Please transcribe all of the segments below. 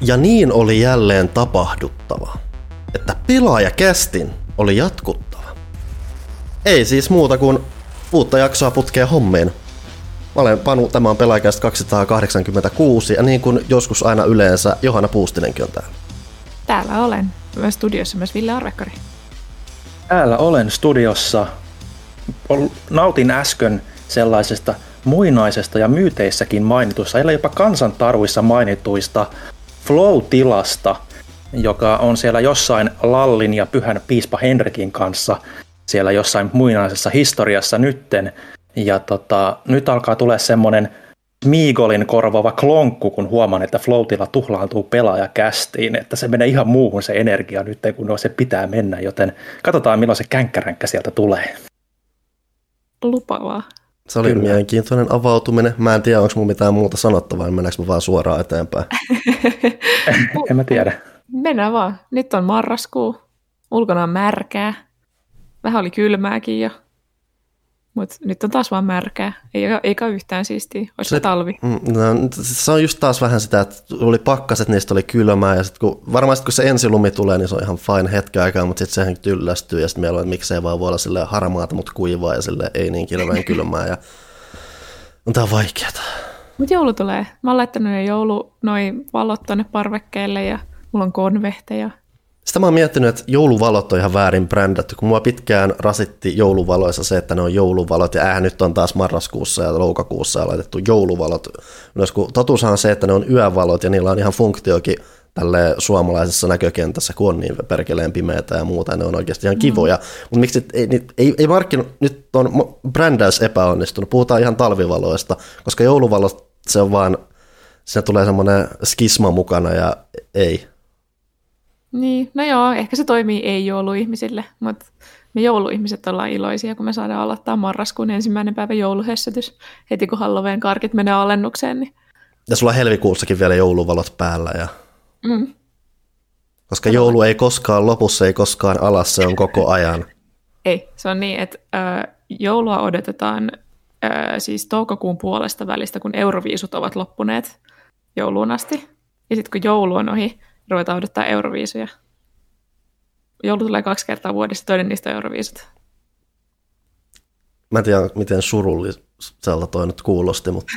Ja niin oli jälleen tapahduttava, että Pelaajakästin oli jatkuttava. Ei siis muuta kuin uutta jaksoa putkeen hommiin. Mä olen Panu, tämä on Pelaajakäst 286 ja niin kuin joskus aina yleensä, Johanna Puustinenkin on täällä. Täällä olen. Myös studiossa myös Ville Arvekkari. Täällä olen studiossa. Nautin äsken sellaisesta muinaisesta ja myyteissäkin mainituista, ellei jopa kansantaruissa mainituista flow-tilasta, joka on siellä jossain Lallin ja Pyhän piispa Henrikin kanssa siellä jossain muinaisessa historiassa nytten. Ja nyt alkaa tulee semmonen Smeagolin korvaava klonkku, kun huomaan, että flow-tila tuhlaantuu Pelaajakästiin, että se menee ihan muuhun se energia nyt, kun se pitää mennä, joten katsotaan milloin se känkkäränkkä sieltä tulee. Lupaavaa. Se oli mielenkiintoinen avautuminen. Mä en tiedä, onko mun mitään muuta sanottavaa, mennäänkö mä vaan suoraan eteenpäin? En mä tiedä. Mennään vaan. Nyt on marraskuu. Ulkona on märkää. Vähän oli kylmääkin jo. Mutta nyt on taas vaan märkää. Eikä yhtään siistiä. Olisi se talvi. Se on just taas vähän sitä, että oli pakkaset, niistä oli kylmää. Ja varmaan kun se ensilumi tulee, niin se on ihan fine hetken aikaa, mutta sitten sehän tyllästyy. Ja sitten meillä on, että miksei vaan voi olla silleen harmaata, mutta kuivaa ja silleen ei niin hirveän kylmää. Ja tää on vaikeata. Mutta joulu tulee. Mä oon laittanut jo noin valot tonne parvekkeelle ja mulla on konvehteja. Sitä mä oon miettinyt, että jouluvalot on ihan väärin brändätty, kun mua pitkään rasitti jouluvaloissa se, että ne on jouluvalot, ja nyt on taas marraskuussa ja loukakuussa ja laitettu jouluvalot. Myös kun totuushan on se, että ne on yövalot, ja niillä on ihan funktiokin tälle suomalaisessa näkökentässä, kun on niin perkeleen pimeätä ja muuta, ja ne on oikeasti ihan kivoja. Mutta miksi ei nyt on brändäys epäonnistunut, puhutaan ihan talvivaloista, koska jouluvalot, se on vaan, siinä tulee semmoinen skisma mukana, ja ei. Niin, no joo, ehkä se toimii ei-jouluihmisille, mutta me jouluihmiset ollaan iloisia, kun me saadaan aloittaa marraskuun 1. päivä jouluhössötys. Heti kun Halloween karkit menee alennukseen. Niin... Ja sulla on helmikuussakin vielä jouluvalot päällä. Ja... Koska joulu ei koskaan lopussa, ei koskaan alas, se on koko ajan. Ei, se on niin, että joulua odotetaan siis toukokuun puolesta välistä, kun euroviisut ovat loppuneet jouluun asti. Ja sitten kun joulu on ohi, ruvetaan odottaa euroviisuja. Joulu tulee 2 kertaa vuodessa, toinen niistä on euroviisut. Mä en tiedä, miten surulliselta toi nyt kuulosti, mutta...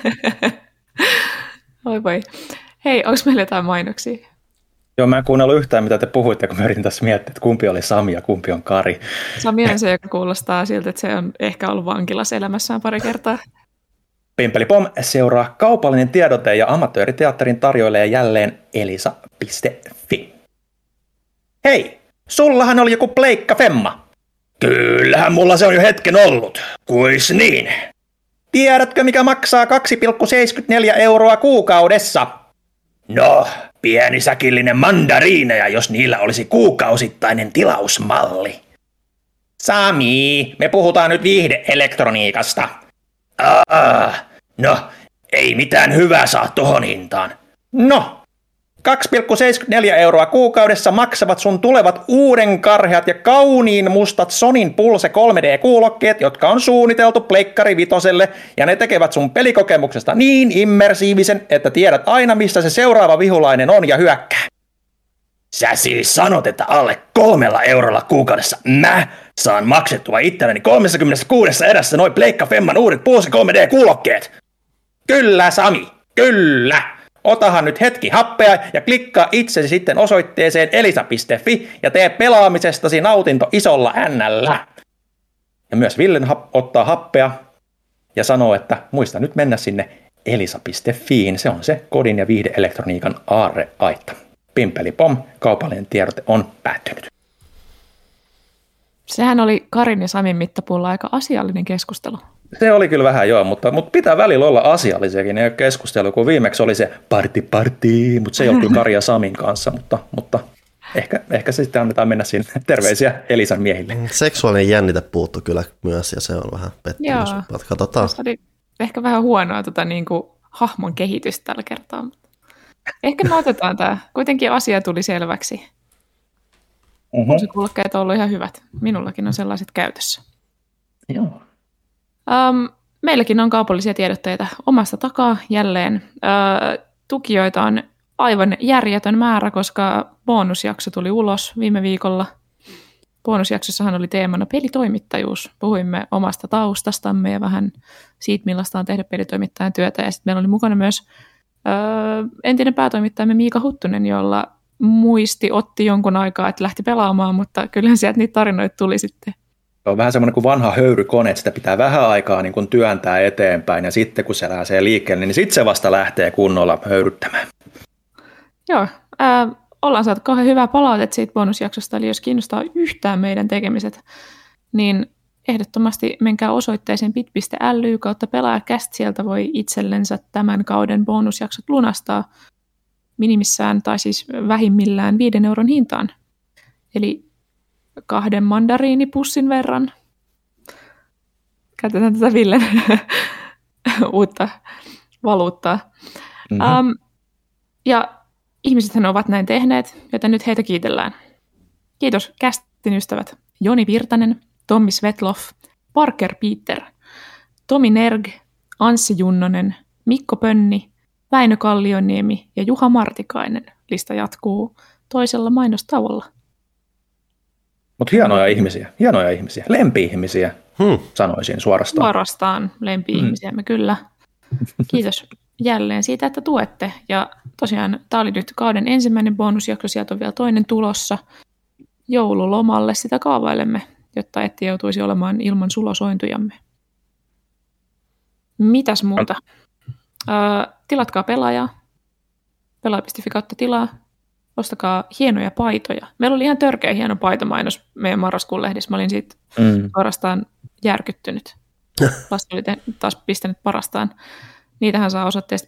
Oi voi. Hei, onko meillä jotain mainoksia? Joo, mä en kuunnellut yhtään, mitä te puhuitte, kun mä yritin tässä miettiä, että kumpi oli Sami ja kumpi on Kari. Sami on se, joka kuulostaa siltä, että se on ehkä ollut vankilassa elämässään pari kertaa. Pimpeli Pom seuraa kaupallinen tiedote ja amatööriteatterin tarjoilee jälleen elisa.fi. Hei, sullahan oli joku pleikka femma. Kyllähän mulla se on jo hetken ollut. Kuis niin? Tiedätkö mikä maksaa 2,74 € kuukaudessa? No, pieni säkillinen mandariineja, jos niillä olisi kuukausittainen tilausmalli. Sami, me puhutaan nyt viihdeelektroniikasta. No, ei mitään hyvää saa tohon hintaan. No, 2,74 € kuukaudessa maksavat sun tulevat uuden karheat ja kauniin mustat Sonin Pulse 3D-kuulokkeet, jotka on suunniteltu Pleikkari Vitoselle, ja ne tekevät sun pelikokemuksesta niin immersiivisen, että tiedät aina, missä se seuraava vihulainen on ja hyökkää. Sä siis sanot, että alle 3 € kuukaudessa mä saan maksettua itselleni 36 erässä noi Pleikka Femman uudet Pulse 3D-kuulokkeet? Kyllä, Sami, kyllä! Otahan nyt hetki happea ja klikkaa itsesi sitten osoitteeseen elisa.fi ja tee pelaamisestasi nautinto isolla N:llä. Ja myös Villen ottaa happea ja sanoo, että muista nyt mennä sinne elisa.fiin. Se on se kodin ja viihdeelektroniikan aarreaitta. Pimpeli Pom, kaupallinen tiedote on päättynyt. Sehän oli Karin ja Samin mittapuulla aika asiallinen keskustelu. Se oli kyllä vähän joo, mutta pitää välillä olla asiallisiakin keskustelu, kun viimeksi oli se party, mutta se ei ollut kyllä Kari ja Samin kanssa, mutta ehkä se sitten annetaan mennä sinne. Terveisiä Elisan miehille. Seksuaalinen jännite puuttu kyllä myös ja se on vähän pettymys. Katsotaan. Se oli ehkä vähän huonoa niin kuin hahmon kehitystä tällä kertaa. Ehkä me otetaan tämä. Kuitenkin asia tuli selväksi. Kuulokkeet on ollut ihan hyvät. Minullakin on sellaiset käytössä. Joo. Meilläkin on kaupallisia tiedotteita omasta takaa jälleen. Tukijoita on aivan järjetön määrä, koska bonusjakso tuli ulos viime viikolla. Bonusjaksossahan oli teemana pelitoimittajuus. Puhuimme omasta taustastamme ja vähän siitä, millaista on tehdä pelitoimittajan työtä. Ja sitten meillä oli mukana myös entinen päätoimittajamme Miika Huttunen, jolla muisti otti jonkun aikaa, että lähti pelaamaan, mutta kyllähän sieltä niitä tarinoita tuli sitten. Se on vähän semmoinen kuin vanha höyrykone, että sitä pitää vähän aikaa niin kuin työntää eteenpäin, ja sitten kun se lähtee liikkeelle, niin sitten se vasta lähtee kunnolla höyryttämään. Joo, ollaan saatu kauhean hyvää palautetta siitä bonusjaksosta, eli jos kiinnostaa yhtään meidän tekemiset, niin ehdottomasti menkää osoitteeseen bit.ly/pelaajakäst, sieltä voi itsellensä tämän kauden bonusjaksot lunastaa minimissään tai siis vähimmillään 5 euron hintaan. Eli 2 mandariinipussin verran. Käytetään tätä Villen uutta valuuttaa. Mm-hmm. Ja ihmisethän ovat näin tehneet, joten nyt heitä kiitellään. Kiitos kästin ystävät Joni Virtanen, Tommi Svetloff, Parker Peter, Tomi Nerg, Anssi Junnonen, Mikko Pönni, Väinö Kallioniemi ja Juha Martikainen. Lista jatkuu toisella mainostauolla. Mutta hienoja ihmisiä, lempi-ihmisiä, sanoisin suorastaan. Suorastaan lempi-ihmisiämme, kyllä. Kiitos jälleen siitä, että tuette. Ja tosiaan tämä oli nyt kauden ensimmäinen bonusjakso, sieltä on vielä toinen tulossa. Joululomalle sitä kaavailemme, jotta ette joutuisi olemaan ilman sulosointujamme. Mitäs muuta? Tilatkaa pelaajaa. Pelaaja.fi/tilaa. Ostakaa hienoja paitoja. Meillä oli ihan törkeä hieno paitomainos meidän marraskuun lehdissä. Mä olin siitä suorastaan järkyttynyt. Lassi oli taas pistänyt parastaan. Niitähän saa osoitteesta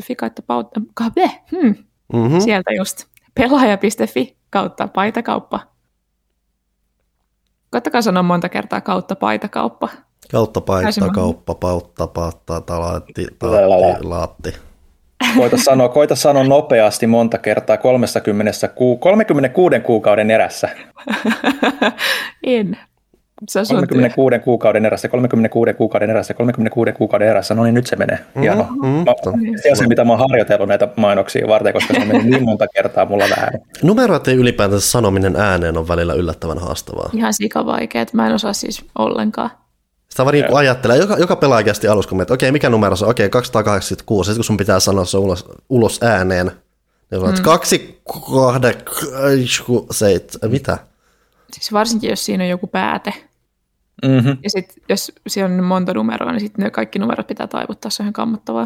Sieltä just pelaaja.fi/paitakauppa. Koittakaa sanoa monta kertaa kautta paitakauppa. Kautta paitakauppa, laatti. Koita sanoa nopeasti monta kertaa 36 kuukauden erässä. En. 36 kuukauden erässä, 36 kuukauden erässä, 36 kuukauden erässä. No niin, nyt se menee. Hienoa. Se on se, mitä mä oon harjoitellut näitä mainoksia varten, koska se on mennyt niin monta kertaa mulla väärin. Numeroiden ylipäätänsä sanominen ääneen on välillä yllättävän haastavaa. Ihan sikavaikea, että mä en osaa siis ollenkaan. Sitä vaan niin ajattelee, joka pelaajakästi alussa, kun miettii, okei, mikä numero se on, 286, sitten kun sun pitää sanoa se ulos ääneen, niin on 2, 8, 7, mitä? Siis varsinkin, jos siinä on joku pääte. Mm-hmm. Ja sitten, jos siellä on monta numeroa, niin sitten ne kaikki numerot pitää taivuttaa, se on ihan kammottavaa.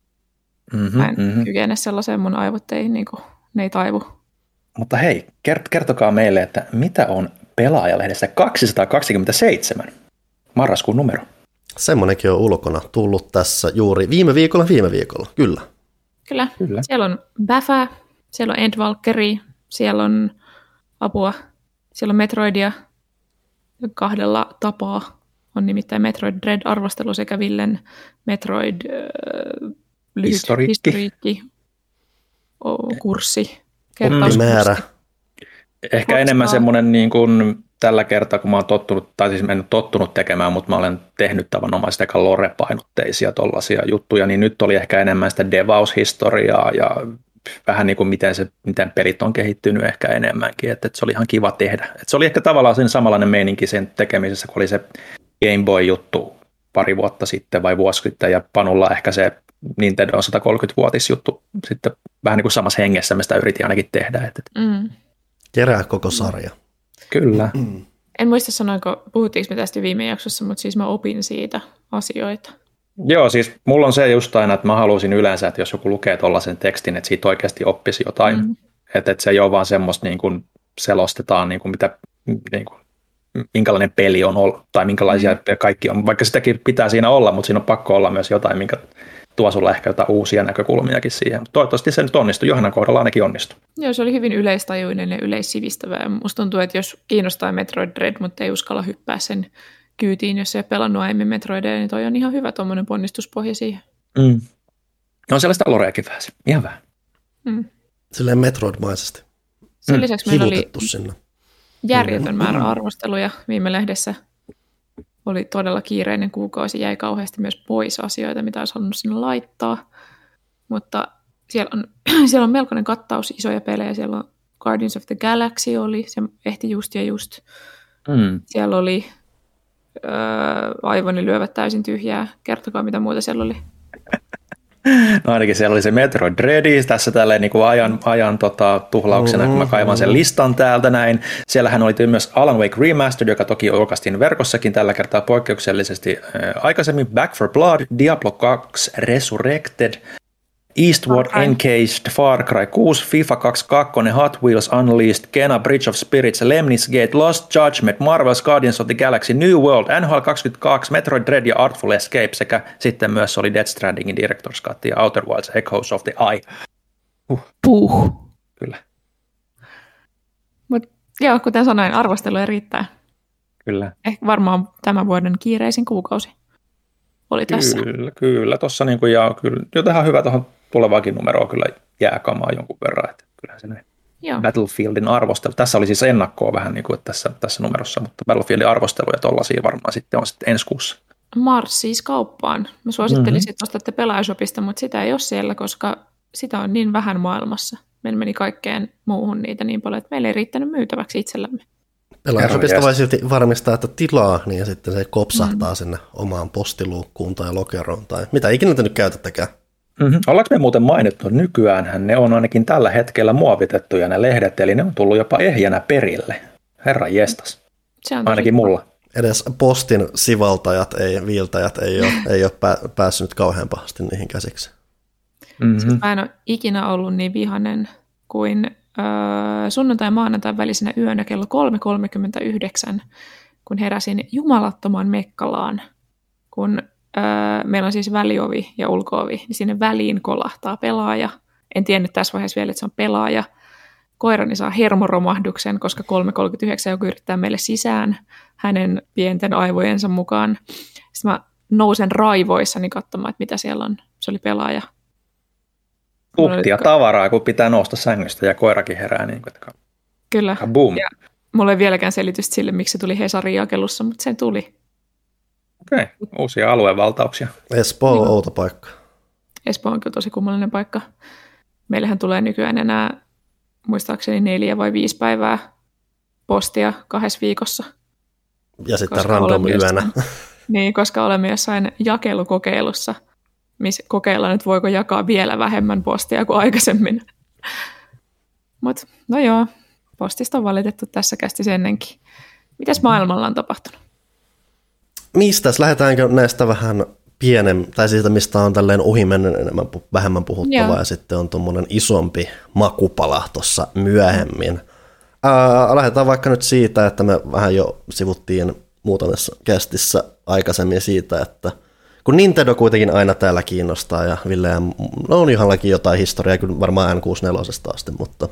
Mä en kykene sellaiseen, mun aivot ei, niin kuin, ne ei taivu. Mutta hei, kertokaa meille, että mitä on Pelaajalehdessä 227? Marraskuun numero. Semmoinenkin on ulkona tullut tässä juuri viime viikolla, kyllä. Kyllä. Siellä on Bäfää, siellä on Endvalkeri, siellä on apua, siellä on Metroidia 2 tapaa. On nimittäin Metroid Dread-arvostelu sekä Villen Metroid lyhyt historiikki kurssi. Määrä. Ehkä enemmän semmoinen niin kuin tällä kertaa, kun mä oon tottunut, tai siis mä en ole tottunut tekemään, mutta mä olen tehnyt tavanomaisesti aika lore-painotteisia tollaisia juttuja, niin nyt oli ehkä enemmän sitä devaushistoriaa ja vähän niin kuin miten pelit on kehittynyt ehkä enemmänkin, että se oli ihan kiva tehdä. Että se oli ehkä tavallaan sen samanlainen meininki sen tekemisessä, kun oli se Game Boy-juttu pari vuotta sitten vai vuosi sitten, ja Panulla ehkä se Nintendo 130-vuotisjuttu sitten vähän niin kuin samassa hengessä mä sitä yritin ainakin tehdä. Kerää koko sarja. Kyllä. En muista sanoinko, puhuttiinko me tästä viime jaksossa, mutta siis mä opin siitä asioita. Joo, siis mulla on se just aina, että mä haluaisin yleensä, että jos joku lukee tollaisen tekstin, että siitä oikeasti oppisi jotain. Että se ei ole vaan semmoista niin kuin selostetaan, niin kuin mitä, niin kuin, minkälainen peli on ollut, tai minkälaisia kaikki on. Vaikka sitäkin pitää siinä olla, mutta siinä on pakko olla myös jotain, minkä tuo sulla ehkä jotain uusia näkökulmiakin siihen. Toivottavasti se nyt onnistui. Johannan kohdalla ainakin onnistui. Joo, se oli hyvin yleistajuinen ja yleissivistävä. Musta tuntuu, että jos kiinnostaa Metroid Dread, mutta ei uskalla hyppää sen kyytiin, jos ei ole pelannut aiemmin Metroideja, niin toi on ihan hyvä tuommoinen ponnistuspohja siihen. On sellaista loreakin vähän. Ihan vähän. Silleen Metroid-maisesti. Sen lisäksi meillä oli sinne järjetön määrä arvosteluja viime lehdessä. Oli todella kiireinen kuukausi, jäi kauheasti myös pois asioita, mitä olisi halunnut sinne laittaa. Mutta siellä on melkoinen kattaus isoja pelejä. Siellä on Guardians of the Galaxy oli, se ehti just ja just. Siellä oli aivoni lyövät täysin tyhjää. Kertokaa, mitä muuta siellä oli. No ainakin siellä oli se Metroid Dread, tässä tälleen niin kuin ajan tuhlauksena, kun mä kaivan sen listan täältä näin. Siellähän oli myös Alan Wake Remastered, joka toki julkaistiin verkossakin tällä kertaa poikkeuksellisesti aikaisemmin. Back 4 Blood, Diablo 2 Resurrected, Eastward Encaged, Far Cry 6, FIFA 22, Hot Wheels Unleashed, Kena Bridge of Spirits, Lemnis Gate, Lost Judgment, Marvel's Guardians of the Galaxy, New World, NHL 22, Metroid Dread ja Artful Escape sekä sitten myös oli Death Strandingin Director's Cut ja Outer Wilds Echoes of the Eye. Kyllä. Mut joo, kuten sanoin, arvosteluja riittää. Kyllä. Ehkä varmaan tämän vuoden kiireisin kuukausi oli tässä. Kyllä. Tuossa niinku, ja kyllä jotain hyvä tuohon tulevaakin numeroa kyllä jää kamaa jonkun verran, että kyllähän se näin. Joo. Battlefieldin arvostelu. Tässä oli siis ennakkoa vähän niin kuin tässä numerossa, mutta Battlefieldin arvostelu ja tollaisia varmaan sitten on sitten ensi kuussa. Mars siis kauppaan. Mä suosittelisin, että ostatte Pelaajashopista, mutta sitä ei ole siellä, koska sitä on niin vähän maailmassa. Meillä meni kaikkeen muuhun niitä niin paljon, että meillä ei riittänyt myytäväksi itsellämme. Pelaajashopista voi silti varmistaa, että tilaa, niin sitten se kopsahtaa sinne omaan postiluukkuun tai lokeroon tai mitä ikinä te nyt käytättekään. Ollaanko me muuten mainittu, että nykyäänhän ne on ainakin tällä hetkellä muovitettuja ne lehdet, eli ne on tullut jopa ehjänä perille. Herran jestas. Ainakin mulla. Edes postin sivaltajat, viiltäjät ei ole päässyt kauhean pahasti niihin käsiksi. Siis mä en ole ikinä ollut niin vihainen kuin sunnuntai- ja maanantain välisenä yönä kello 3.39, kun heräsin jumalattoman mekkalaan, kun meillä on siis väliovi ja ulko-ovi, niin sinne väliin kolahtaa pelaaja. En tiennyt tässä vaiheessa vielä, että se on pelaaja. Koirani saa hermoromahduksen, koska 3.39 joku yrittää meille sisään hänen pienten aivojensa mukaan. Sitten mä nousen raivoissani katsomaan, että mitä siellä on. Se oli pelaaja. Puhtia tavaraa, kun pitää nousta sängystä ja koirakin herää. Niin kuin, kyllä. Boom. Ja mulla ei vieläkään selitystä sille, miksi se tuli Hesarin jakelussa, mutta se tuli. Okei, uusia aluevaltauksia. Espoo on outo paikka. Espoo on kyllä tosi kummallinen paikka. Meillähän tulee nykyään enää muistaakseni 4 vai 5 päivää postia 2 viikossa. Ja sitten random yönä. Niin, koska olemme jossain jakelukokeilussa, missä kokeillaan, että voiko jakaa vielä vähemmän postia kuin aikaisemmin. Mutta no joo, postista on valitettu tässä kästissä ennenkin. Mitäs maailmalla on tapahtunut? Mistäs? Lähdetäänkö näistä vähän tai siitä, mistä on tälleen ohimennen vähemmän puhuttavaa, ja sitten on tuommoinen isompi makupala tuossa myöhemmin. Lähdetään vaikka nyt siitä, että me vähän jo sivuttiin muutamassa kästissä aikaisemmin siitä, että kun Nintendo kuitenkin aina täällä kiinnostaa, ja Ville ja on Juhallakin jotain historiaa, kyllä varmaan N64 asti, mutta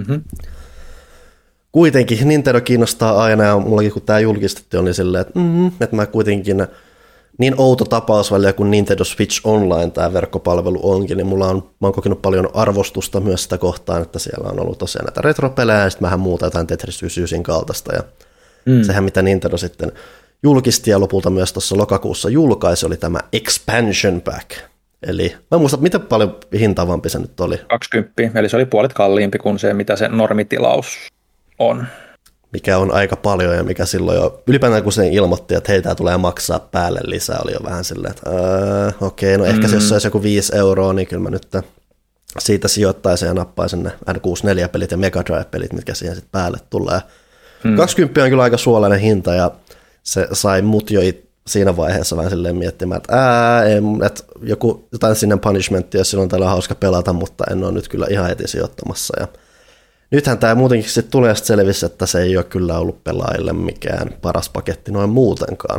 kuitenkin Nintendo kiinnostaa aina, ja mullakin kun tämä julkistettiin, oli silleen, että mä kuitenkin niin outo tapaus välillä kuin Nintendo Switch Online tämä verkkopalvelu onkin, niin mä oon kokenut paljon arvostusta myös sitä kohtaan, että siellä on ollut tosiaan näitä retropelejä, ja sitten vähän muuta jotain Tetris 99 kaltaista, ja sehän mitä Nintendo sitten julkisti ja lopulta myös tuossa lokakuussa julkaisi, oli tämä Expansion Pack. Eli mä muistan, miten paljon hintavampi se nyt oli. 20, eli se oli puolet kalliimpi kuin se, mitä se normitilaus on. Mikä on aika paljon ja mikä silloin jo, ylipäätään kun se ilmoitti, että hei, tää tulee maksaa päälle lisää, oli jo vähän silleen, että okei, no ehkä se jos olisi joku 5 €, niin kyllä mä nyt siitä sijoittaisin ja nappaisin ne N64-pelit ja Mega Drive-pelit, mitkä siihen sitten päälle tulee. 20 on kyllä aika suolainen hinta ja se sai mut jo siinä vaiheessa vähän silleen miettimään, että jotain sinne punishmenttia, jos silloin täällä on hauska pelata, mutta en ole nyt kyllä ihan heti sijoittamassa. Ja nythän tämä muutenkin sitten tulee selvisi, että se ei ole kyllä ollut pelaajille mikään paras paketti noin muutenkaan.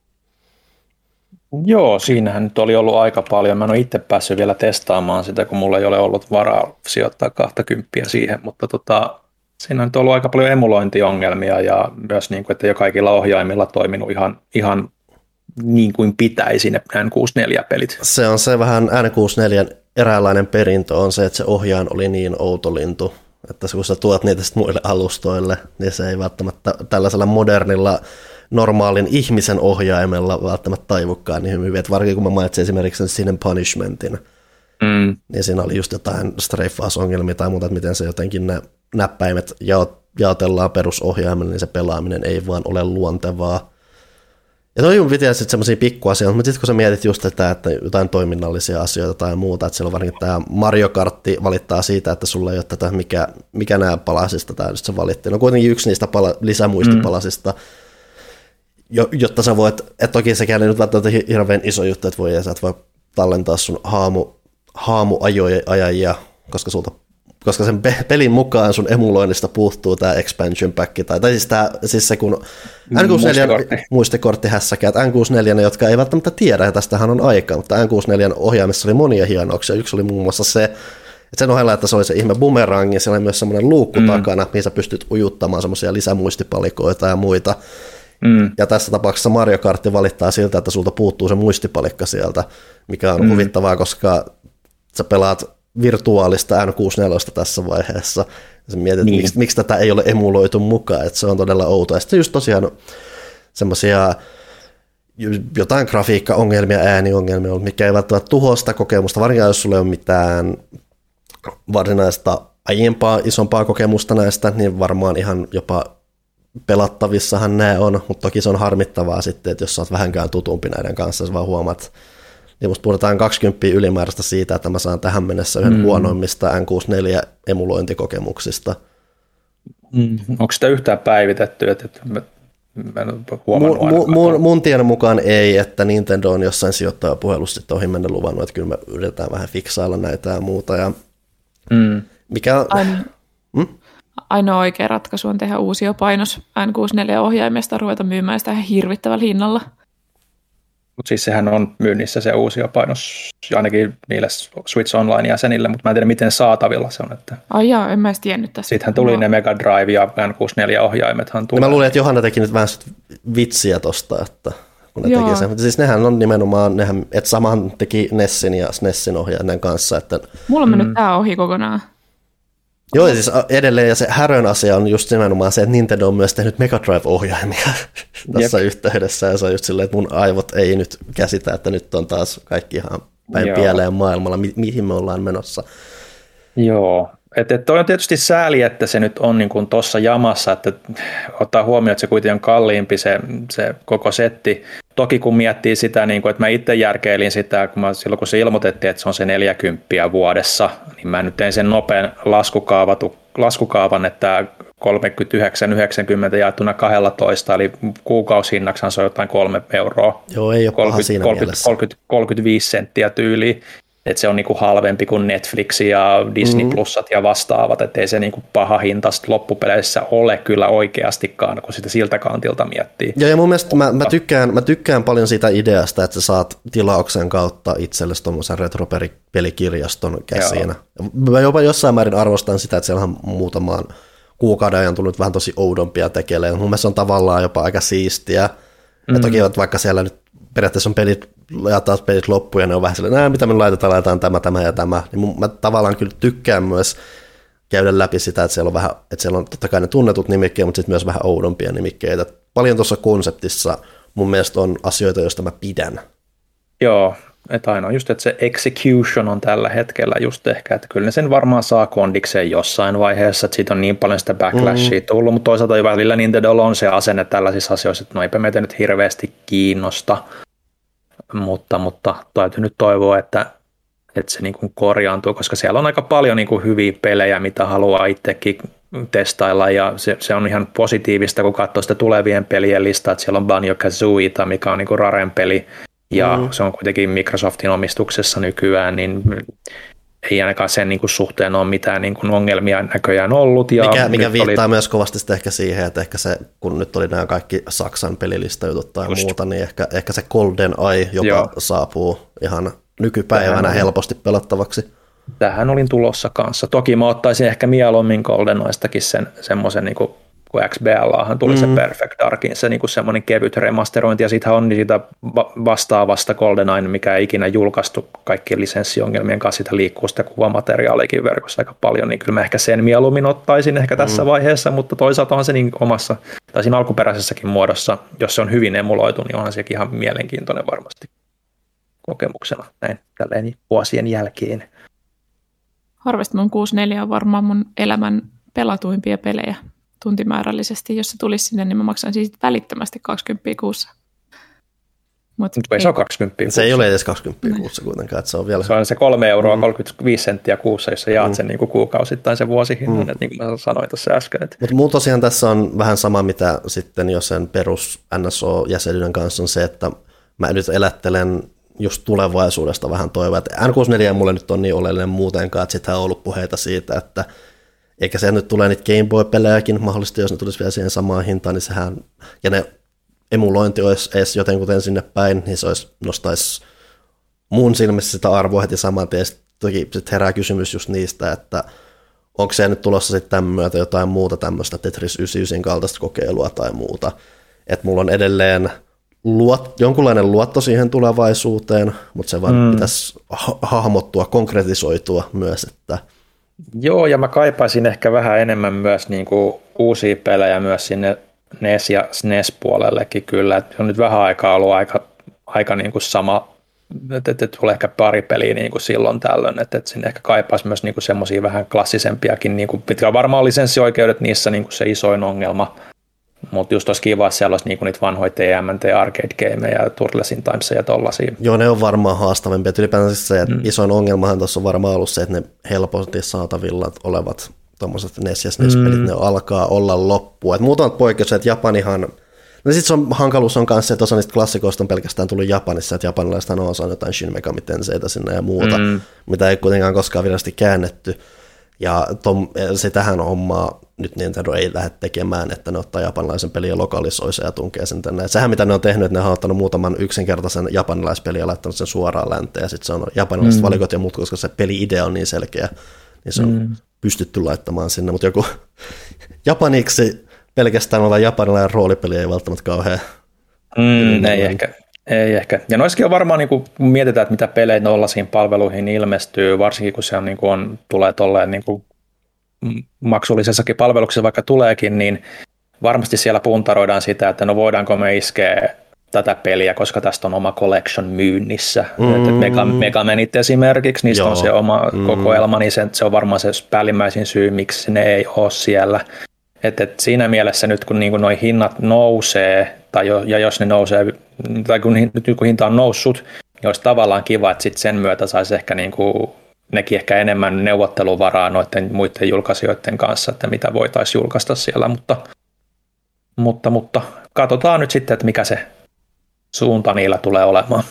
Joo, siinähän nyt oli ollut aika paljon. Mä en ole itse päässyt vielä testaamaan sitä, kun mulla ei ole ollut varaa sijoittaa 20 siihen, mutta siinä on nyt ollut aika paljon emulointiongelmia ja myös niin kuin, että jo kaikilla ohjaimilla toiminut ihan niin kuin pitäisi ne N64-pelit. Se on se vähän N64 eräänlainen perintö on se, että se ohjain oli niin outo lintu, että kun sä tuot niitä sitten muille alustoille, niin se ei välttämättä tällaisella modernilla normaalin ihmisen ohjaimella välttämättä taivukaan niin hyvin, että varsinkin kun mä mainitsin esimerkiksi sen Sin and Punishmentin, niin siinä oli just jotain strafe-ongelmia tai muuta, että miten se jotenkin ne näppäimet jaotellaan perusohjaimella, niin se pelaaminen ei vaan ole luontevaa. Ja toi pitää sitten semmoisia pikkuasioita, mutta sitten kun sä mietit just tätä, että jotain toiminnallisia asioita tai muuta, että siellä on varsinkin tämä Mario Kartti valittaa siitä, että sulla ei ole tätä, mikä nämä palasista tämä just se valittiin. No kuitenkin yksi niistä lisämuistipalasista, jotta sä voit, että toki sekään ei nyt välttämättä hirveän iso juttu, että sä et voi tallentaa sun haamuajajia, koska sen pelin mukaan sun emuloinnista puuttuu tämä expansion pack, tai siis se kun N64 muistikorttihässäkät, N64, jotka ei välttämättä tiedä, ja tästähän on aika, mutta N64 ohjaimessa oli monia hienouksia, yksi oli muun muassa se, että sen ohella, että se oli se ihme bumerangi, siellä oli myös semmoinen luukku takana, mihin sä pystyt ujuttamaan semmoisia lisämuistipalikoita ja muita, ja tässä tapauksessa Mario Kartti valittaa siltä, että sulta puuttuu se muistipalikka sieltä, mikä on huvittavaa, koska sä pelaat virtuaalista N64 tässä vaiheessa. Ja mietit, että miksi tätä ei ole emuloitu mukaan, että se on todella outoa. Ja sitten just tosiaan semmoisia jotain grafiikkaongelmia, ääniongelmia, mikä ei välttämättä tuhoa sitä kokemusta, varsinkaan jos sulla ei ole mitään varsinaista aiempaa isompaa kokemusta näistä, niin varmaan ihan jopa pelattavissahan nämä on, mutta toki se on harmittavaa sitten, että jos sä oot vähänkään tutumpi näiden kanssa, sä vaan huomaat, ja musta puhutaan 20 ylimääräistä siitä, että mä saan tähän mennessä yhden huonoimmista N64-emulointikokemuksista. Onko sitä yhtään päivitetty? Mä en ole huomannut mun tiedon mukaan ei, että Nintendo on jossain sijoittajapuhelussa sitten ohi mennä luvannut, että kyllä me yritetään vähän fiksailla näitä ja muuta. Ja mikä ainoa oikea ratkaisu on tehdä uusi painos N64-ohjaimesta, ruveta myymään sitä ihan hirvittävällä hinnalla. Mutta siis sehän on myynnissä se uusi painos, ainakin niille Switch Online-jäsenille, mutta mä en tiedä, miten saatavilla se on. Että ai jaa, en mä edes tiennyt tästä. Sittenhän tuli ne Mega Drive ja N64-ohjaimethan tuli. Mä luulen, että Johanna teki nyt vähän vitsiä tosta, että kun ne teki sen. Mutta siis nehän on nimenomaan, että saman teki Nessin ja SNESin ohjainen kanssa. Että mulla on mennyt tää ohi kokonaan. Joo, ja siis edelleen, ja se härön asia on just nimenomaan se, että Nintendo on myös tehnyt Mega Drive-ohjaimia tässä yhteydessä, ja se on just silleen, että mun aivot ei nyt käsitä, että nyt on taas kaikki ihan päin pieleen maailmalla, mihin me ollaan menossa. Joo, että toi on tietysti sääli, että se nyt on niin kuin tuossa jamassa, että ottaa huomioon, että se kuitenkin on kalliimpi se koko setti. Toki kun miettii sitä, niin kuin, että mä itse järkeilin sitä, silloin kun se ilmoitettiin, että se on se 40 vuodessa, niin mä nyt tein sen nopean laskukaavan, että 39,90 jaettuna 12, eli kuukausihinnaksihan se on jotain 3 euroa. Joo, ei ole paha siinä mielessä. 35 senttiä tyyliin. Että se on niinku halvempi kuin Netflix ja Disney Plusat ja vastaavat, ettei se niinku paha hinta loppupeleissä ole kyllä oikeastikaan, kun sitä siltä kantilta miettii. Ja mun mielestä mä tykkään paljon siitä ideasta, että sä saat tilauksen kautta itsellesi tuommoisen retropelikirjaston käsiin. Mä jopa jossain määrin arvostan sitä, että siellä on muutamaan kuukauden ajan tullut vähän tosi oudompia tekeleitä. Mun mielestä se on tavallaan jopa aika siistiä. Ja toki vaikka siellä nyt periaatteessa on pelit loppuun ja ne on vähän silleen, mitä me laitetaan tämä ja tämä. Niin mä tavallaan kyllä tykkään myös käydä läpi sitä, että siellä on totta kai ne tunnetut nimikkeet, mutta sitten myös vähän oudompia nimikkeitä. Paljon tuossa konseptissa mun mielestä on asioita, joista mä pidän. Joo, että ainoa just, että se execution on tällä hetkellä just ehkä, että kyllä ne sen varmaan saa kondikseen jossain vaiheessa, että siitä on niin paljon sitä backlashia tullut, mutta toisaalta välillä Nintendolla on se asenne tällaisissa asioissa, että no eipä meitä nyt hirveästi kiinnosta, mutta täytyy nyt toivoa, että se niin kuin korjaantuu, koska siellä on aika paljon niin kuin hyviä pelejä, mitä haluaa itsekin testailla, ja se on ihan positiivista, kun katsoo sitä tulevien pelien listaa, että siellä on Banjo-Kazooie, mikä on niin kuin Raren peli, ja se on kuitenkin Microsoftin omistuksessa nykyään, niin ei ainakaan sen niin kuin suhteen ole mitään niin kuin ongelmia näköjään ollut. Ja mikä viittaa myös kovasti sitten ehkä siihen, että ehkä se, kun nyt oli nämä kaikki Saksan pelilista-jutut tai muuta, niin ehkä se Golden Eye jopa saapuu ihan nykypäivänä helposti pelattavaksi. Tähän olin tulossa kanssa. Toki mä ottaisin ehkä mieluummin Golden Eyestakin semmoisen, niin kuin kun XBL:ahan tuli se Perfect Darkin, se niin semmoinen kevyt remasterointi, ja sittenhän on siitä vastaavasta GoldenEye, mikä ei ikinä julkaistu kaikkien lisenssiongelmien kanssa, sitä liikkuu sitä kuvamateriaalikin verkossa aika paljon, niin kyllä mä ehkä sen mieluummin ottaisin ehkä tässä vaiheessa, mutta toisaalta on se niin omassa, tai siinä alkuperäisessäkin muodossa, jos se on hyvin emuloitu, niin onhan sekin ihan mielenkiintoinen varmasti. kokemuksena näin tälleen vuosien jälkeen. Harvest Moon 64 on varmaan mun elämän pelatuimpia pelejä tuntimäärällisesti. Jos se tulisi sinne, niin mä maksan siis välittömästi 20 kuussa. Mutta ei se ole 20 kuussa. Se ei ole edes 20 kuussa kuitenkaan. Että se on vielä... Se on se 3,35 kuussa, jos sä jaat sen niin kuin kuukausittain sen vuosihinnan, niin kuin mä sanoin tuossa äsken. Mutta mulla tosiaan tässä on vähän sama, mitä sitten jo sen perus NSO-jäsenyyden kanssa on se, että mä nyt elättelen just tulevaisuudesta vähän toivoa. N64 mulle nyt on niin oleellinen muutenkaan, että sitten on ollut puheita siitä, että eikä se nyt tule niitä Game Boy-pelejäkin mahdollisesti, jos ne tulisi vielä siihen samaan hintaan, niin sehän, ja ne emulointi olisi edes jotenkuten sinne päin, niin se nostaisi mun silmissä sitä arvoa heti saman tien. Toki sitten herää kysymys just niistä, että onko se nyt tulossa sitten tämän myötä jotain muuta tämmöistä Tetris 99 kaltaista kokeilua tai muuta. Että mulla on edelleen jonkunlainen luotto siihen tulevaisuuteen, mutta se vaan pitäisi hahmottua, konkretisoitua myös. Että... Joo, ja mä kaipaisin ehkä vähän enemmän myös niin kuin uusia pelejä myös sinne NES- ja SNES-puolellekin kyllä. Et on nyt vähän aikaa ollut aika niin kuin sama, että tulee ehkä pari peliä niin kuin silloin tällöin, että sinne ehkä kaipaisi myös niin kuin semmoisia vähän klassisempiakin, niin kuin, mitkä on varmaan lisenssioikeudet niissä niin kuin se isoin ongelma. Mutta just olisi kiva, että siellä olisi niinku niitä vanhoja TMNT arcade-gameja ja Turtles in Timesia ja tollaisia. Joo, ne on varmaan haastavimpia. Ylipäätään se, että isoin ongelmahan tuossa on varmaan ollut se, että ne helposti saatavilla olevat tuommoiset NES- ja SNES-pelit, ne alkaa olla loppu. Et muutamat poikkeukset, että Japanihan... No sitten se on, hankaluus on kanssa, että osa niistä klassikoista on pelkästään tullut Japanissa, että japanilaisethan on osannut jotain Shin Megami Tenseitä sinne ja muuta, mitä ei kuitenkaan koskaan virallisesti käännetty. Ja sitähän hommaa nyt Nintendo ei lähde tekemään, että ne ottaa japanilaisen pelin ja lokalisoi sen ja tunkee sen tänne. Sehän mitä ne on tehnyt, että ne on ottanut muutaman yksinkertaisen japanilaispelin ja laittanut sen suoraan länteen, ja sitten se on japanilaiset valikot ja muut, koska se peli-idea on niin selkeä, niin se on pystytty laittamaan sinne, mutta joku japaniksi pelkästään olla japanilainen roolipeli ei välttämättä kauhean. Ei ehkä. Ja noissakin on varmaan, niin kun mietitään, että mitä pelejä nollaisiin palveluihin ilmestyy, varsinkin kun se on, tulee tolleen niin kuin maksullisessakin palveluksessa vaikka tuleekin, niin varmasti siellä puntaroidaan sitä, että no voidaanko me iskeä tätä peliä, koska tästä on oma collection myynnissä. Megamenit esimerkiksi, niistä on se oma kokoelma, niin se on varmaan se päällimmäisin syy, miksi ne ei ole siellä. Et siinä mielessä nyt kun niinku noi hinnat nousee, ja jos ne nousee, tai kun hinta on noussut, niin olisi tavallaan kiva, että sit sen myötä saisi ehkä niinku, nekin ehkä enemmän neuvotteluvaraa noiden muiden julkaisijoiden kanssa, että mitä voitaisiin julkaista siellä, mutta katsotaan nyt sitten, että mikä se suunta niillä tulee olemaan.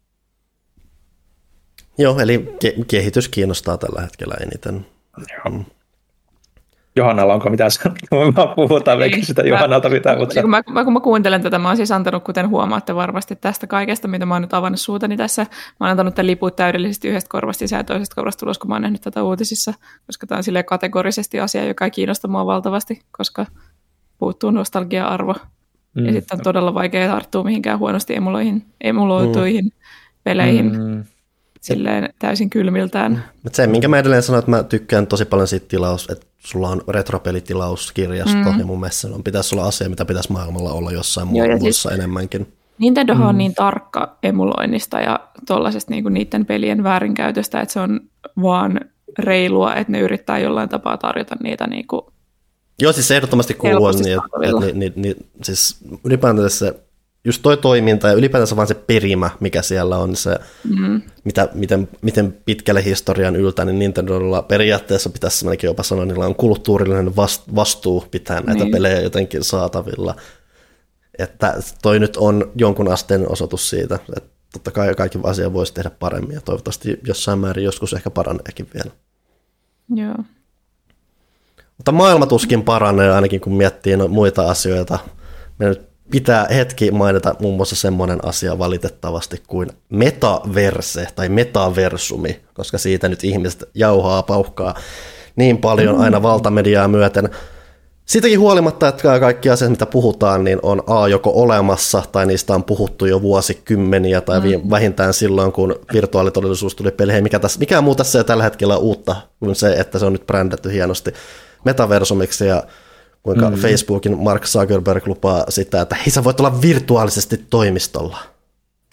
Joo, eli kehitys kiinnostaa tällä hetkellä eniten. Joo. Johannalla onko mitään sanoa? Puhutaan eikä sitä Johannalta mitään. Kun mä kuuntelen tätä, mä oon siis antanut, kuten huomaatte varmasti tästä kaikesta, mitä mä oon nyt avannut suutani tässä. Mä oon antanut tämän lipun täydellisesti yhdestä korvasta sisään ja toisesta korvasta tulos, kun mä oon nähnyt tätä uutisissa, koska tämä on silleen kategorisesti asia, joka ei kiinnosta mua valtavasti, koska puuttuu nostalgia-arvo. Ja sitten on todella vaikea tarttua mihinkään huonosti emuloituihin peleihin. Silleen täysin kylmiltään. Se, minkä mä edelleen sanoin, että mä tykkään tosi paljon siitä että sulla on retropelitilauskirjasto, ja mun mielestä pitäisi olla asia, mitä pitäisi maailmalla olla jossain muodossa enemmänkin. Nintendohan on niin tarkka emuloinnista ja tuollaisesta niinku niiden pelien väärinkäytöstä, että se on vaan reilua, että ne yrittää jollain tapaa tarjota niitä niinku. Joo, siis se ehdottomasti kuuluu, siis ylipäätään se just toi toiminta ja ylipäätänsä vaan se perimä, mikä siellä on, se, miten pitkälle historian yltää, niin Nintendolla periaatteessa pitäisi melkein jopa sanoa, niillä on kulttuurillinen vastuu pitää näitä pelejä jotenkin saatavilla. Että toi nyt on jonkun asteen osoitus siitä, että totta kai kaikki asia voisi tehdä paremmin ja toivottavasti jossain määrin joskus ehkä paraneekin vielä. Joo. Mutta maailma tuskin paranee ainakin kun miettii muita asioita. Me nyt pitää hetki mainita muun muassa semmoinen asia valitettavasti kuin metaverse tai metaversumi, koska siitä nyt ihmiset jauhaa, pauhkaa niin paljon aina valtamediaa myöten. Siitäkin huolimatta, että kaikki asiat, mitä puhutaan, niin on joko olemassa tai niistä on puhuttu jo vuosikymmeniä tai vähintään silloin, kun virtuaalitodellisuus tuli peleihin. Mikä muu tässä ei tällä hetkellä uutta kuin se, että se on nyt brändätty hienosti metaversumiksi ja kuinka Facebookin Mark Zuckerberg lupaa sitä, että hei, sä voit olla virtuaalisesti toimistolla.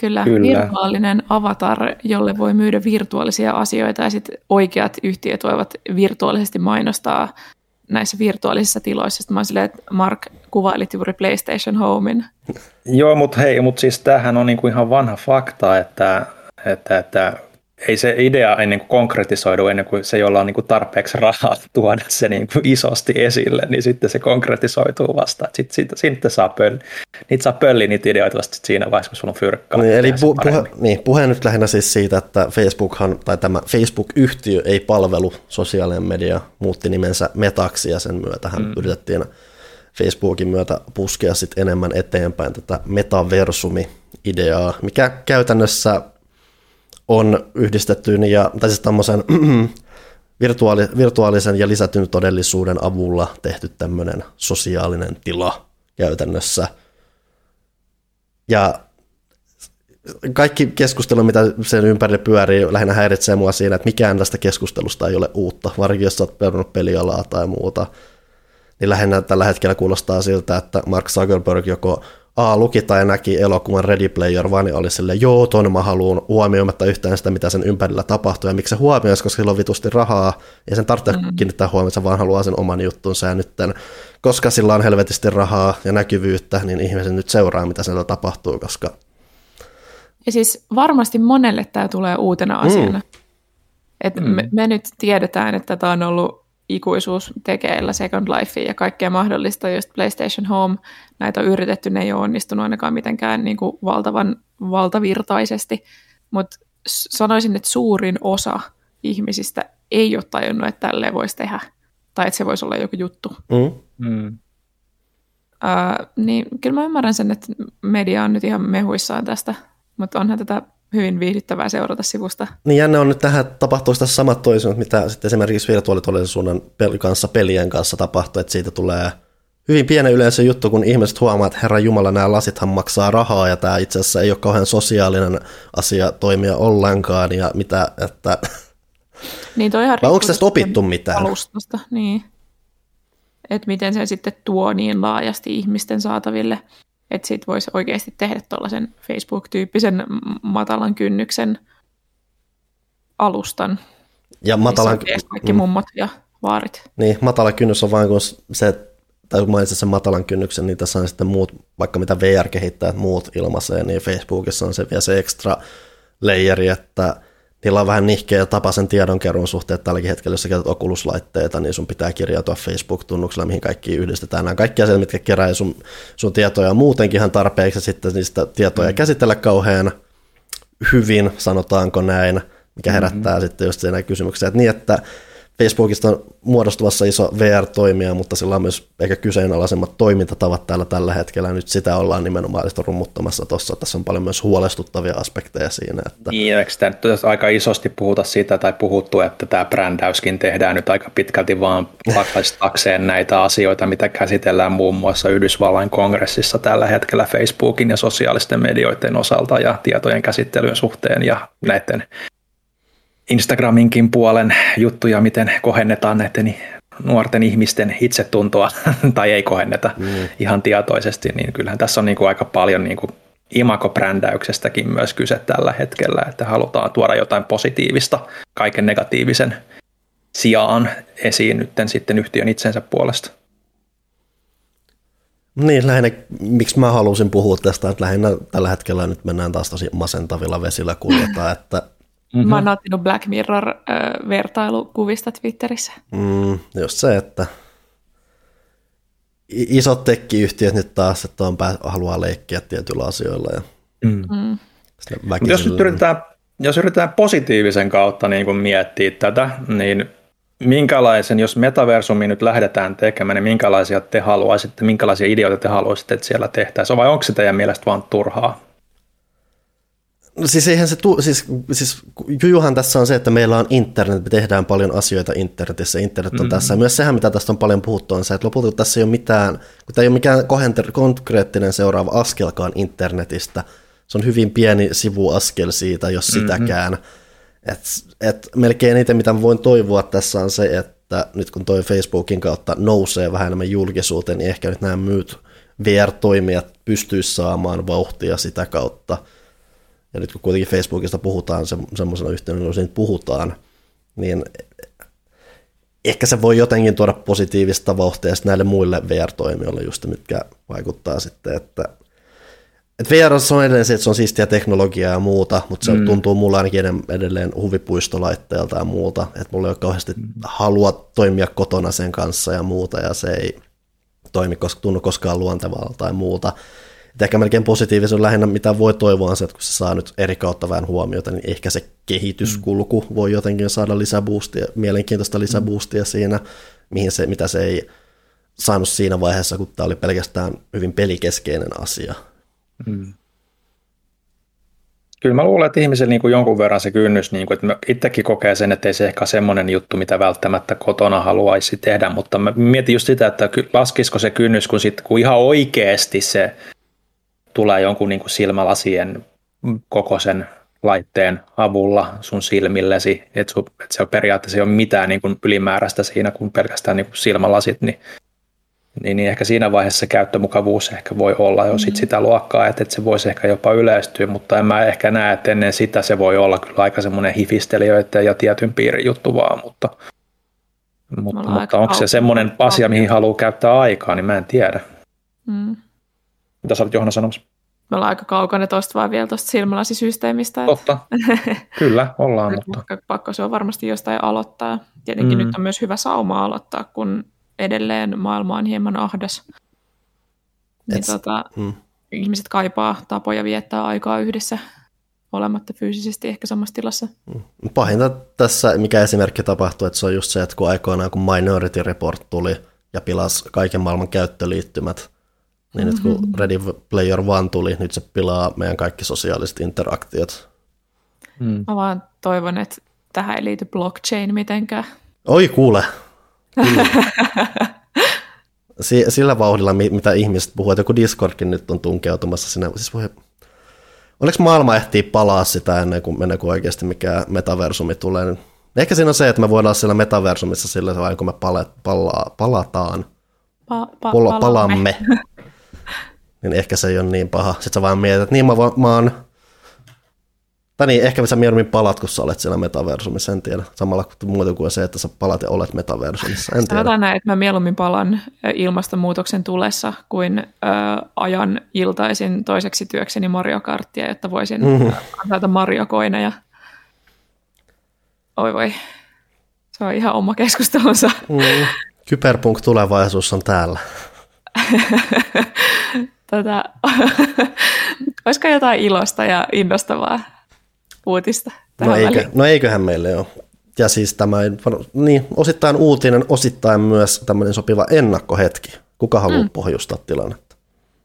Kyllä, virtuaalinen avatar, jolle voi myydä virtuaalisia asioita ja sitten oikeat yhtiöt voivat virtuaalisesti mainostaa näissä virtuaalisissa tiloissa. Sitten mä oon silleen, että Mark, kuvailit juuri PlayStation Homein. Joo, mutta siis tämähän on niinku ihan vanha fakta, että ei se idea ennen kuin konkretisoidu, ennen kuin se, jolla on niin kuin tarpeeksi rahaa tuoda se niin kuin isosti esille, niin sitten se konkretisoituu vasta. Sitten niitä saa pölliä niitä ideoita vasta siinä vaiheessa, kun sulla on fyrkkaa. Niin, eli puhe nyt lähinnä siis siitä, että tämä Facebook-yhtiö ei palvelu sosiaalinen media, muutti nimensä Metaksi ja sen myötähän yritettiin Facebookin myötä puskea sit enemmän eteenpäin tätä metaversumi-ideaa, mikä käytännössä on yhdistetty tai siis tämmöisen virtuaalisen ja lisätyn todellisuuden avulla tehty tämmöinen sosiaalinen tila käytännössä. Ja kaikki keskustelu, mitä sen ympärille pyörii, lähinnä häiritsee mua siinä, että mikään tästä keskustelusta ei ole uutta, varsinkin jos olet pelannut pelialaa tai muuta. Niin lähinnä tällä hetkellä kuulostaa siltä, että Mark Zuckerberg joko luki tai näki elokuvan Ready Player One, oli silleen, joo, ton mä haluun, huomioimatta yhtään sitä, mitä sen ympärillä tapahtuu, ja miksi se huomioisi, koska sillä on vitusti rahaa, ja sen tarvitsee kiinnittää huomioon, se vaan haluaa sen oman juttunsa, ja nytten, koska sillä on helvetisti rahaa ja näkyvyyttä, niin ihmiset nyt seuraa, mitä siellä tapahtuu, koska... Ja siis varmasti monelle tämä tulee uutena asiana. Et me nyt tiedetään, että tämä on ollut ikuisuus tekeillä Second Lifea ja kaikkea mahdollista, just PlayStation Home, näitä on yritetty, ne ei ole onnistunut ainakaan mitenkään niin kuin valtavirtaisesti, mutta sanoisin, että suurin osa ihmisistä ei ole tajunnut, että tälleen voisi tehdä, tai että se voisi olla joku juttu. Niin kyllä mä ymmärrän sen, että media on nyt ihan mehuissaan tästä, mutta onhan tätä hyvin viihdyttävää seurata sivusta. Niin jännä on nyt tähän, tapahtuisi tässä samat toisinut, mitä sitten esimerkiksi virtuaalitodellisuuden pelien kanssa tapahtuu, että siitä tulee hyvin pienen yleisön juttu, kun ihmiset huomaa, että herran jumala, nämä lasithan maksaa rahaa, ja tämä itse asiassa ei ole kauhean sosiaalinen asia toimia ollenkaan, ja mitä, että... Niin toi ihan vai onko tästä opittu mitään? Alustasta, niin. Että miten se sitten tuo niin laajasti ihmisten saataville, että sitten voisi oikeasti tehdä tuollaisen Facebook-tyyppisen matalan kynnyksen alustan, ja matalan kaikki mummot ja vaarit. Niin, matala kynnys on vain kun se, tai kun mainitsit sen matalan kynnyksen, niin tässä on sitten muut, vaikka mitä VR-kehittäjät muut ilmaisee, niin Facebookissa on se vielä se extra layeri, että niillä on vähän nihkeä tapa sen tiedonkeruun suhteen, että tälläkin hetkellä, jos sä käytät Oculus-laitteita, niin sun pitää kirjautua Facebook-tunnuksella, mihin kaikki yhdistetään. Nämä kaikki asiat, mitkä kerää sun tietoja muutenkin ihan tarpeeksi, ja sitten niistä tietoja käsitellä kauhean hyvin, sanotaanko näin, mikä herättää sitten just siinä kysymyksiä. Että niin, että Facebookista on muodostuvassa iso VR-toimija, mutta sillä on myös ehkä kyseenalaisemmat toimintatavat täällä tällä hetkellä. Nyt sitä ollaan nimenomaan rummuttamassa tuossa. Tässä on paljon myös huolestuttavia aspekteja siinä. Että... Niin, eikö sitä nyt aika isosti puhuta siitä tai puhuttu, että tämä brändäyskin tehdään nyt aika pitkälti vaan lakaistakseen näitä asioita, mitä käsitellään muun muassa Yhdysvallain kongressissa tällä hetkellä Facebookin ja sosiaalisten medioiden osalta ja tietojen käsittelyn suhteen ja näiden Instagraminkin puolen juttuja, miten kohennetaan näiden nuorten ihmisten itsetuntoa, tai ei kohenneta ihan tietoisesti, niin kyllähän tässä on niin kuin aika paljon niin kuin imagobrändäyksestäkin myös kyse tällä hetkellä, että halutaan tuoda jotain positiivista kaiken negatiivisen sijaan esiin nytten sitten yhtiön itsensä puolesta. Niin, lähinnä, miksi mä halusin puhua tästä, että lähinnä tällä hetkellä nyt mennään taas tosi masentavilla vesillä kuljetaan, että Mä oon nauttinut Black Mirror-vertailukuvista Twitterissä. Just se, että isot tekkiyhtiöt nyt taas, että haluaa leikkiä tietyillä asioilla. Ja jos yritetään positiivisen kautta niin kun miettiä tätä, niin minkälaisen, jos metaversumi nyt lähdetään tekemään, niin minkälaisia te haluaisitte, minkälaisia ideoita te haluaisitte, että siellä tehtäisiin, vai onko se teidän mielestä vaan turhaa? Siis eihän se siis jujuhan tässä on se, että meillä on internet, me tehdään paljon asioita internetissä, internet on tässä. Ja myös sehän, mitä tästä on paljon puhuttu, on se, että lopulta tässä ei ole mitään, kun tämä ei ole mikään konkreettinen seuraava askelkaan internetistä. Se on hyvin pieni sivuaskel siitä, jos sitäkään. Et melkein eniten, mitä voin toivoa tässä on se, että nyt kun toi Facebookin kautta nousee vähän enemmän julkisuuteen, niin ehkä nyt nämä myyt VR-toimijat pystyisi saamaan vauhtia sitä kautta. ja nyt kun kuitenkin Facebookista puhutaan semmoisena yhteydellä, kun siitä puhutaan, niin ehkä se voi jotenkin tuoda positiivista vauhtia näille muille VR-toimijoille just, mitkä vaikuttaa sitten, että VR on edelleen se, että se on siistiä teknologiaa ja muuta, mutta se tuntuu mulla ainakin edelleen huvipuistolaitteelta ja muuta, että mulla ei ole kauheasti halua toimia kotona sen kanssa ja muuta, ja se ei tunnu koskaan luontevalta tai muuta. Et ehkä melkein positiivisen lähinnä, mitä voi toivoa, on se, että kun se saa nyt eri kautta vähän huomiota, niin ehkä se kehityskulku voi jotenkin saada lisäboostia, mielenkiintoista lisäboostia siinä, mitä se ei saanut siinä vaiheessa, kun tämä oli pelkästään hyvin pelikeskeinen asia. Kyllä mä luulen, että ihmisellä niin kuin jonkun verran se kynnys, niin kuin, että mä itsekin kokee sen, että ei se ehkä semmoinen juttu, mitä välttämättä kotona haluaisi tehdä, mutta mä mietin just sitä, että laskisiko se kynnys, kun ihan oikeasti se tulee jonkun niin kuin silmälasien kokoisen laitteen avulla sun silmillesi, että se on periaatteessa ei ole mitään niin kuin ylimääräistä siinä, kun pelkästään niin kuin silmälasit, niin ehkä siinä vaiheessa se käyttömukavuus ehkä voi olla jo sitä luokkaa, että se voisi ehkä jopa yleistyä, mutta en mä ehkä näe, että ennen sitä se voi olla kyllä aika semmoinen hifistelijöiden ja tietyn piirin juttu vaan, mutta onko se semmoinen asia, mihin haluaa käyttää aikaa, niin mä en tiedä. Mitä sä olet Johanna sanomassa? Me ollaan aika kaukana tuosta vaan vielä tuosta silmälasisysteemistä. Totta, kyllä ollaan. Mutta pakko se on varmasti jostain aloittaa. Tietenkin nyt on myös hyvä sauma aloittaa, kun edelleen maailma on hieman ahdas. Niin ihmiset kaipaa tapoja viettää aikaa yhdessä olematta fyysisesti ehkä samassa tilassa. Pahinta tässä, mikä esimerkki tapahtui, että se on just se, että kun aikoinaan kun Minority Report tuli ja pilasi kaiken maailman käyttöliittymät, niin nyt kun Ready Player One tuli, nyt se pilaa meidän kaikki sosiaaliset interaktiot. Mä vaan toivon, että tähän ei liity blockchain mitenkään. Oi kuule! Sillä vauhdilla, mitä ihmiset puhuu, että joku Discordkin nyt on tunkeutumassa sinne. Siis oliko maailma ehtii palaa sitä ennen kuin oikeasti mikä metaversumi tulee? Niin ehkä siinä on se, että me voidaan siellä metaversumissa sillä tavalla, kun me palataan. Palaamme. Niin ehkä se ei ole niin paha. Sitten sä vaan mietit, että niin mä oon... Tai niin, ehkä sä mieluummin palat, kun sä olet siellä metaversumissa, en tiedä. Samalla muuta kuin se, että sä palat ja olet metaversumissa, en tiedä. Sanotaan näin, että mä mieluummin palan ilmastonmuutoksen tulessa, kuin ajan iltaisin toiseksi työkseni Mario Karttia, jotta voisin ansaita Mario-koineja. Oi voi, se on ihan oma keskustelunsa. Kyberpunk-tulevaisuus on täällä. Olisiko jotain ilosta ja innostavaa uutista? No eiköhän meille ole. Ja siis tämä niin, osittain uutinen, osittain myös tämmöinen sopiva ennakkohetki. Kuka haluaa pohjustaa tilannetta?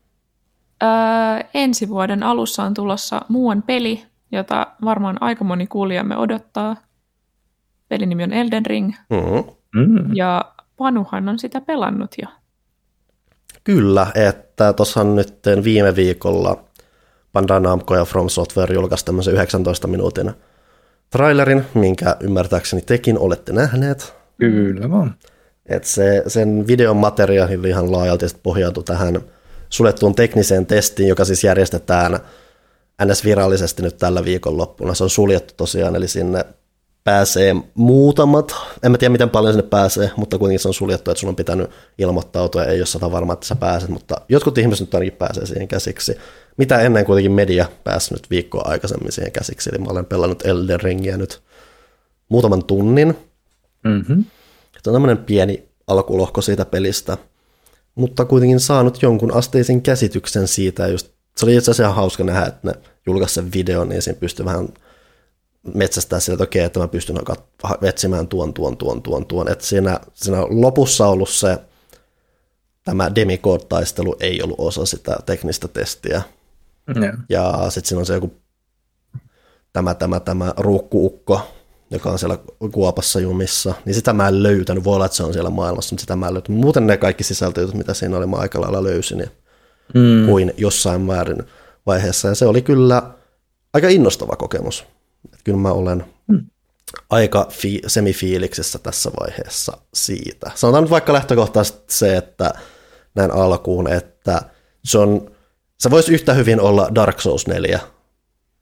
Ensi vuoden alussa on tulossa muuan peli, jota varmaan aika moni kuulijamme odottaa. Pelin nimi on Elden Ring. Ja Panuhan on sitä pelannut jo. Kyllä, että tuossa nyt viime viikolla Bandai Namco ja From Software julkaisi tämmöisen 19 minuutin trailerin, minkä ymmärtääkseni tekin olette nähneet. Kyllä vaan. Että sen videon materiaali ihan laajalti pohjautui tähän suljettuun tekniseen testiin, joka siis järjestetään NS-virallisesti nyt tällä viikonloppuna. Se on suljettu tosiaan, eli sinne pääsee muutamat, en mä tiedä miten paljon sinne pääsee, mutta kuitenkin se on suljettu, että sun on pitänyt ilmoittautua ja ei ole 100 varma, että sä pääset, mutta jotkut ihmiset nyt ainakin pääsee siihen käsiksi. Mitä ennen kuitenkin media pääsi nyt viikkoa aikaisemmin siihen käsiksi, eli mä olen pelannut Elden Ringiä nyt muutaman tunnin. Se on tämmöinen pieni alkulohko siitä pelistä, mutta kuitenkin saanut jonkun asteisen käsityksen siitä. Just, se oli itse asiassa hauska nähdä, että ne julkaisi sen videon, niin siinä pystyi vähän metsästää sillä, että okei, että mä pystyn etsimään tuon. Että siinä lopussa ollut se, tämä Demigod-taistelu ei ollut osa sitä teknistä testiä. Ja sitten siinä on se joku tämä ruukkuukko, joka on siellä kuopassa jumissa, niin sitä mä en löytänyt. Voi olla, että se on siellä maailmassa, mutta sitä mä en löytänyt. Muuten ne kaikki sisältöjutut, mitä siinä oli, mä aika lailla löysin kuin jossain määrin vaiheessa. Ja se oli kyllä aika innostava kokemus. Kyllä mä olen aika semifiiliksessä tässä vaiheessa siitä. Sanotaan nyt vaikka lähtökohtaisesti se, että näin alkuun, että se voisi yhtä hyvin olla Dark Souls 4,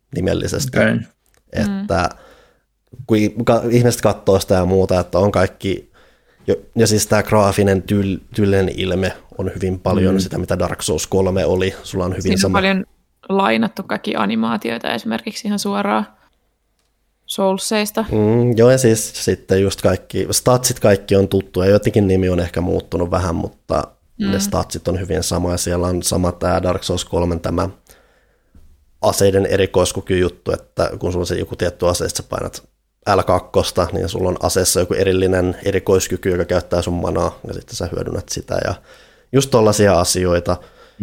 nimellisesti. Okay. Että kun ihmiset katsoo sitä ja muuta, että on kaikki, ja siis tämä graafinen tyylinen ilme on hyvin paljon sitä, mitä Dark Souls 3 oli. Sulla on hyvin siinä on paljon lainattu kaikki animaatioita esimerkiksi ihan suoraan Soulsseista. Joo, ja siis sitten just kaikki, statsit kaikki on tuttuja, jotenkin nimi on ehkä muuttunut vähän, mutta ne statsit on hyvin sama, ja siellä on sama tämä Dark Souls 3 tämä aseiden erikoiskykyjuttu, että kun sulla on se joku tietty ase, sä painat L2, niin sulla on aseessa joku erillinen erikoiskyky, joka käyttää sun manaa, ja sitten sä hyödynnät sitä, ja just tollaisia asioita.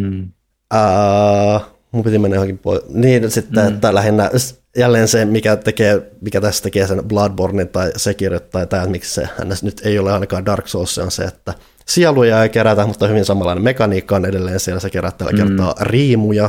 Mun piti mennä johonkin pois. Niin sitten, että lähinnä jälleen se, mikä tässä tekee sen Bloodborne tai Sekiro tai tämä, miksi se nyt ei ole ainakaan Dark Souls, on se, että sieluja ei kerätä, mutta hyvin samanlainen mekaniikka on edelleen siellä, se kerää tällä kertaa riimuja.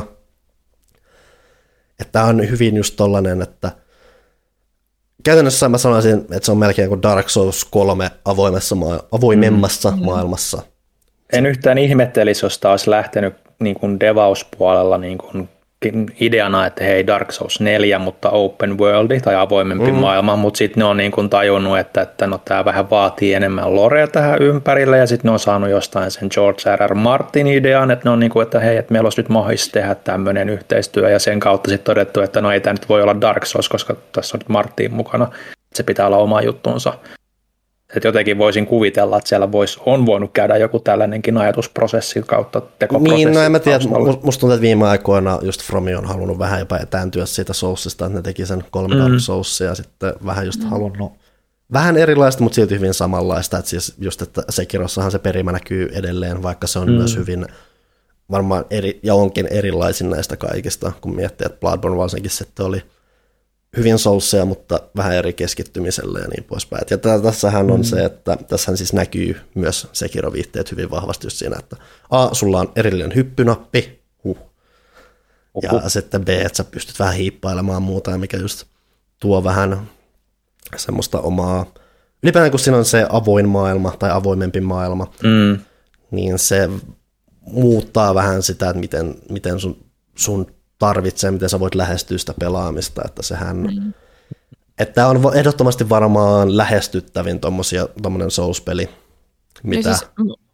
Että tämä on hyvin just tollainen, että käytännössä mä sanoisin, että se on melkein kuin Dark Souls 3 avoimemmassa maailmassa. En yhtään ihmettelisi, jos tämä olisi lähtenyt niin kuin devauspuolella niin kuin ideana, että hei Dark Souls 4, mutta open world tai avoimempi maailma, mutta sitten ne on niin kuin tajunnut, että no tämä vähän vaatii enemmän lorea tähän ympärille, ja sitten ne on saanut jostain sen George R.R. Martin idean, että ne on niin kuin, että hei, että meillä olisi nyt mahdollista tehdä tämmöinen yhteistyö, ja sen kautta sitten todettu, että no ei tämä nyt voi olla Dark Souls, koska tässä on nyt Martin mukana, se pitää olla oma juttunsa. Että jotenkin voisin kuvitella, että siellä on voinut käydä joku tällainenkin ajatusprosessi kautta tekoprosessi. Niin, no en mä tiedä, musta tuntuu, että viime aikoina just Fromi on halunnut vähän jopa etääntyä siitä Soulsista, että ne teki sen 3 Dark Soulsia ja sitten vähän just halunnut vähän erilaista, mutta silti hyvin samanlaista, että siis just, että Sekirossahan se perimä näkyy edelleen, vaikka se on myös hyvin varmaan ja onkin erilaisin näistä kaikista, kun miettii, että Bloodborne varsinkin sitten oli hyvin Soulsia, mutta vähän eri keskittymisellä ja niin poispäin. Ja tässähän on se, että tässähän siis näkyy myös Sekiro-viitteet hyvin vahvasti just siinä, että sulla on erillinen hyppynappi, ja sitten B, että sä pystyt vähän hiippailemaan muuta, ja mikä just tuo vähän semmoista omaa, ylipäätään kun siinä on se avoin maailma tai avoimempi maailma, niin se muuttaa vähän sitä, että miten sun tarvitsee, miten sä voit lähestyä sitä pelaamista, että sehän, että on ehdottomasti varmaan lähestyttävin tommonen Souls-peli, mitä. Siis,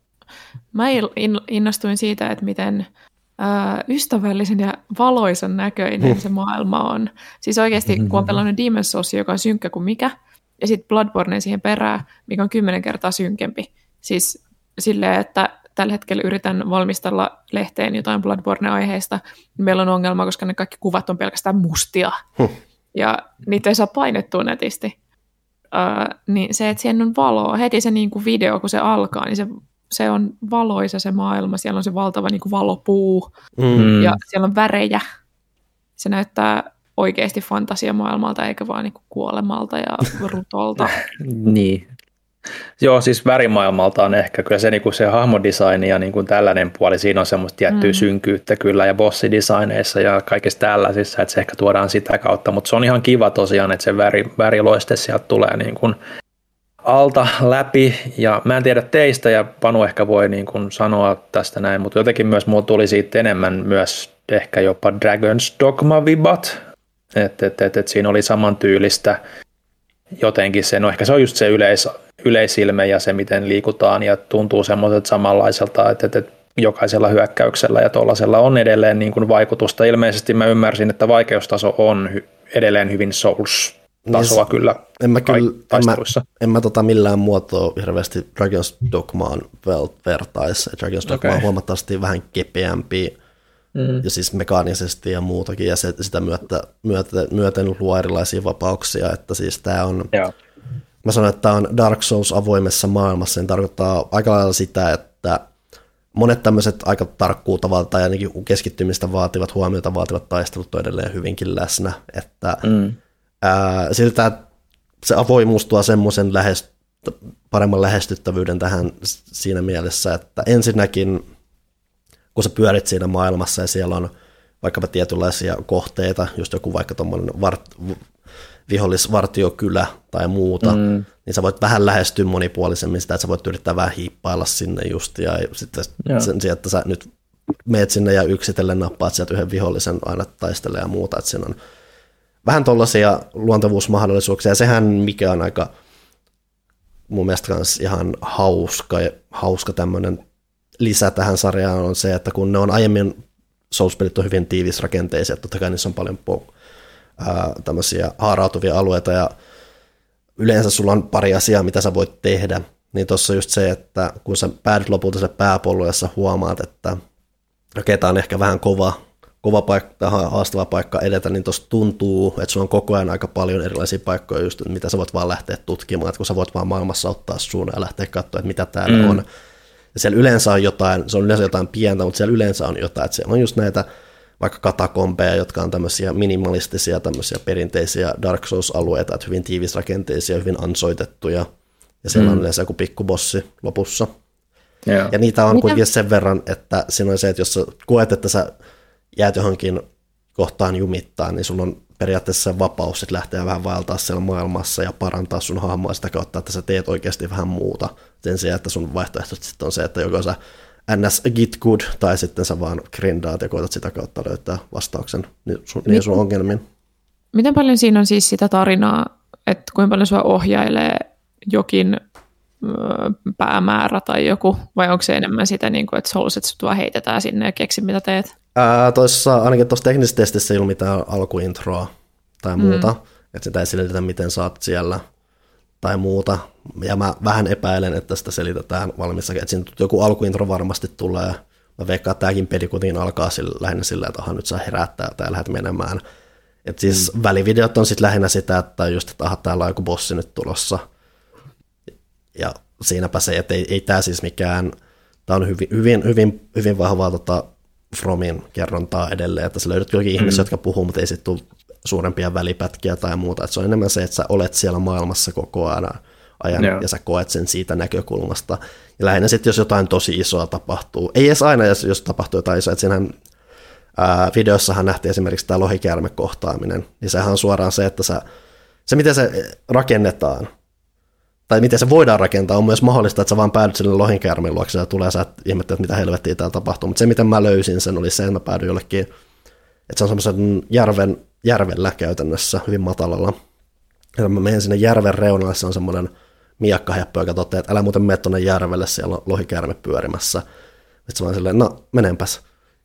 mä innostuin siitä, että miten ystävällisen ja valoisan näköinen se maailma on. Siis oikeasti, kun on pelannut Demon's Souls, joka on synkkä kuin mikä, ja sitten Bloodborne siihen perään, mikä on 10 kertaa synkempi. Siis silleen, että tällä hetkellä yritän valmistella lehteen jotain Bloodborne-aiheista, niin meillä on ongelma, koska ne kaikki kuvat on pelkästään mustia. Ja niitä ei saa painettua netisti. Niin se, että siellä on valoa, heti se niin kuin video, kun se alkaa, niin se on valoisa se maailma. Siellä on se valtava niin kuin valopuu, ja siellä on värejä. Se näyttää oikeasti fantasiamaailmalta, eikä vaan niin kuin kuolemalta ja rutolta. Niin. Joo, siis värimaailmalta on ehkä kyllä se, niin kuin se hahmodesign ja niin kuin tällainen puoli, siinä on semmoista tiettyä synkyyttä kyllä ja bossidesigneissa ja kaikessa tällaisissa, että se ehkä tuodaan sitä kautta, mutta se on ihan kiva tosiaan, että se väriloiste sieltä tulee niin kuin alta läpi, ja mä en tiedä teistä, ja Panu ehkä voi niin kuin sanoa tästä näin, mutta jotenkin myös mulla tuli siitä enemmän myös ehkä jopa Dragon's Dogma-vibat, että siinä oli samantyylistä jotenkin se, no ehkä se on just se yleisilme ja se, miten liikutaan, ja tuntuu semmoiset samanlaiselta, että jokaisella hyökkäyksellä ja tuollaisella on edelleen niin kuin vaikutusta. Ilmeisesti mä ymmärsin, että vaikeustaso on edelleen hyvin Souls-tasoa kyllä taisteluissa. En mä millään muotoa hirveästi Dragon's Dogmaan vertaisi. Dragon's Dogma on huomattavasti vähän kepeämpi ja siis mekaanisesti ja muutakin, ja sitä myöten luo erilaisia vapauksia, että siis tää on. Joo. Mä sanon, että tämä on Dark Souls avoimessa maailmassa, niin tarkoittaa aika lailla sitä, että monet tämmöiset aika tarkkuutta tai ainakin keskittymistä vaativat, huomiota vaativat taistelut on edelleen hyvinkin läsnä, että siltä se avoimuus tuo semmoisen paremman lähestyttävyyden tähän siinä mielessä, että ensinnäkin kun sä pyörit siinä maailmassa ja siellä on vaikkapa tietynlaisia kohteita, just joku vaikka tuommoinen vihollisvartiokylä tai muuta, niin sä voit vähän lähestyä monipuolisemmin sitä, että sä voit yrittää vähän hiippailla sinne just, ja sitten sen sijaan, että sä nyt meet sinne ja yksitellen nappaat sieltä yhden vihollisen aina taistelee ja muuta, että siinä on vähän tollaisia luontevuusmahdollisuuksia, ja sehän mikä on aika mun mielestä kans ihan hauska tämmöinen lisä tähän sarjaan on se, että kun ne on aiemmin Souls-pelit on hyvin tiivisrakenteisia, totta kai niissä on paljon tämmöisiä haarautuvia alueita, ja yleensä sulla on pari asiaa, mitä sä voit tehdä, niin tuossa just se, että kun sä päädyt lopulta se pääpollu, ja sä huomaat, että okei, tää on ehkä vähän kova paikka, haastava paikka edetä, niin tuossa tuntuu, että sulla on koko ajan aika paljon erilaisia paikkoja, just, mitä sä voit vaan lähteä tutkimaan, että kun sä voit vaan maailmassa ottaa suun ja lähteä katsoa, että mitä täällä on. Ja siellä yleensä on jotain, se on yleensä jotain pientä, mutta siellä yleensä on jotain, että siellä on just näitä vaikka katakombeja, jotka on tämmöisiä minimalistisia, tämmöisiä perinteisiä Dark Souls-alueita, että hyvin tiivisrakenteisia, hyvin ansoitettuja, ja siellä on yleensä joku pikkubossi lopussa. Yeah. Ja niitä on kuitenkin sen verran, että siinä on se, että jos sä koet, että sä jäät johonkin kohtaan jumittaa, niin sulla on periaatteessa vapaus sit lähteä vähän vaeltaa siellä maailmassa ja parantaa sun hahmoa sitä kautta, että sä teet oikeasti vähän muuta. Sen sijaan, että sun vaihtoehto sitten on se, että joko sä ns. Git good, tai sitten sä vaan grindaat ja koetat sitä kautta löytää vastauksen niin sun ongelmiin. Miten paljon siinä on siis sitä tarinaa, että kuinka paljon sua ohjailee jokin päämäärä tai joku, vai onko se enemmän sitä, niin kuin, että Souls, että sut vaan heitetään sinne ja keksi, mitä teet? Ainakin tuossa teknisessä testissä ei ollut mitään alkuintroa tai muuta, että sitä ei selitetä, miten sä oot siellä tai muuta, ja mä vähän epäilen, että sitä selitetään valmissa, että siinä joku alkuintro varmasti tulee. Mä veikkaan, että tämäkin peli kuitenkin alkaa lähinnä sillä, että nyt saa herättää tai lähdet menemään. Et siis välivideot on sitten lähinnä sitä, että just, että täällä on joku bossi nyt tulossa. Ja siinäpä se, että ei tämä siis mikään, tämä on hyvin vahvaa Fromin kerrontaa edelleen, että sä löydät jokin ihmisiä, jotka puhuu, mutta ei sitten tule suurempia välipätkiä tai muuta. Että se on enemmän se, että sä olet siellä maailmassa koko ajan ja sä koet sen siitä näkökulmasta. Ja lähinnä sitten, jos jotain tosi isoa tapahtuu, ei edes aina, jos tapahtuu jotain isoa, että siinähän videossahan nähtiin esimerkiksi tämä lohikäärmekohtaaminen, niin sehän on suoraan se, että se miten se rakennetaan, tai miten se voidaan rakentaa, on myös mahdollista, että sä vaan päädyt sille lohikäärmeen luokse ja tulee, sä ihmettelet, mitä helvettiä täällä tapahtuu. Mutta se, miten mä löysin sen, oli se, että mä päädyin jollekin, että se on semmoisen järvellä käytännössä, hyvin matalalla. Ja mä menen sinne järven reunalle, se on semmoinen miakkaheppo, joka toteaa, että älä muuten mene tuonne järvelle, siellä on lohikäärme pyörimässä. Sitten se vaan silleen, no menenpäs.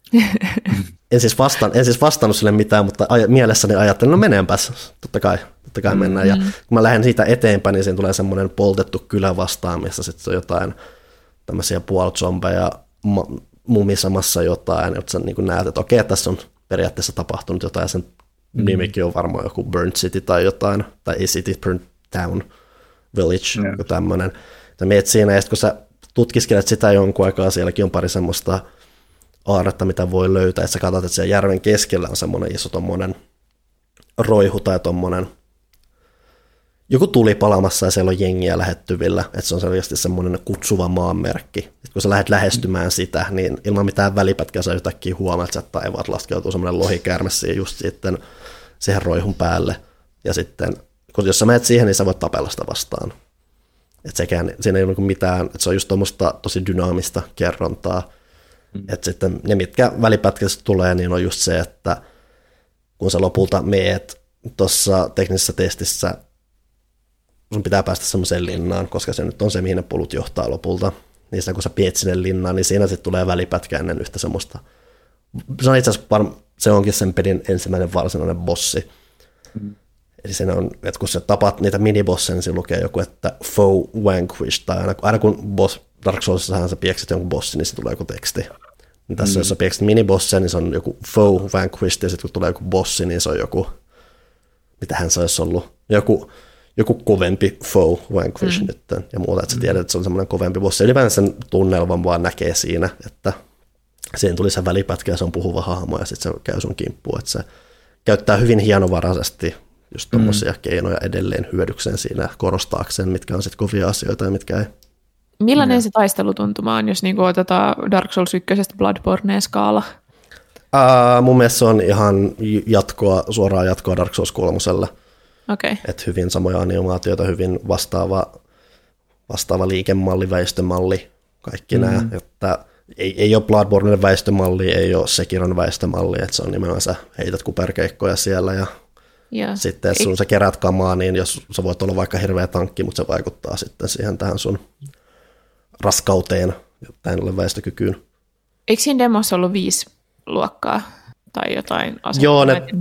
En siis vastannut sille mitään, mutta mielessäni ajattelin, no menenpäs, totta kai mennään. Ja kun mä lähden siitä eteenpäin, niin siinä tulee semmoinen poltettu kylä vastaan, missä sitten on jotain tämmöisiä puolzombeja mumisamassa jotain, että sä niin näet, että okei, tässä on periaatteessa tapahtunut jotain, ja sen nimikin on varmaan joku Burnt City tai jotain, tai ei City, Burnt Town Village, joku tämmöinen. Sä meet siinä, ja sitten kun sä tutkiskelet sitä jonkun aikaa, sielläkin on pari semmoista aarretta, mitä voi löytää, että sä katsot, että siellä järven keskellä on semmoinen iso tommonen roihu tai tommonen joku tuli palamassa ja siellä on jengiä lähettyvillä, että se on selvästi semmoinen kutsuva maanmerkki. Sitten kun sä lähdet lähestymään sitä, niin ilman mitään välipätkää sä yhtäkkiä huomaat, että taivaat laskeutuu semmoinen lohikäärme just sitten siihen roihun päälle. Ja sitten, kun jos sä menet siihen, niin sä voit tapella sitä vastaan. Että siinä ei ole mitään, että se on just tuommoista tosi dynaamista kerrontaa. Että sitten ne, mitkä välipätkästä tulee, niin on just se, että kun sä lopulta meet tuossa teknisessä testissä, sun pitää päästä semmoiseen linnaan, koska se nyt on se, mihin ne polut johtaa lopulta. Niistä kun sä piet sinne linnaan, niin siinä sitten tulee välipätkä ennen yhtä semmoista. Se on itse asiassa se onkin sen pelin ensimmäinen varsinainen bossi. Eli siinä on, että kun sä tapat niitä minibosseja, niin siinä lukee joku, että foe vanquished, tai aina kun Dark Soulsissahan sä pieksit jonkun bossin, niin se tulee joku teksti. Niin tässä jos sä pieksit minibossia, niin se on joku foe vanquished, ja sitten kun tulee joku bossi, niin se on joku, mitähän se olisi ollut, joku kovempi foe vanquish nyt ja muuta, että sä tiedät, että se on semmoinen kovempi bossi. Ylipäänsä sen tunnelman vaan näkee siinä, että siihen tuli se välipätkä ja se on puhuva hahmo ja sitten se käy sun kimppuun, että se käyttää hyvin hienovaraisesti just tommosia keinoja edelleen hyödykseen siinä korostaakseen, mitkä on sitten kovia asioita ja mitkä ei. Millainen se taistelutuntuma on, jos niinku otetaan Dark Souls 1 Bloodborneen skaala? Mun mielestä se on ihan suoraan jatkoa Dark Souls 3. Okay. Että hyvin samoja animaatioita, hyvin vastaava liikemalli, väistömalli, kaikki nämä. Että ei ole Bloodbornen väistömalli, ei ole Sekiron väistömalli, että se on nimenomaan sä heität kuperkeikkoja siellä ja Ja. Sitten sä kerät kamaa, niin jos sä voit olla vaikka hirveä tankki, mutta se vaikuttaa sitten siihen tähän sun raskauteen ja näin ollen väestökykyyn. Eikö siinä demossa ollut 5 luokkaa tai jotain asioita? Joo,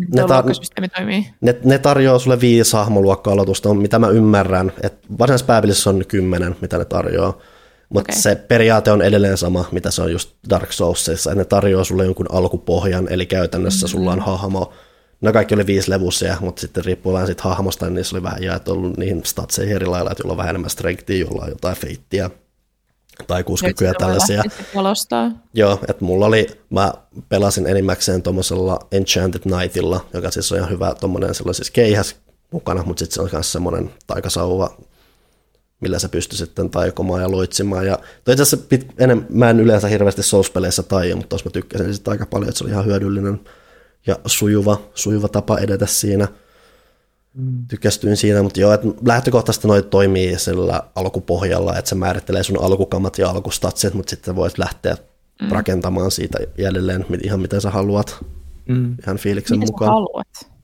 ne tarjoaa sulle 5 hahmoluokka-aloitusta, mitä mä ymmärrän, että varsinaisessa pääpelissä on 10, mitä ne tarjoaa. Mutta se periaate on edelleen sama, mitä se on just Dark Soulsissa, että ne tarjoaa sulle jonkun alkupohjan, eli käytännössä sulla on hahmo. No kaikki oli 5-levuisia, mutta sitten riippuu vähän siitä hahmosta, niin niissä oli vähän jaettu ollut niihin statseihin eri lailla, että jolla on vähän enemmän strengthia, jolla on jotain feittiä tai kuuskykyjä tällaisia. Joo, että mä pelasin enimmäkseen tuommoisella Enchanted Knightilla, joka siis on ihan hyvä tuommoinen siis keihäs mukana, mutta sitten se on myös semmoinen taikasauva, millä se pystyy sitten taikomaan ja loitsimaan. Ja itse asiassa mä en yleensä hirveästi Souls-peleissä taio, mutta tuossa mä tykkäsin sitä aika paljon, että se oli ihan hyödyllinen ja sujuva tapa edetä siinä. Tykästyin siinä, mutta joo, että lähtökohtaisesti noi toimii sillä alkupohjalla, että se määrittelee sun alkukamat ja alkustatsit, mutta sitten voit lähteä rakentamaan siitä jälleen ihan miten sä haluat, ihan fiiliksen miten mukaan. Miten sä haluat?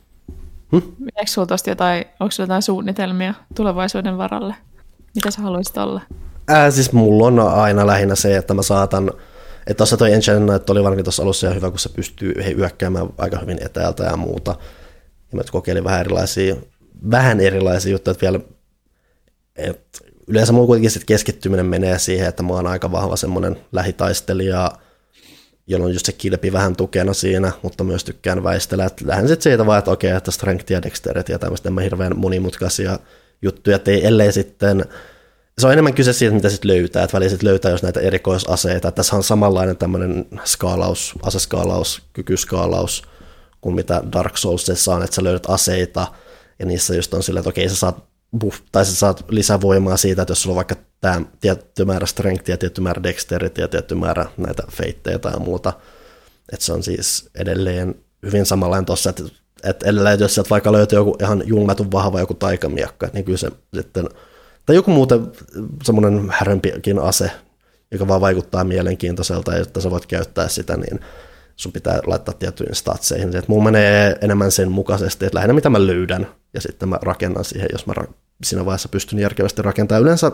Eikö sulla tosta onko sulla jotain suunnitelmia tulevaisuuden varalle? Mitä sä haluaisit olla? Siis mulla on aina lähinnä se, että mä saatan, että tuossa toi Enchanted Knight oli varsinkin tuossa alussa ihan hyvä, kun se pystyy yökkäämään aika hyvin etäältä ja muuta. Ja mä kokeilin vähän erilaisia juttuja, että vielä, että yleensä mulla kuitenkin sit keskittyminen menee siihen, että mä oon aika vahva semmoinen lähitaistelija, jolloin just se kilpi vähän tukena siinä, mutta myös tykkään väistellä. Lähden sitten siitä vaan, että okei, että strength ja dexterity ja tämmöistä enemmän hirveän monimutkaisia juttuja, että ellei sitten, se on enemmän kyse siitä, mitä sitten löytää, että väliin sitten löytää jos näitä erikoisaseita. Tässä on samanlainen tämmöinen skaalaus, aseskaalaus, kykyskaalaus, kuin mitä Dark Soulsissa on, että sä löydät aseita, ja niissä just on silleen, että okei, sä saat lisävoimaa siitä, että jos sulla on vaikka tämä tietty määrä strengthia, tietty määrä dexterity ja tietty määrä näitä feittejä tai muuta, että se on siis edelleen hyvin samanlainen tuossa, että edelleen jos sieltä vaikka löytyy joku ihan julmetun vahva joku taikamiekka, niin kyllä se sitten, tai joku muuten semmoinen härömpikin ase, joka vaan vaikuttaa mielenkiintoiselta, ja jotta sä voit käyttää sitä, niin sun pitää laittaa tiettyihin statseihin. Että mulla menee enemmän sen mukaisesti, että lähinnä mitä mä löydän, ja sitten mä rakennan siihen, jos mä siinä vaiheessa pystyn järkevästi rakentamaan. Yleensä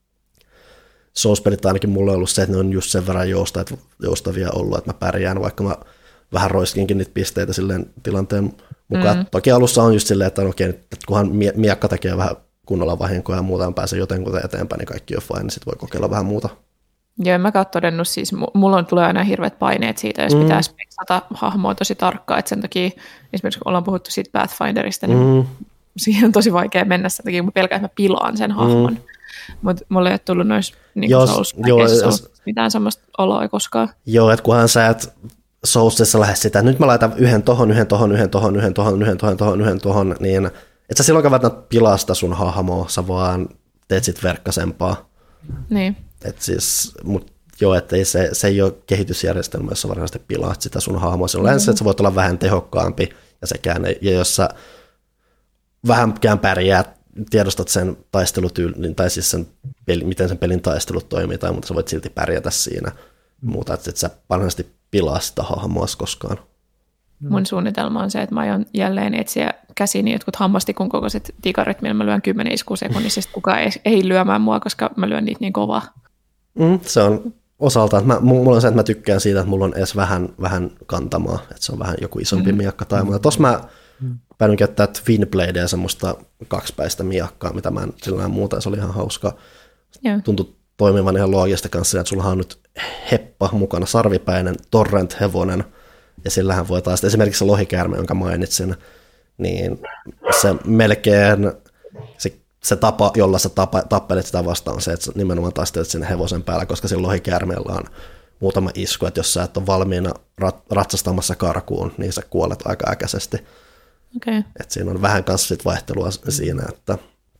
Souls-pelit ainakin mulla on ollut se, että ne on just sen verran joustavia ollut, että mä pärjään, vaikka mä vähän roiskinkin niitä pisteitä silleen tilanteen mukaan. Toki alussa on just silleen, että okei, että kunhan miekka tekee vähän kunnolla vahinkoa ja muuta, pääsee jotenkin eteenpäin, niin kaikki on fine, niin sitten voi kokeilla vähän muuta. Joo, mä oon todennut, siis mulla tulee aina hirveät paineet siitä, jos pitää speksata hahmoa tosi tarkkaan, että sen takia esimerkiksi kun ollaan puhuttu siitä Pathfinderista, niin siihen on tosi vaikea mennä sen takia, kun mä pelkään, että mä pilaan sen hahmon. Mutta mulla ei ole tullut noissa niin mitään semmoista oloa koskaan. Joo, että kunhan sä et Soulsissa lähde sitä, että nyt mä laitan yhden tohon, niin et sä silloin välttämättä pilaa sitä sun hahmoa, sä vaan teet sit verkkasempaa. Niin. Että siis, että se ei ole kehitysjärjestelmä, jossa varsinaisesti pilaat sitä sun hahmoa. Se on lähes, että sä voit olla vähän tehokkaampi, ja jos sä vähänkään pärjää, tiedostat sen taistelutyylin, tai siis miten sen pelin taistelut toimii, mutta sä voit silti pärjätä siinä. Muuta, että et sä varsinaisesti pilaa sitä hahmoa koskaan. Mun suunnitelma on se, että mä aion jälleen etsiä käsiini jotkut hammastikun kokoiset tikarit, millä mä lyön 10 iskua sekunnissa, kukaan ei lyömään mua, koska mä lyön niitä niin kovaa. Se on osaltaan, että mulla on se, että mä tykkään siitä, että mulla on edes vähän kantamaa, että se on vähän joku isompi miakka tai muuta. Tuossa mä päädyin käyttää Twinbladea, semmoista kaksipäistä miakkaa, mitä mä en sillä muuta, se oli ihan hauska. Tuntui toimivan ihan loogista kanssa, että sulla on nyt heppa mukana, sarvipäinen, torrent-hevonen, ja sillähän voi taas, esimerkiksi se lohikäärme, jonka mainitsin, niin se melkein, se tapa, jolla sä tappelet sitä vastaan, on se, että nimenomaan taistelet sen hevosen päällä, koska sillä lohikäärmeellä on muutama isku, että jos sä et ole valmiina ratsastamassa karkuun, niin sä kuolet aika äkäisesti. Okay. Että siinä on vähän kanssa sit vaihtelua siinä, että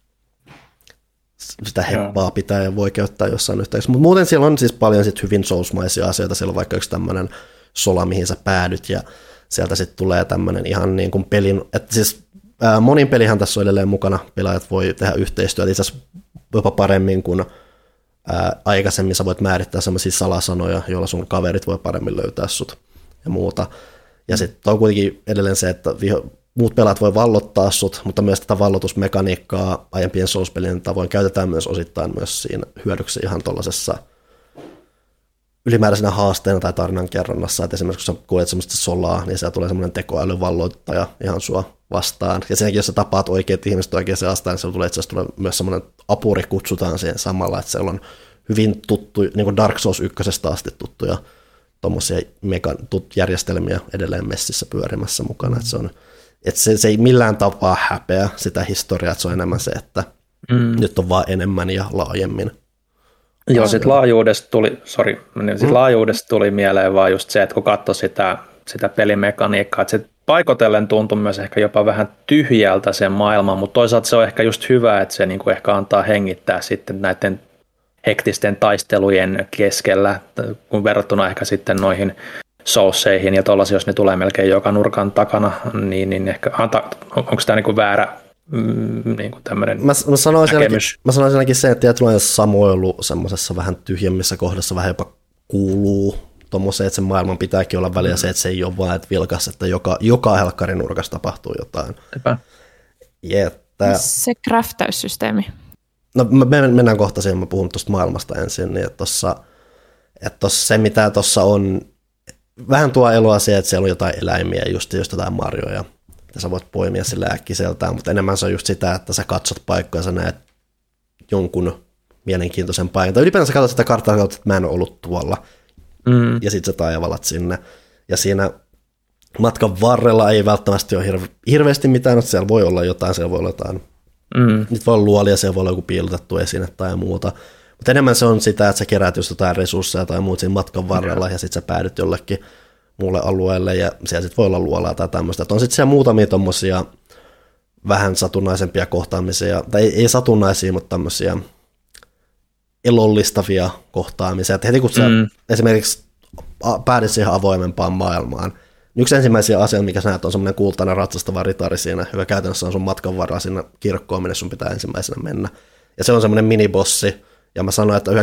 sitä heppaa pitää ja voi käyttää jossain yhteydessä. Mutta muuten siellä on siis paljon sit hyvin soulsmaisia asioita. Siellä on vaikka yksi tämmöinen sola, mihin sä päädyt, ja sieltä sitten tulee tämmöinen ihan niin kuin pelin, että siis monin pelihän tässä on edelleen mukana, pelaajat voi tehdä yhteistyötä, itse asiassa jopa paremmin kuin aikaisemmin sä voit määrittää sellaisia salasanoja, joilla sun kaverit voi paremmin löytää sut ja muuta. Ja sitten on kuitenkin edelleen se, että muut pelaat voi vallottaa sut, mutta myös tätä vallotusmekaniikkaa aiempien Souls-pelien tavoin käytetään myös osittain myös siinä hyödyksi ihan tuollaisessa ylimääräisenä haasteena tai tarinan kerronnassa, että esimerkiksi kun sä kuulet semmoista solaa, niin siellä tulee semmoinen tekoälyvalloittaja ihan sua vastaan. Ja senkin, jos sä tapaat oikeat ihmiset oikeaan astaan, niin siellä tulee itse asiassa myös semmoinen apuri, kutsutaan siihen samalla, että siellä on hyvin tuttu, niin kuin Dark Souls 1 asti tuttuja tuommoisia järjestelmiä edelleen messissä pyörimässä mukana. Että se ei millään tapaa häpeä sitä historiaa, että se on enemmän se, että nyt on vaan enemmän ja laajemmin. Joo, sitten laajuudesta tuli mieleen vaan just se, että kun katsoi sitä pelimekaniikkaa, että se paikotellen tuntui myös ehkä jopa vähän tyhjältä sen maailman, mutta toisaalta se on ehkä just hyvä, että se niinku ehkä antaa hengittää sitten näiden hektisten taistelujen keskellä, kun verrattuna ehkä sitten noihin Soulseihin ja tollaisia, jos ne tulee melkein joka nurkan takana, niin ehkä onko tämä niinku väärä niinku tämmöinen mä sanoisin ainakin se, että tietynlainen samoilu semmoisessa vähän tyhjemmissä kohdassa vähän jopa kuuluu tuommoiseen, että sen maailman pitääkin olla väliä se, että se ei ole vaan että vilkas, että joka helkkarin nurkassa tapahtuu jotain. Se craftaussysteemi. No me mennään kohta siihen, mä puhun tuosta maailmasta ensin, niin että tossa se mitä tuossa on, vähän tuo eloa siihen, että siellä on jotain eläimiä, just jotain marjoja, mitä sä voit poimia sillä äkkiseltään, mutta enemmän se on just sitä, että sä katsot paikkaa ja sä näet jonkun mielenkiintoisen paikan. Tai ylipäätään sä katsot sitä karttaa kautta, että mä en ole ollut tuolla, ja sit sä taivaalat sinne. Ja siinä matkan varrella ei välttämättä ole hirveästi mitään, että siellä voi olla jotain, siellä voi olla jotain. Nyt voi olla luolia, siellä voi olla joku piilotettu esine tai muuta. Mutta enemmän se on sitä, että sä keräät just jotain resursseja tai muut siinä matkan varrella, ja sitten sä päädyt jollekin muulle alueelle, ja siellä sitten voi olla luolaa tai tämmöistä. On sitten siellä muutamia tommosia vähän satunnaisempia kohtaamisia, tai ei satunnaisia, mutta tämmöisiä elollistavia kohtaamisia. Et heti kun sä esimerkiksi päädyt siihen avoimempaan maailmaan, yksi ensimmäisiä asioita, mikä sä näet, on semmoinen kultainen ratsastava ritari siinä, joka käytännössä on sun matkan varrella sinne kirkkoon, minne sun pitää ensimmäisenä mennä. Ja se on semmoinen minibossi, ja mä sanoin, että 99%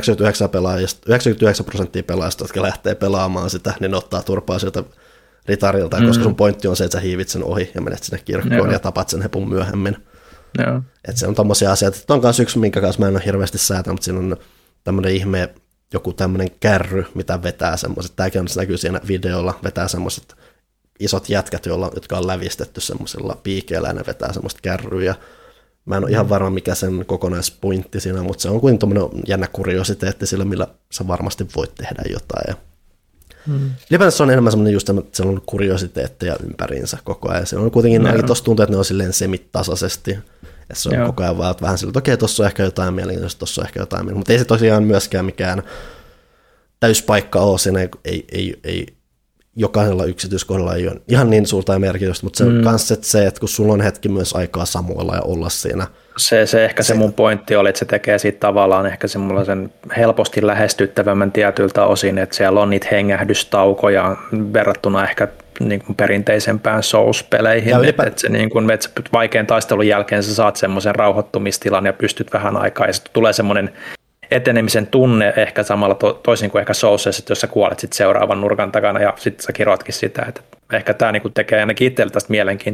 pelaajista, jotka lähtee pelaamaan sitä, niin ne ottaa turpaa sieltä ritarilta, koska sun pointti on se, että sä hiivit sen ohi ja menet sinne kirkkoon ja tapat sen hepun myöhemmin. Että se on tommosia asioita. Että on myös yksi, minkä kanssa mä en ole hirveästi säätänyt, mutta siinä on tämmöinen ihme, joku tämmöinen kärry, mitä vetää semmoiset. Tämäkin näkyy siinä videolla, vetää semmoiset isot jätkät, jotka on lävistetty semmoisilla piikeillä, ja ne vetää semmoista kärryä. Mä en ole ihan varma, mikä sen kokonaispointti siinä on, mutta se on kuin tommoinen jännä kuriositeetti sillä, millä sä varmasti voit tehdä jotain. Ylipäätään se on enemmän semmoinen just, että siellä on kuriositeetteja ympäriinsä koko ajan. Se on kuitenkin, ainakin tuossa tuntuu, että ne on silleen semitasaisesti. Ja se on koko ajan vaan vähän sillä, että okei, tuossa on ehkä jotain mielenkiintoista, tuossa on ehkä jotain mielenkiintoista. Mutta ei se tosiaan myöskään mikään täyspaikka ole siinä, ei jokaisella yksityiskohdalla ei ole ihan niin suurta merkitystä, mutta se on myös se, että kun sulla on hetki myös aikaa samoilla ja olla siinä. Se ehkä se mun pointti oli, että se tekee siitä tavallaan ehkä semmoisen helposti lähestyttävämmän tietyiltä osin, että siellä on niitä hengähdystaukoja verrattuna ehkä niin kuin perinteisempään Souls-peleihin, että se niin kuin, että vaikean taistelun jälkeen sä saat semmoisen rauhoittumistilan ja pystyt vähän aikaa ja sitten tulee semmoinen etenemisen tunne ehkä samalla toisin kuin ehkä Soulsissa, että jos sä kuolet sit seuraavan nurkan takana ja sitten sä kirjoitkin sitä, että ehkä tämä niinku tekee ainakin itselle tästä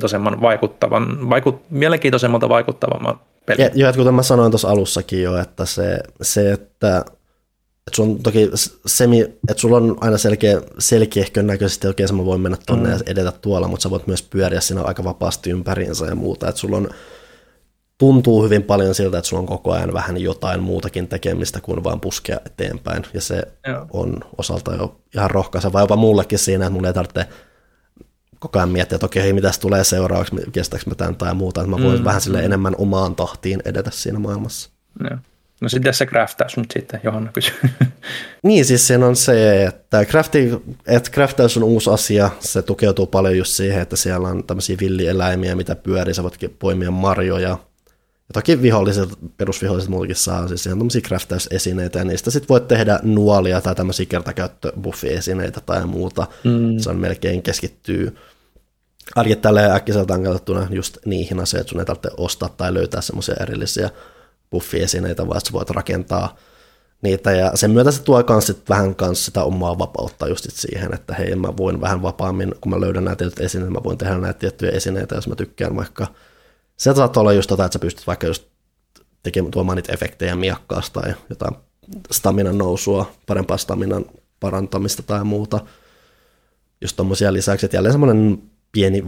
mielenkiintoisemmalta vaikuttavamman pelin. Ja kuten mä sanoin tuossa alussakin jo, että että sulla on toki että sulla on aina selkeähkön näköisesti, okei, mä voin mennä tonne ja edetä tuolla, mutta sä voit myös pyöriä siinä aika vapaasti ympäriinsä ja muuta, että sulla tuntuu hyvin paljon siltä, että sulla on koko ajan vähän jotain muutakin tekemistä kuin vaan puskea eteenpäin, ja se on osalta jo ihan rohkaisevaa, jopa mullekin siinä, että mun ei tarvitse koko ajan miettiä, että okei, mitäs tulee seuraavaksi, kestääkö mä tämän tai muuta, että mä voin vähän sille enemmän omaan tahtiin edetä siinä maailmassa. No sitten se craftaus nyt sitten, Johanna kysyy. Niin, siis siinä on se, että craftaus on uusi asia, se tukeutuu paljon just siihen, että siellä on tämmöisiä villieläimiä, mitä pyörii, sä voit poimia marjoja. Ja toki perusviholliset muutakin saa, siis ihan tämmöisiä craftausesineitä, ja niistä sitten voit tehdä nuolia tai tämmöisiä kertakäyttö-buffi-esineitä tai muuta. Se on melkein keskittyy ainakin tälleen äkkiseltään katsottuna just niihin asioihin, että sun ei tarvitse ostaa tai löytää semmoisia erillisiä buffi-esineitä, vaan sä voit rakentaa niitä, ja sen myötä se tuo vähän sitä omaa vapautta just siihen, että hei, mä voin vähän vapaammin, kun mä löydän nämä tietyt esineet, mä voin tehdä näitä tiettyjä esineitä, jos mä tykkään vaikka. Se saattaa olla just että sä pystyt vaikka just tuomaan niitä efektejä miakkaasta tai jotain staminan nousua, parempaa staminan parantamista tai muuta. Just tommosia lisäksi, että jälleen semmoinen pieni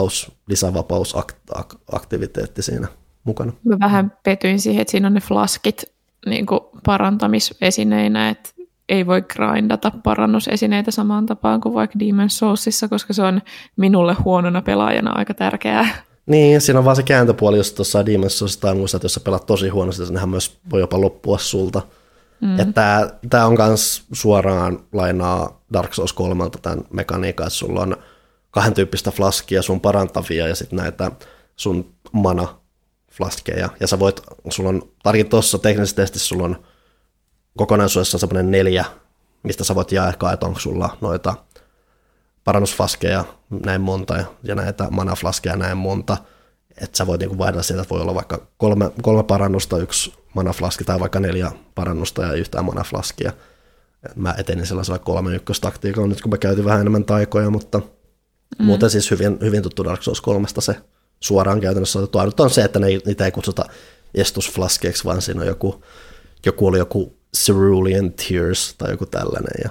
lisävapausaktiviteetti siinä mukana. Mä vähän petyin siihen, että siinä on ne flaskit niin kuin parantamisesineinä, että ei voi grindata parannusesineitä samaan tapaan kuin vaikka Demon's Soulsissa, koska se on minulle huonona pelaajana aika tärkeää. Niin, siinä on vaan se kääntöpuoli, jos tuossa Demon's Soulsissa tai muissa, että jos sä pelaat tosi huonosti, nehän myös voi jopa loppua sulta. Että tämä on myös suoraan lainaa Dark Souls 3 tämän mekaniikan, että sulla on 2 tyyppistä flaskia, sun parantavia ja sitten näitä sun mana-flaskeja. Ja sä voit, sulla on, tarkin tuossa teknisessä testissä sulla on kokonaisuudessa semmoinen 4, mistä sä voit jakaa, että onko sulla noita parannusflaskeja näin monta ja näitä mana-flaskeja näin monta. Että sä voit niinku vaihdella sieltä, että voi olla vaikka 3 parannusta, 1 manaflaski tai vaikka 4 parannusta ja yhtään manaflaskia. Mä etenin sellaisella 3-1-taktiikalla nyt, kun mä käytin vähän enemmän taikoja, mutta muuten siis hyvin tuttu Dark Souls 3 se suoraan käytännössä otettu. Ainut on se, että niitä ei kutsuta estusflaskeiksi, vaan siinä on joku Cerulean Tears tai joku tällainen. Ja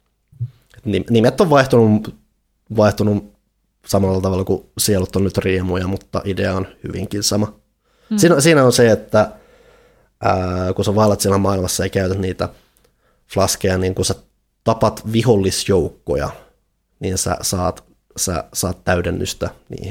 nimet on vaihtunut samalla tavalla kuin sielut on nyt riemuja, mutta idea on hyvinkin sama. Siinä on se, että kun sä vaellat siellä maailmassa ja käytät niitä flaskeja, niin kun sä tapat vihollisjoukkoja, niin sä saat täydennystä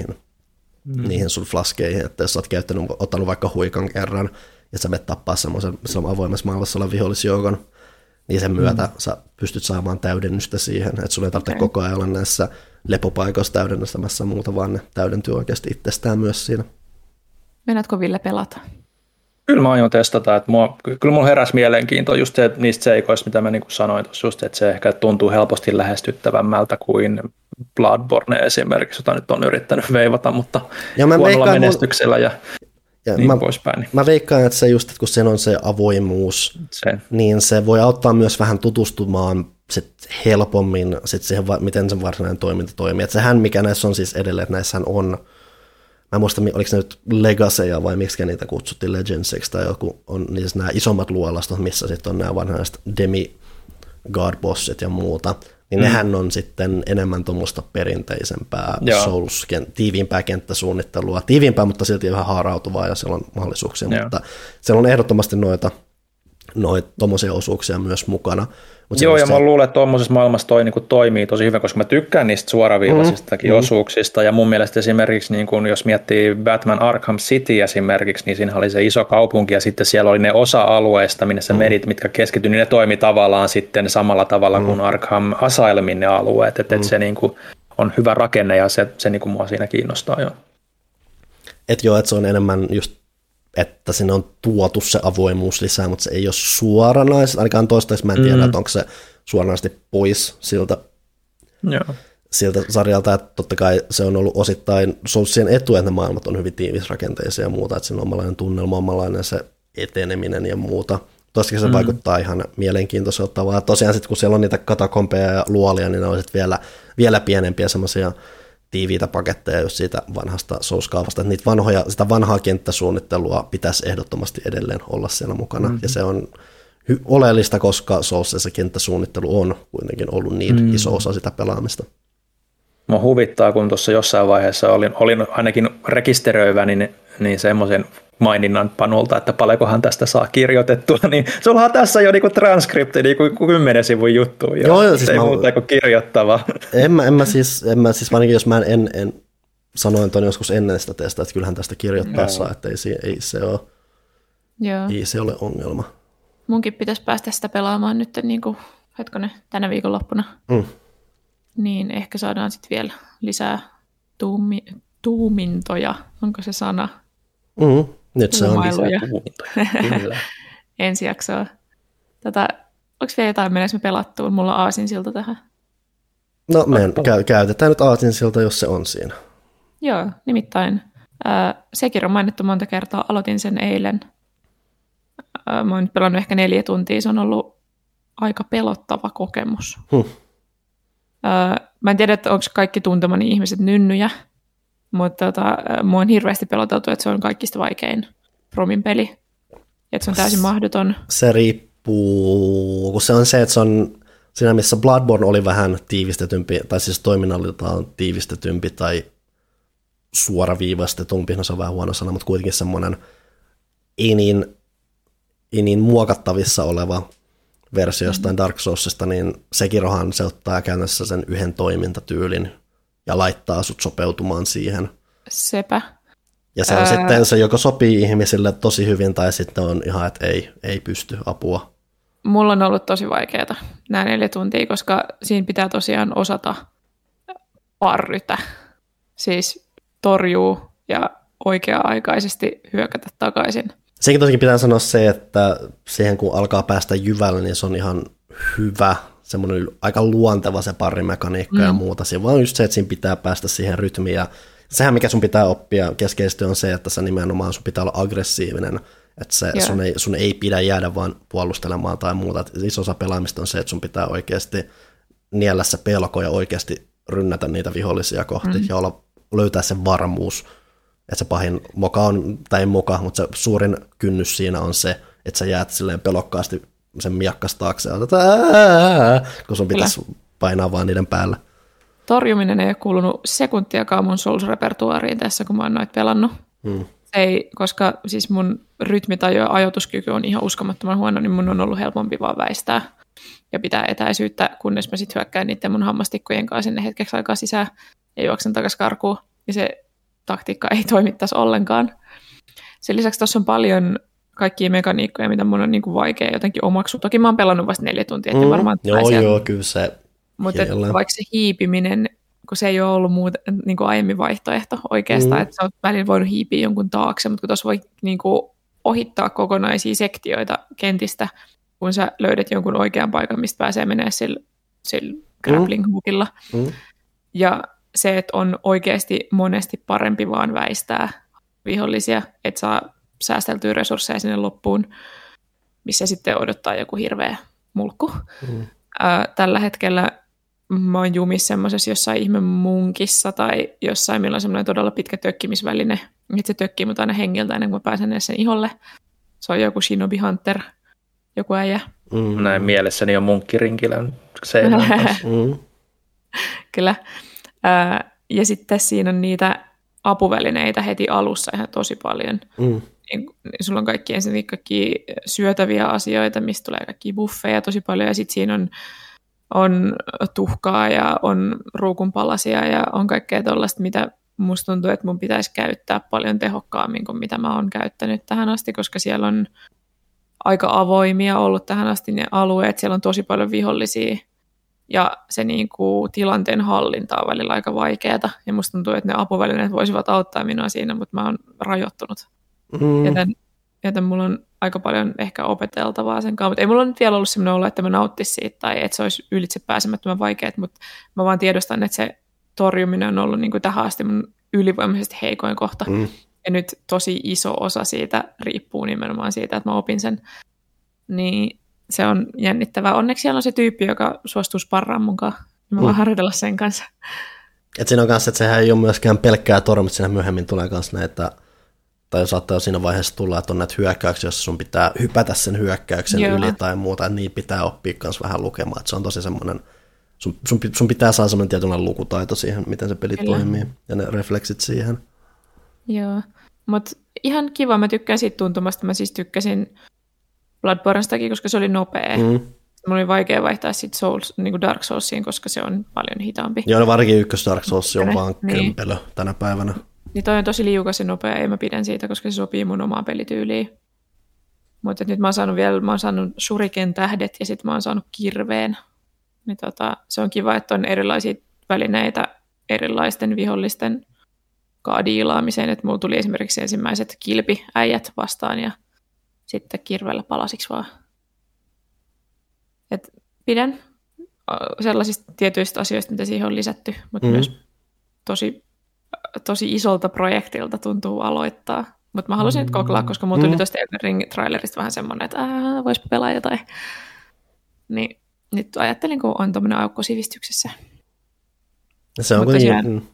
niihin sun flaskeihin. Että jos sä oot ottanut vaikka huikan kerran ja sä menet tappaa semmoisen avoimessa maailmassa olevan vihollisjoukon, niin sen myötä sä pystyt saamaan täydennystä siihen, että sun ei tarvitse koko ajan olla näissä lepopaikoissa täydennystämässä muuta, vaan ne täydentyy oikeasti itsestään myös siinä. Meinaatko Ville pelata? Kyllä mä aion testata, että kyllä mulla heräsi mielenkiinto just se, niistä seikoista, mitä mä niin kuin sanoin tuossa just, että se ehkä tuntuu helposti lähestyttävämmältä kuin Bloodborne esimerkiksi, jota nyt on yrittänyt veivata, mutta huonolla menestyksellä ja niin poispäin. Niin. Mä veikkaan, että se just, että kun siinä on se avoimuus, niin se voi auttaa myös vähän tutustumaan sit helpommin sit siihen, miten se varsinainen toiminta toimii. Että sehän, mikä näissä on siis edelleen, että näissähän on, mä en muista, oliko ne nyt Legacyja vai miksi niitä kutsuttiin Legendsiksi tai joku, on niin nämä isommat luolastot, missä sitten on nämä vanhaiset demigod-bossit ja muuta, niin nehän on sitten enemmän tuommoista perinteisempää tiiviimpää kenttäsuunnittelua. Tiiviimpää, mutta silti vähän haarautuvaa ja siellä on mahdollisuuksia, mutta siellä on ehdottomasti noita tuommoisia osuuksia myös mukana. Joo, ja mä luulen, että tuommoisessa maailmassa toi niin toimii tosi hyvin, koska mä tykkään niistä suoraviivaisistakin osuuksista, ja mun mielestä esimerkiksi, niin kun jos miettii Batman Arkham City esimerkiksi, niin siinä oli se iso kaupunki, ja sitten siellä oli ne osa-alueista, minne sä menit, mitkä keskittyi, niin ne toimi tavallaan sitten samalla tavalla kuin Arkham Asylumin ne alueet, että se niin kuin on hyvä rakenne, ja se niin kuin mua siinä kiinnostaa jo. Että se on enemmän just että sinne on tuotu se avoimuus lisää, mutta se ei ole suoranaisesti, ainakaan toistaiseksi mä en tiedä, että onko se suoranaisesti pois siltä sarjalta, että totta kai se on ollut osittain Soulsien etu, että ne maailmat on hyvin tiivisrakenteisia ja muuta, että siinä on omalainen tunnelma, omalainen se eteneminen ja muuta. Toistakin se vaikuttaa ihan mielenkiintoiselta, vaan tosiaan sitten kun siellä on niitä katakompeja ja luolia, niin ne on sitten vielä pienempiä semmoisia tiiviitä paketteja just siitä vanhasta Souls-kaavasta, että sitä vanhaa kenttäsuunnittelua pitäisi ehdottomasti edelleen olla siellä mukana, ja se on oleellista, koska Soulsissa kenttäsuunnittelu on kuitenkin ollut niin iso osa sitä pelaamista. Mua huvittaa, kun tuossa jossain vaiheessa olin ainakin rekisteröiväni niin semmoisen maininnan Panulta, että paljonkohan tästä saa kirjoitettua, niin sullahan tässä jo niinku transkripti, niinku 10 sivun juttu, ja siis ei muuta kuin kirjoittavaa. En mä siis ainakin jos mä en sanoin ton joskus ennen sitä testaa, että kyllähän tästä kirjoittaa saa, että ei se ole ongelma. Munkin pitäisi päästä sitä pelaamaan nyt niinku, tänä viikonloppuna. Niin ehkä saadaan sitten vielä lisää tuumintoja, onko se sana? Nyt se on lisää tuumintoja. Ensi jaksoa. Onko vielä jotain mennessä me pelattuun? Mulla on aasinsilta tähän. No käytetään nyt aasinsilta, jos se on siinä. Joo, nimittäin sekin on mainittu monta kertaa. Aloitin sen eilen. Mä oon nyt pelannut ehkä 4 tuntia, se on ollut aika pelottava kokemus. Mä en tiedä, että onko kaikki tuntemani ihmiset nynnyjä, mutta mua on hirveästi peloteltu, että se on kaikista vaikein Fromin peli. Että se on täysin mahdoton. Se riippuu, kun se on se, että se on siinä, missä Bloodborne oli vähän tiivistetympi, tai siis toiminnaltaan tiivistetympi tai suoraviivastetumpi, no se on vähän huono sana, mutta kuitenkin semmoinen ei niin muokattavissa oleva versio jostain Dark Soulsista, niin Sekirohan se ottaa käytännössä sen yhden toimintatyylin ja laittaa sut sopeutumaan siihen. Sepä. Ja se on sitten, se joko sopii ihmisille tosi hyvin, tai sitten on ihan, että ei pysty apua. Mulla on ollut tosi vaikeaa nämä 4 tuntia, koska siinä pitää tosiaan osata parrytä. Siis torjuu ja oikea-aikaisesti hyökätä takaisin. Senkin tosiaan pitää sanoa se, että siihen kun alkaa päästä jyvälle, niin se on ihan hyvä, semmoinen aika luonteva se parrimekaniikka ja muuta. Siinä vaan just se, että siinä pitää päästä siihen rytmiin. Ja sehän, mikä sun pitää oppia keskeisesti on se, että sä nimenomaan sun pitää olla aggressiivinen. Että sun ei pidä jäädä vaan puolustelemaan tai muuta. Et iso osa pelaamista on se, että sun pitää oikeasti niellä se pelko ja oikeasti rynnätä niitä vihollisia kohti ja löytää se varmuus. Että se pahin moka on, tai ei moka, mutta se suurin kynnys siinä on se, että sä jäät silleen pelokkaasti sen miakkas taakse, kun sun pitäisi painaa vaan niiden päälle. Torjuminen ei ole kuulunut sekuntiakaan mun Souls-repertuaariin tässä, kun mä oon noit pelannut. Ei, koska siis mun rytmitaju ja ajoituskyky on ihan uskomattoman huono, niin mun on ollut helpompi vaan väistää ja pitää etäisyyttä, kunnes mä sit hyökkään niiden mun hammastikkojen kanssa sinne hetkeksi aikaa sisään ja juoksen takaisin karkuun. Ja se taktiikka ei toimittaisi ollenkaan. Sen lisäksi tuossa on paljon kaikkia mekaniikkoja, mitä mun on niin kuin vaikea jotenkin omaksua. Toki mä oon pelannut vasta 4 tuntia, että varmaan Joo, kyllä se. Mutta vaikka se hiipiminen, kun se ei ole ollut muuta, niin kuin aiemmin vaihtoehto oikeastaan, että sä oot välillä voinut hiipiä jonkun taakse, mutta kun tuossa voi niin kuin ohittaa kokonaisia sektioita kentistä, kun sä löydät jonkun oikean paikan, mistä pääsee menemään sillä grappling hookilla. Ja se, että on oikeasti monesti parempi vaan väistää vihollisia, että saa säästeltyä resursseja sinne loppuun, missä sitten odottaa joku hirveä mulkku. Tällä hetkellä mä oon jumissa semmoisessa jossain ihme munkissa tai jossain, millä on semmoinen todella pitkä tökkimisväline, että se tökkii mut aina hengiltä ennen kuin mä pääsen edes sen iholle. Se on joku Shinobi Hunter, joku äijä. Näin mielessäni on munkkirinkilän seinään kanssa. Kyllä. Ja sitten siinä on niitä apuvälineitä heti alussa ihan tosi paljon. Sulla on ensinnäkin kaikki syötäviä asioita, mistä tulee kaikki buffeja tosi paljon, ja sitten siinä on tuhkaa ja on ruukunpalasia ja on kaikkea tollaista, mitä musta tuntuu, että mun pitäisi käyttää paljon tehokkaammin kuin mitä mä oon käyttänyt tähän asti, koska siellä on aika avoimia ollut tähän asti ne alueet, siellä on tosi paljon vihollisia, ja se niinku tilanteen hallinta on välillä aika vaikeaa, ja musta tuntuu, että ne apuvälineet voisivat auttaa minua siinä, mutta mä oon rajoittunut. Joten mulla on aika paljon ehkä opeteltavaa sen kanssa, mutta ei mulla nyt vielä ollut sellainen olo, että mä nauttisin siitä, tai että se olisi ylitse pääsemättömän vaikeaa, mutta mä vaan tiedostan, että se torjuminen on ollut niin kuin tähän asti mun ylivoimaisesti heikoin kohta, ja nyt tosi iso osa siitä riippuu nimenomaan siitä, että mä opin sen, niin se on jännittävää. Onneksi siellä on se tyyppi, joka suostuu sparraan mukaan, ja mä voin harjoitella sen kanssa. Et siinä on kanssa, että sehän ei ole myöskään pelkkää torjumista, siinä myöhemmin tulee myös näitä, tai saattaa siinä vaiheessa tulla, että on näitä hyökkäyksiä, joissa sun pitää hypätä sen hyökkäyksen yli tai muuta, niin pitää oppia myös vähän lukemaan. Että se on tosi semmoinen, sun pitää saada semmoinen tietynlainen lukutaito siihen, miten se peli toimii, ja ne refleksit siihen. Joo, mutta ihan kiva, mä tykkään siitä tuntumasta. Mä siis tykkäsin Bloodbornestakin, koska se oli nopea. Mun oli vaikea vaihtaa sitten niin Dark Soulsiin, koska se on paljon hitaampi. Joo, no varsinkin ykkös Dark Souls on vaan kömpelö tänä päivänä. Niin toi on tosi liukas ja nopea, ja mä pidän siitä, koska se sopii mun omaan pelityyliin. Mutta nyt mä oon saanut shuriken tähdet, ja sitten mä oon saanut kirveen. Niin se on kiva, että on erilaisia välineitä erilaisten vihollisten diilaamiseen. Että mulla tuli esimerkiksi ensimmäiset kilpiäijät vastaan, ja sitten kirveellä palasiksi vaan. Et pidän sellaisista tietyistä asioista, mitä siihen on lisätty, mutta myös tosi isolta projektilta tuntuu aloittaa. Mutta mä halusin nyt koklaa, koska mulla tuli tuosta Elden Ring-trailerista vähän semmoinen, että voisipa pelaa jotain. Niin nyt ajattelin, kun on tuommoinen aukko sivistyksessä. Se on tosiaan,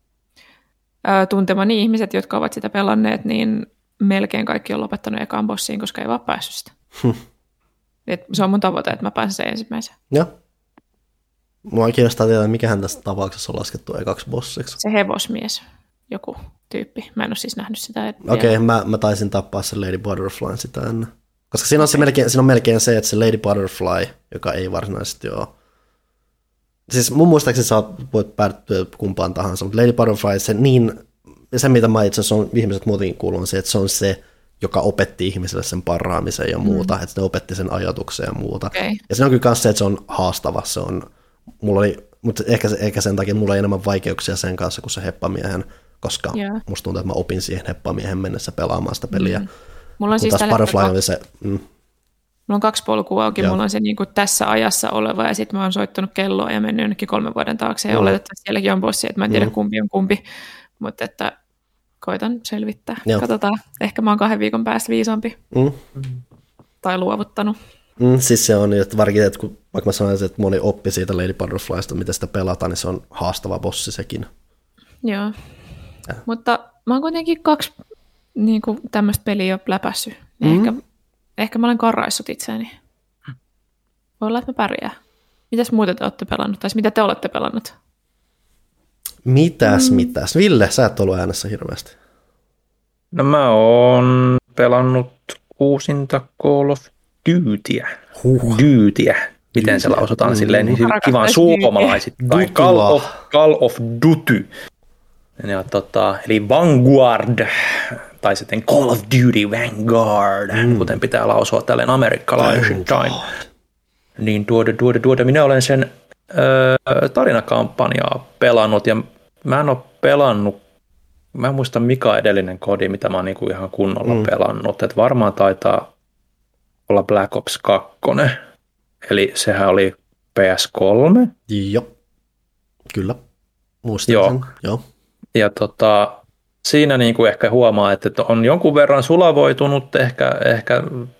tuntemani ihmiset, jotka ovat sitä pelanneet, niin melkein kaikki on lopettanut ekaan bossiin, koska ei vaan päässyt sitä. Se on mun tavoite, että mä pääsen sen ensimmäiseen. Joo. Mua kiinnostaa tietää, mikähän tässä tapauksessa on laskettu ekaksi bossiksi. Se hevosmies, joku tyyppi. Mä en ole siis nähnyt sitä. Okei, mä taisin tappaa sen Lady Butterflyn sitä ennen. Koska siinä on melkein se, että se Lady Butterfly, joka ei varsinaisesti ole. Siis mun muistaakseni sä voit päättyä kumpaan tahansa, mutta Lady Butterfly, se mitä mä itse asiassa ihmiset muutenkin kuuluu, on se, että se on se, joka opetti ihmisille sen parraamisen ja muuta, että ne opetti sen ajatuksen ja muuta. Okay. Ja se on kyllä myös se, että se on haastava, mutta ehkä sen takia mulla ei enemmän vaikeuksia sen kanssa kuin se heppamiehen, koska musta tuntuu, että mä opin siihen heppamiehen mennessä pelaamaan sitä peliä. Mulla on siis Butterfly oli se... Mulla on 2 polkua auki, mulla on se niin kuin tässä ajassa oleva, ja sitten mä oon soittanut kelloa ja mennyt jonnekin 3 vuoden taakse, ja oletettavasti sielläkin on bossi, että mä en tiedä kumpi on kumpi, mutta että koitan selvittää. Katsotaan, ehkä mä oon 2 viikon päästä viisaampi. Tai luovuttanut. Siis se on, että varsinkin, että kun vaikka mä sanoisin, että moni oppi siitä Lady Butterflysta, miten sitä pelataan, niin se on haastava bossi sekin. Joo, mutta mä oon kuitenkin 2 niin kuin tämmöistä peliä jo läpässyt, niin ehkä mä olen karraissut itseäni. Voi olla, että mä pärjää. Mitäs muuta te olette pelannut? Tai mitä te olette pelannut? Mitäs? Ville, sä et ollut äänessä hirveästi. No mä oon pelannut uusinta Call of Dutyä. Miten se lausutaan silleen niin kivan suomalaisittain. Call of Duty. Ja eli Vanguard, tai sitten Call of Duty Vanguard, kuten pitää lausua tälleen amerikkalaisittain. Niin minä olen sen tarinakampanjaa pelannut, ja mä en ole pelannut, mä en muista mikä edellinen kodi, mitä mä oon niinku ihan kunnolla pelannut, että varmaan taitaa olla Black Ops 2, eli sehän oli PS3. Joo, kyllä, muistan sen. Joo. Ja siinä niin kuin ehkä huomaa, että on jonkun verran sulavoitunut ehkä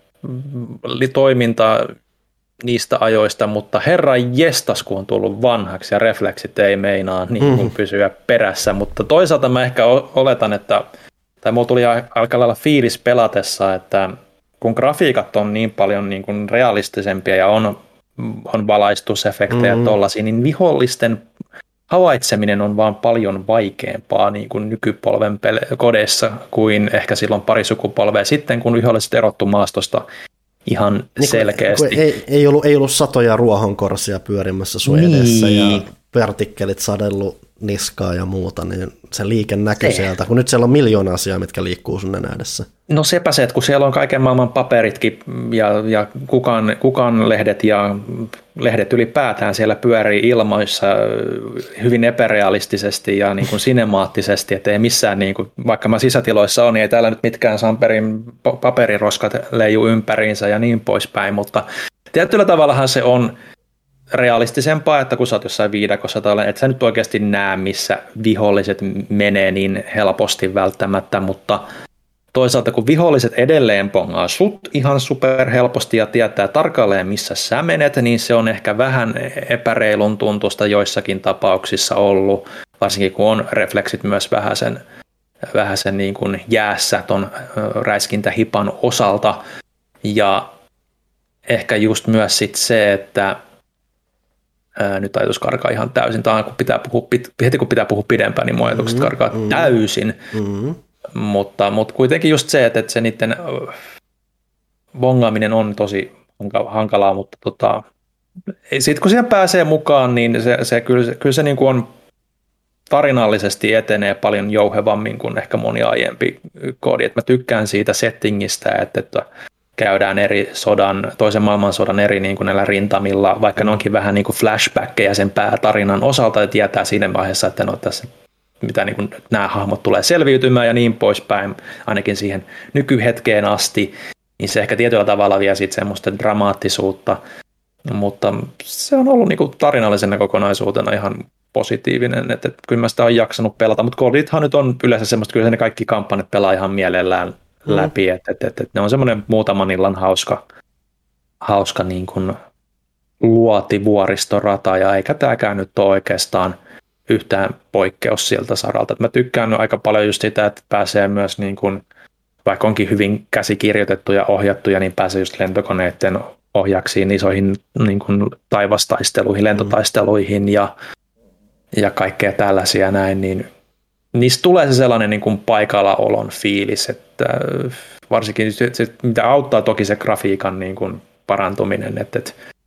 toiminta niistä ajoista, mutta herran jestas, kun on tullut vanhaksi ja refleksit ei meinaa niin kuin pysyä perässä. Mutta toisaalta mä ehkä oletan, tai mulla tuli aika lailla fiilis pelatessa, että kun grafiikat on niin paljon niin kuin realistisempia ja on valaistusefektejä tollaisia, niin vihollisten havaitseminen on vaan paljon vaikeampaa niin kuin nykypolven kodeissa kuin ehkä silloin pari sukupolvea sitten, kun viholliset erottu maastosta ihan niin selkeästi. Ei ollut satoja ruohonkorsia pyörimässä sun edessä ja partikkelit sadellut niskaa ja muuta, niin se liike näkyy sieltä, kun nyt siellä on 1 000 000 asiaa, mitkä liikkuu sun nenä edessä. No sepä se, että kun siellä on kaiken maailman paperitkin ja kukaan lehdet ja lehdet ylipäätään siellä pyörii ilmoissa hyvin epärealistisesti ja niin kuin sinemaattisesti, että ei missään, niin kuin, vaikka mä sisätiloissa on, niin ei täällä nyt mitkään Samperin paperiroskat leiju ympäriinsä ja niin poispäin, mutta tietyllä tavallahan se on realistisempaa, että kun sä oot jossain viidakossa tai et sä nyt oikeasti näe, missä viholliset menee niin helposti välttämättä, mutta toisaalta kun viholliset edelleen pongaa sut ihan superhelposti ja tietää tarkalleen, missä sä menet, niin se on ehkä vähän epäreilun tuntusta joissakin tapauksissa ollut, varsinkin kun on refleksit myös vähäsen niin kuin jäässä ton räiskintähipan osalta. Ja ehkä just myös sit se, että nyt ajatus karkaa ihan täysin. Tämä on, heti kun pitää puhua pidempään, niin mun ajatukset karkaa täysin. Mutta kuitenkin just se, että se niiden bongaaminen on tosi hankalaa, mutta sitten kun siihen pääsee mukaan, niin se kyllä se niin kuin on tarinallisesti etenee paljon jouhevammin kuin ehkä moni aiempi koodi. Mä tykkään siitä settingistä, että käydään toisen maailmansodan eri niin kuin näillä rintamilla, vaikka ne onkin vähän niin kuin flashbackkejä sen päätarinan osalta, ja tietää siinä vaiheessa, että no tässä mitä niin kuin nämä hahmot tulee selviytymään ja niin poispäin, ainakin siihen nykyhetkeen asti, niin se ehkä tietyllä tavalla vie sitten semmoista dramaattisuutta, mutta se on ollut niin kuin tarinallisena kokonaisuutena ihan positiivinen, että kyllä mä sitä on jaksanut pelata, mutta Goldithan nyt on yleensä semmoista, kyllä ne kaikki kampanjat pelaa ihan mielellään läpi, että ne on semmoinen muutaman illan hauska niin kuin luotivuoristorata, ja eikä tämäkään nyt ole oikeastaan yhtään poikkeus siltä saralta. Että mä tykkään aika paljon just sitä, että pääsee myös niin kuin, vaikka onkin hyvin käsikirjoitettuja ja ohjattuja, niin pääsee just lentokoneiden ohjaksiin isoihin niin kuin taivastaisteluihin, lentotaisteluihin ja kaikkea tällaisia näin, niin niistä tulee se sellainen niin kuin paikallaolon fiilis, että varsinkin se, mitä auttaa toki se grafiikan niin kuin parantuminen, että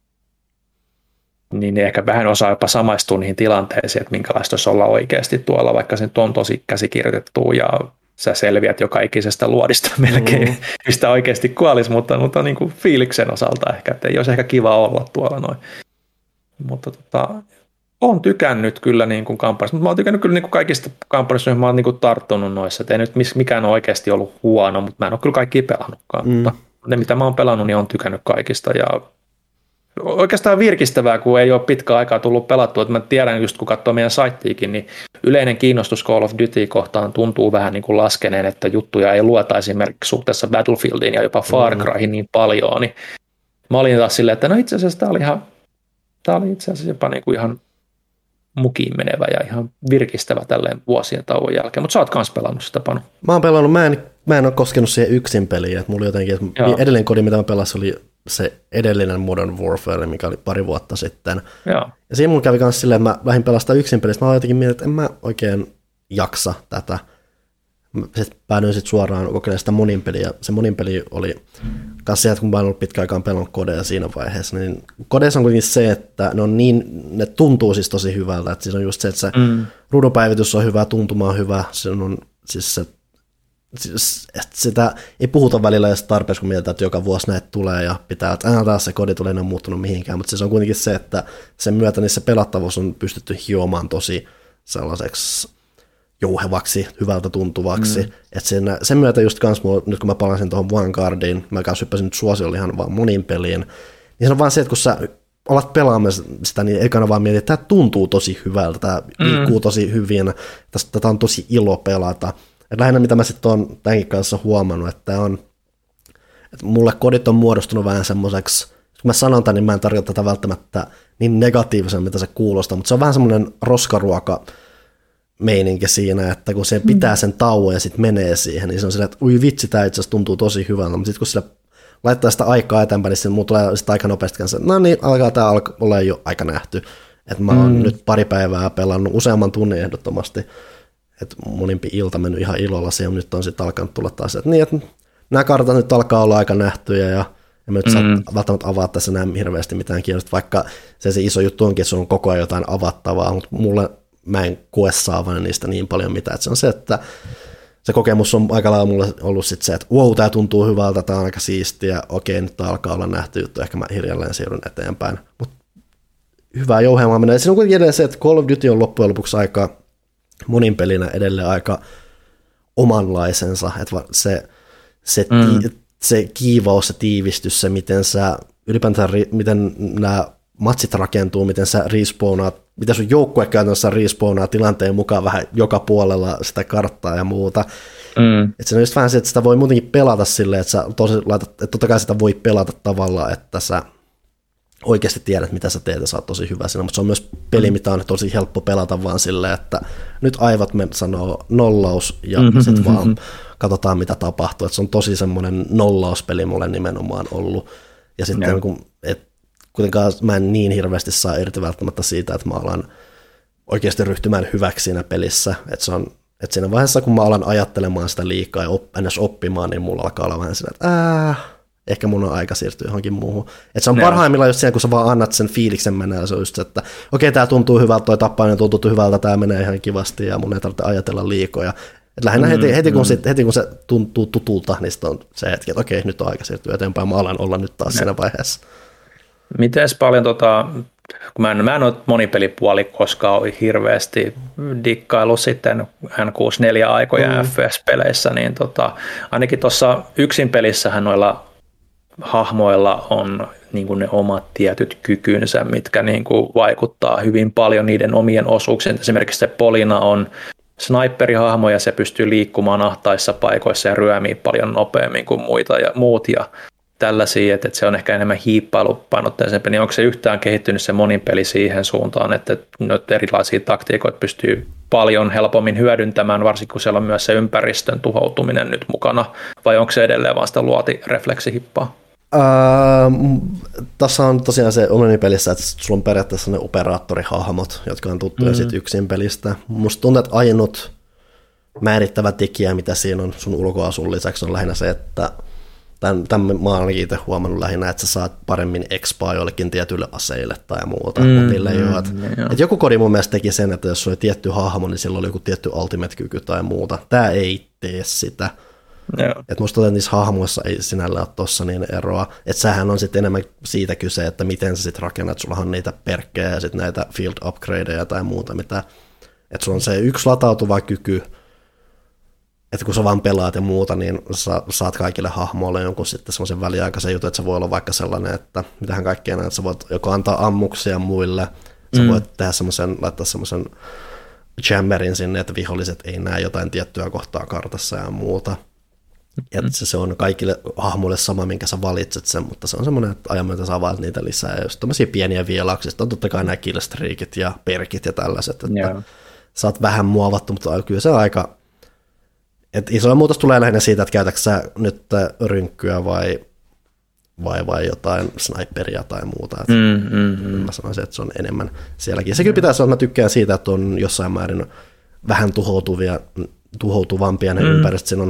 niin ne ehkä vähän osaa jopa samaistua niihin tilanteisiin, että minkälaista olisi olla oikeasti tuolla, vaikka se nyt on tosi käsikirjoitettu ja sä selviät joka ikisestä luodista melkein, mistä oikeasti kuolisi, mutta niin kuin fiiliksen osalta ehkä, että ei olisi ehkä kiva olla tuolla noin. Mutta olen tykännyt kyllä niin kuin kampanjasta, mutta mä oon tykännyt kyllä niin kuin kaikista kampanjista, joihin mä oon niin kuin tarttunut noissa, että ei nyt mikään ole oikeasti ollut huono, mutta mä en ole kyllä kaikkia pelannutkaan, mutta ne mitä mä oon pelannut, niin on tykännyt kaikista ja oikeastaan virkistävää, kun ei ole pitkään aikaa tullut pelattua, että mä tiedän just kun katsoo meidän saittiikin, niin yleinen kiinnostus Call of Duty kohtaan tuntuu vähän niin kuin laskeneen, että juttuja ei lueta esimerkiksi suhteessa Battlefieldiin ja jopa Far Cryhin niin paljon, niin mä olin taas silleen, että no itse asiassa tää oli itse asiassa jopa niin kuin ihan mukiin menevä ja ihan virkistävä tälleen vuosien tauon jälkeen, mutta sä oot kans pelannut sitä, Panu. Mä oon pelannut, mä en ole koskenut siihen yksin peliin, että mulla jotenkin, että edellinen kodi, mitä mä pelasin, oli se edellinen Modern Warfare, mikä oli 2 vuotta sitten. Joo. Ja siinä mulla kävi myös silleen, että mä lähdin pelastaa yksin pelistä, mä jotenkin mietin, että en mä oikein jaksa tätä. Sitten päädyin sitten suoraan kokeilemaan sitä monin peliä, ja se monin peli oli myös se, että kun mä en ollut pitkään aikaan pelannut kodeja siinä vaiheessa, niin kodeissa on kuitenkin se, että ne tuntuu siis tosi hyvältä, että siinä on just se, että se ruudunpäivitys on hyvä, tuntuma on hyvä, se on siis se, että sitä ei puhuta välillä edes tarpeeksi, kun mietitään, että joka vuosi näitä tulee ja pitää, että taas se kodi tulee, ei ole muuttunut mihinkään, mutta se on kuitenkin se, että sen myötä niin se pelattavuus on pystytty hiomaan tosi sellaiseksi jouhevaksi, hyvältä tuntuvaksi. Että sen myötä just kans nyt kun mä palasin tuohon Vanguardiin, mä kanssa hyppäsin nyt suosiolle ihan vaan monin peliin, niin se on vaan se, että kun sä alat pelaamaan sitä, niin ekana vaan mietit, että tämä tuntuu tosi hyvältä, tämä liikkuu tosi hyvin, tätä on tosi ilo pelata. Et lähinnä mitä mä sitten oon tämänkin kanssa huomannut, että mulle kodit on muodostunut vähän semmoiseksi, kun mä sanon tämän, niin mä en tarkoita tätä välttämättä niin negatiivisen, mitä se kuulostaa, mutta se on vähän semmoinen roskaruoka meininki siinä, että kun se pitää sen tauon ja sitten menee siihen, niin se on silleen, että ui vitsi, tämä itse asiassa tuntuu tosi hyvältä, mutta sitten kun sillä laittaa sitä aikaa eteenpäin, niin mulla tulee sitten aika nopeasti kanssa, no niin, alkaa tämä olla jo aika nähty, että mä oon nyt 2 päivää pelannut useamman tunnin ehdottomasti, että monimpi ilta mennyt ihan ilolla siihen, nyt on sitten alkanut tulla taas, että niin, että nämä kartat nyt alkaa olla aika nähtyjä ja me nyt saa välttämättä avaa tässä näin hirveästi mitään kiinnosta, vaikka se iso juttu onkin, että se on koko ajan jotain avattavaa, mutta mä en koe saavani niistä niin paljon mitään, että se on se, että se kokemus on aika lailla mulle ollut sitten se, että wow, tämä tuntuu hyvältä, tämä on aika siistiä, okei, nyt alkaa olla nähty juttu, ehkä mä hiljalleen siirryn eteenpäin, mutta hyvää jouheamaa menee. Siinä on kuitenkin edelleen se, että Call of Duty on loppujen lopuksi aika monin pelinä edelleen aika omanlaisensa, että se kiivaus, se tiivistys, se miten sä ylipäätään, miten nämä matsit rakentuu, miten sä respawnaat, miten sun joukkue käytännössä respawnaa tilanteen mukaan vähän joka puolella sitä karttaa ja muuta. Että se on just vähän se, että sitä voi muutenkin pelata silleen, että että totta kai sitä voi pelata tavalla, että sä oikeasti tiedät, mitä sä teet ja sä oot tosi hyvä siinä, mutta se on myös peli, mitä on tosi helppo pelata vaan silleen, että nyt aivot sanoo nollaus ja sitten vaan katsotaan, mitä tapahtuu. Että se on tosi semmoinen nollauspeli mulle nimenomaan ollut. Ja sitten kuitenkaan mä en niin hirveästi saa irti välttämättä siitä, että mä alan oikeasti ryhtymään hyväksi siinä pelissä. Että siinä vaiheessa, kun mä alan ajattelemaan sitä liikaa ja ennäs oppimaan, niin mulla alkaa olla vähän sillä, että ehkä mun on aika siirtyä johonkin muuhun. Että se on parhaimmillaan just siinä, kun sä vaan annat sen fiiliksen mennä, ja se on just se, että okei, tää tuntuu hyvältä, toi tappainen tuntuu hyvältä, tää menee ihan kivasti, ja mun ei tarvitse ajatella liikoja. Et lähinnä heti, kun se tuntuu tutulta, niin on se hetki, että okei, nyt on aika siirtyä eteenpäin, mä alan olla nyt taas siinä vaiheessa. Mites paljon, kun mä en ole monipelipuoli koskaan hirveästi dikkailu sitten N64-aikoja FPS-peleissä, niin ainakin tuossa yksin pelissähän noilla hahmoilla on niin kuin ne omat tietyt kykynsä, mitkä niin kuin vaikuttaa hyvin paljon niiden omien osuuksien. Esimerkiksi se Polina on sniperihahmo ja se pystyy liikkumaan ahtaissa paikoissa ja ryömii paljon nopeammin kuin muut ja tällaisia, että se on ehkä enemmän hiippailupainotteisempi, niin onko se yhtään kehittynyt se monin peli siihen suuntaan, että erilaisia taktiikoita pystyy paljon helpommin hyödyntämään, varsinkin kun siellä on myös se ympäristön tuhoutuminen nyt mukana, vai onko se edelleen vaan sitä luoti-refleksihippaa? Tässä on tosiaan se Omni-pelissä, että sulla on periaatteessa ne operaattorihahmot, jotka on tuttuja sitten yksin pelistä. Musta tuntuu, että ainut määrittävä tekijä, mitä siinä on sun ulkoasun lisäksi, on lähinnä se, että tämän mä oon itse huomannut lähinnä, että sä saat paremmin expaa joillekin tietyille aseille tai muuta, mutta niille ei ole. Et joku kodi mun mielestä teki sen, että jos oli tietty hahmo, niin sillä oli joku tietty ultimate-kyky tai muuta. Tää ei tee sitä. Et musta tuntuu, että niissä hahmoissa ei sinällä ole tossa niin eroa. Että sähän on sitten enemmän siitä kyse, että miten sä sitten rakennat. Sullahan on niitä perkkejä ja sitten näitä field upgradeja tai muuta, mitä. Että sulla on se yksi latautuva kyky, että kun sä vaan pelaat ja muuta, niin sä saat kaikille hahmoille jonkun sitten semmoisen väliaikaisen jutun, että se voi olla vaikka sellainen, että mitähän kaikkea näin, että sä voit joko antaa ammuksia muille, sä voit tehdä laittaa semmoisen jammerin sinne, että viholliset ei näe jotain tiettyä kohtaa kartassa ja muuta. Ja se on kaikille hahmoille sama, minkä sä valitset sen, mutta se on semmoinen, että ajan myötä saa vaan niitä lisää. Ja jos tämmöisiä pieniä vielauksia, on totta kai nämä killstreakit ja perkit ja tällaiset, että sä oot vähän muovattu, mutta kyllä se on aika. Et isoja muutos tulee lähinnä siitä, että käytätkö sä nyt rynkkyä vai jotain sniperia tai muuta. Mä sanoisin, että se on enemmän sielläkin. Se kyllä pitäisi olla, että mä tykkään siitä, että on jossain määrin vähän tuhoutuvampia ne ympäristöt. Siinä on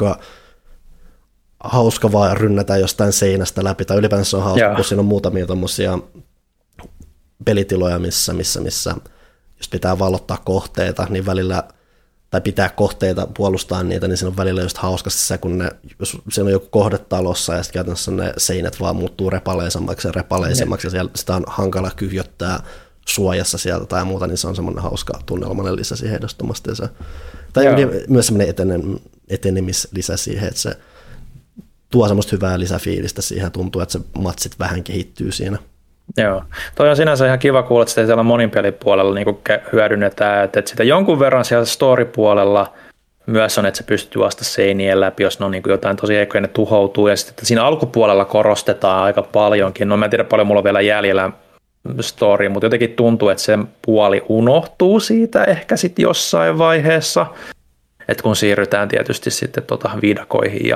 hauska vaan rynnätä jostain seinästä läpi, tai ylipäänsä se on hauska, kun siinä on muutamia tommosia pelitiloja, missä jos pitää vallottaa kohteita, niin välillä tai pitää kohteita, puolustaa niitä, niin siinä on välillä just hauskasti se, kun jos siinä on joku kohde talossa ja sitten käytännössä ne seinät vaan muuttuu repaleisemmaksi ja repaleisemmaksi ja siellä sitä on hankala kyhjöttää suojassa sieltä tai muuta, niin se on semmoinen hauska tunnelmainen lisä siihen ehdottomasti. Tai myös semmoinen etenemislisä siihen, että se tuo semmoista hyvää lisäfiilistä siihen ja tuntuu, että se matsit vähän kehittyy siinä. Joo, toi on sinänsä ihan kiva kuulla, että sitä siellä moninpelipuolella niin hyödynnetään, että sitä jonkun verran siellä story-puolella myös on, että se pystyy vasta seinien läpi, jos ne on niin jotain tosi heikkoja, ne tuhoutuu, ja sitten siinä alkupuolella korostetaan aika paljonkin, no mä en tiedä paljon mulla on vielä jäljellä story, mutta jotenkin tuntuu, että se puoli unohtuu siitä ehkä sitten jossain vaiheessa, että kun siirrytään tietysti sitten viidakoihin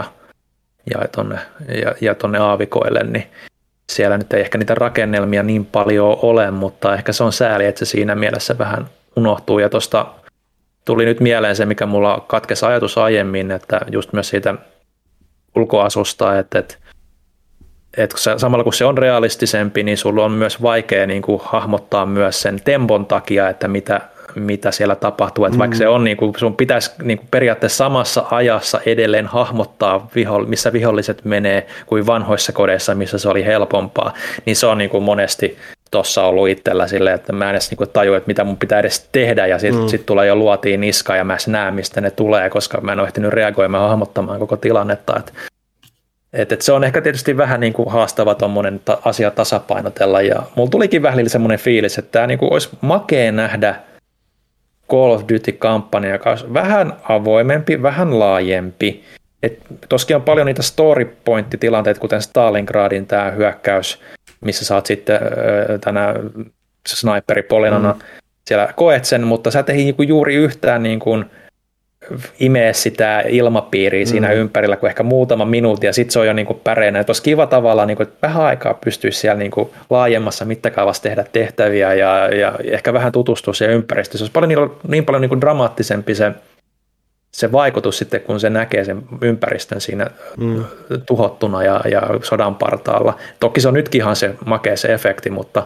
ja tonne aavikoille, niin siellä nyt ei ehkä niitä rakennelmia niin paljon ole, mutta ehkä se on sääli, että se siinä mielessä vähän unohtuu. Ja tuosta tuli nyt mieleen se, mikä mulla katkesi ajatus aiemmin, että just myös siitä ulkoasusta, että samalla kun se on realistisempi, niin sulla on myös vaikea niin kuin hahmottaa myös sen tempon takia, että mitä siellä tapahtuu. Että vaikka se on, niin kuin, sun pitäisi niin kuin periaatteessa samassa ajassa edelleen hahmottaa, missä viholliset menee, kuin vanhoissa kodeissa, missä se oli helpompaa, niin se on niin kuin monesti tuossa ollut itsellä silleen, että mä en edes niin kuin tajua, että mitä mun pitää edes tehdä, ja sitten tulee jo luotiin niskaa, ja mä en näe, mistä ne tulee, koska mä en ole ehtinyt reagoimaan hahmottamaan koko tilannetta. Että se on ehkä tietysti vähän niin kuin haastava tuommoinen asia tasapainotella, ja mulla tulikin vähän semmoinen fiilis, että tämä niin kuin olisi makea nähdä Call of Duty-kampanja, joka on vähän avoimempi, vähän laajempi. Toskin on paljon niitä story point-tilanteita, kuten Stalingradin tämä hyökkäys, missä saat sitten tänä sniperipolinana siellä koet sen, mutta sä et ehdi juuri yhtään niin kuin imee sitä ilmapiiriä siinä ympärillä kuin ehkä muutama minuutti, ja sitten se on jo niin kuin päreinä. Olisi kiva tavalla, niin kuin, että vähän aikaa pystyisi siellä niin kuin laajemmassa mittakaavassa tehdä tehtäviä ja ehkä vähän tutustua siihen ympäristöön. Se olisi paljon, niin paljon niin kuin dramaattisempi se vaikutus sitten, kun se näkee sen ympäristön siinä tuhottuna ja sodan partaalla. Toki se on nytkin ihan se makea se efekti, mutta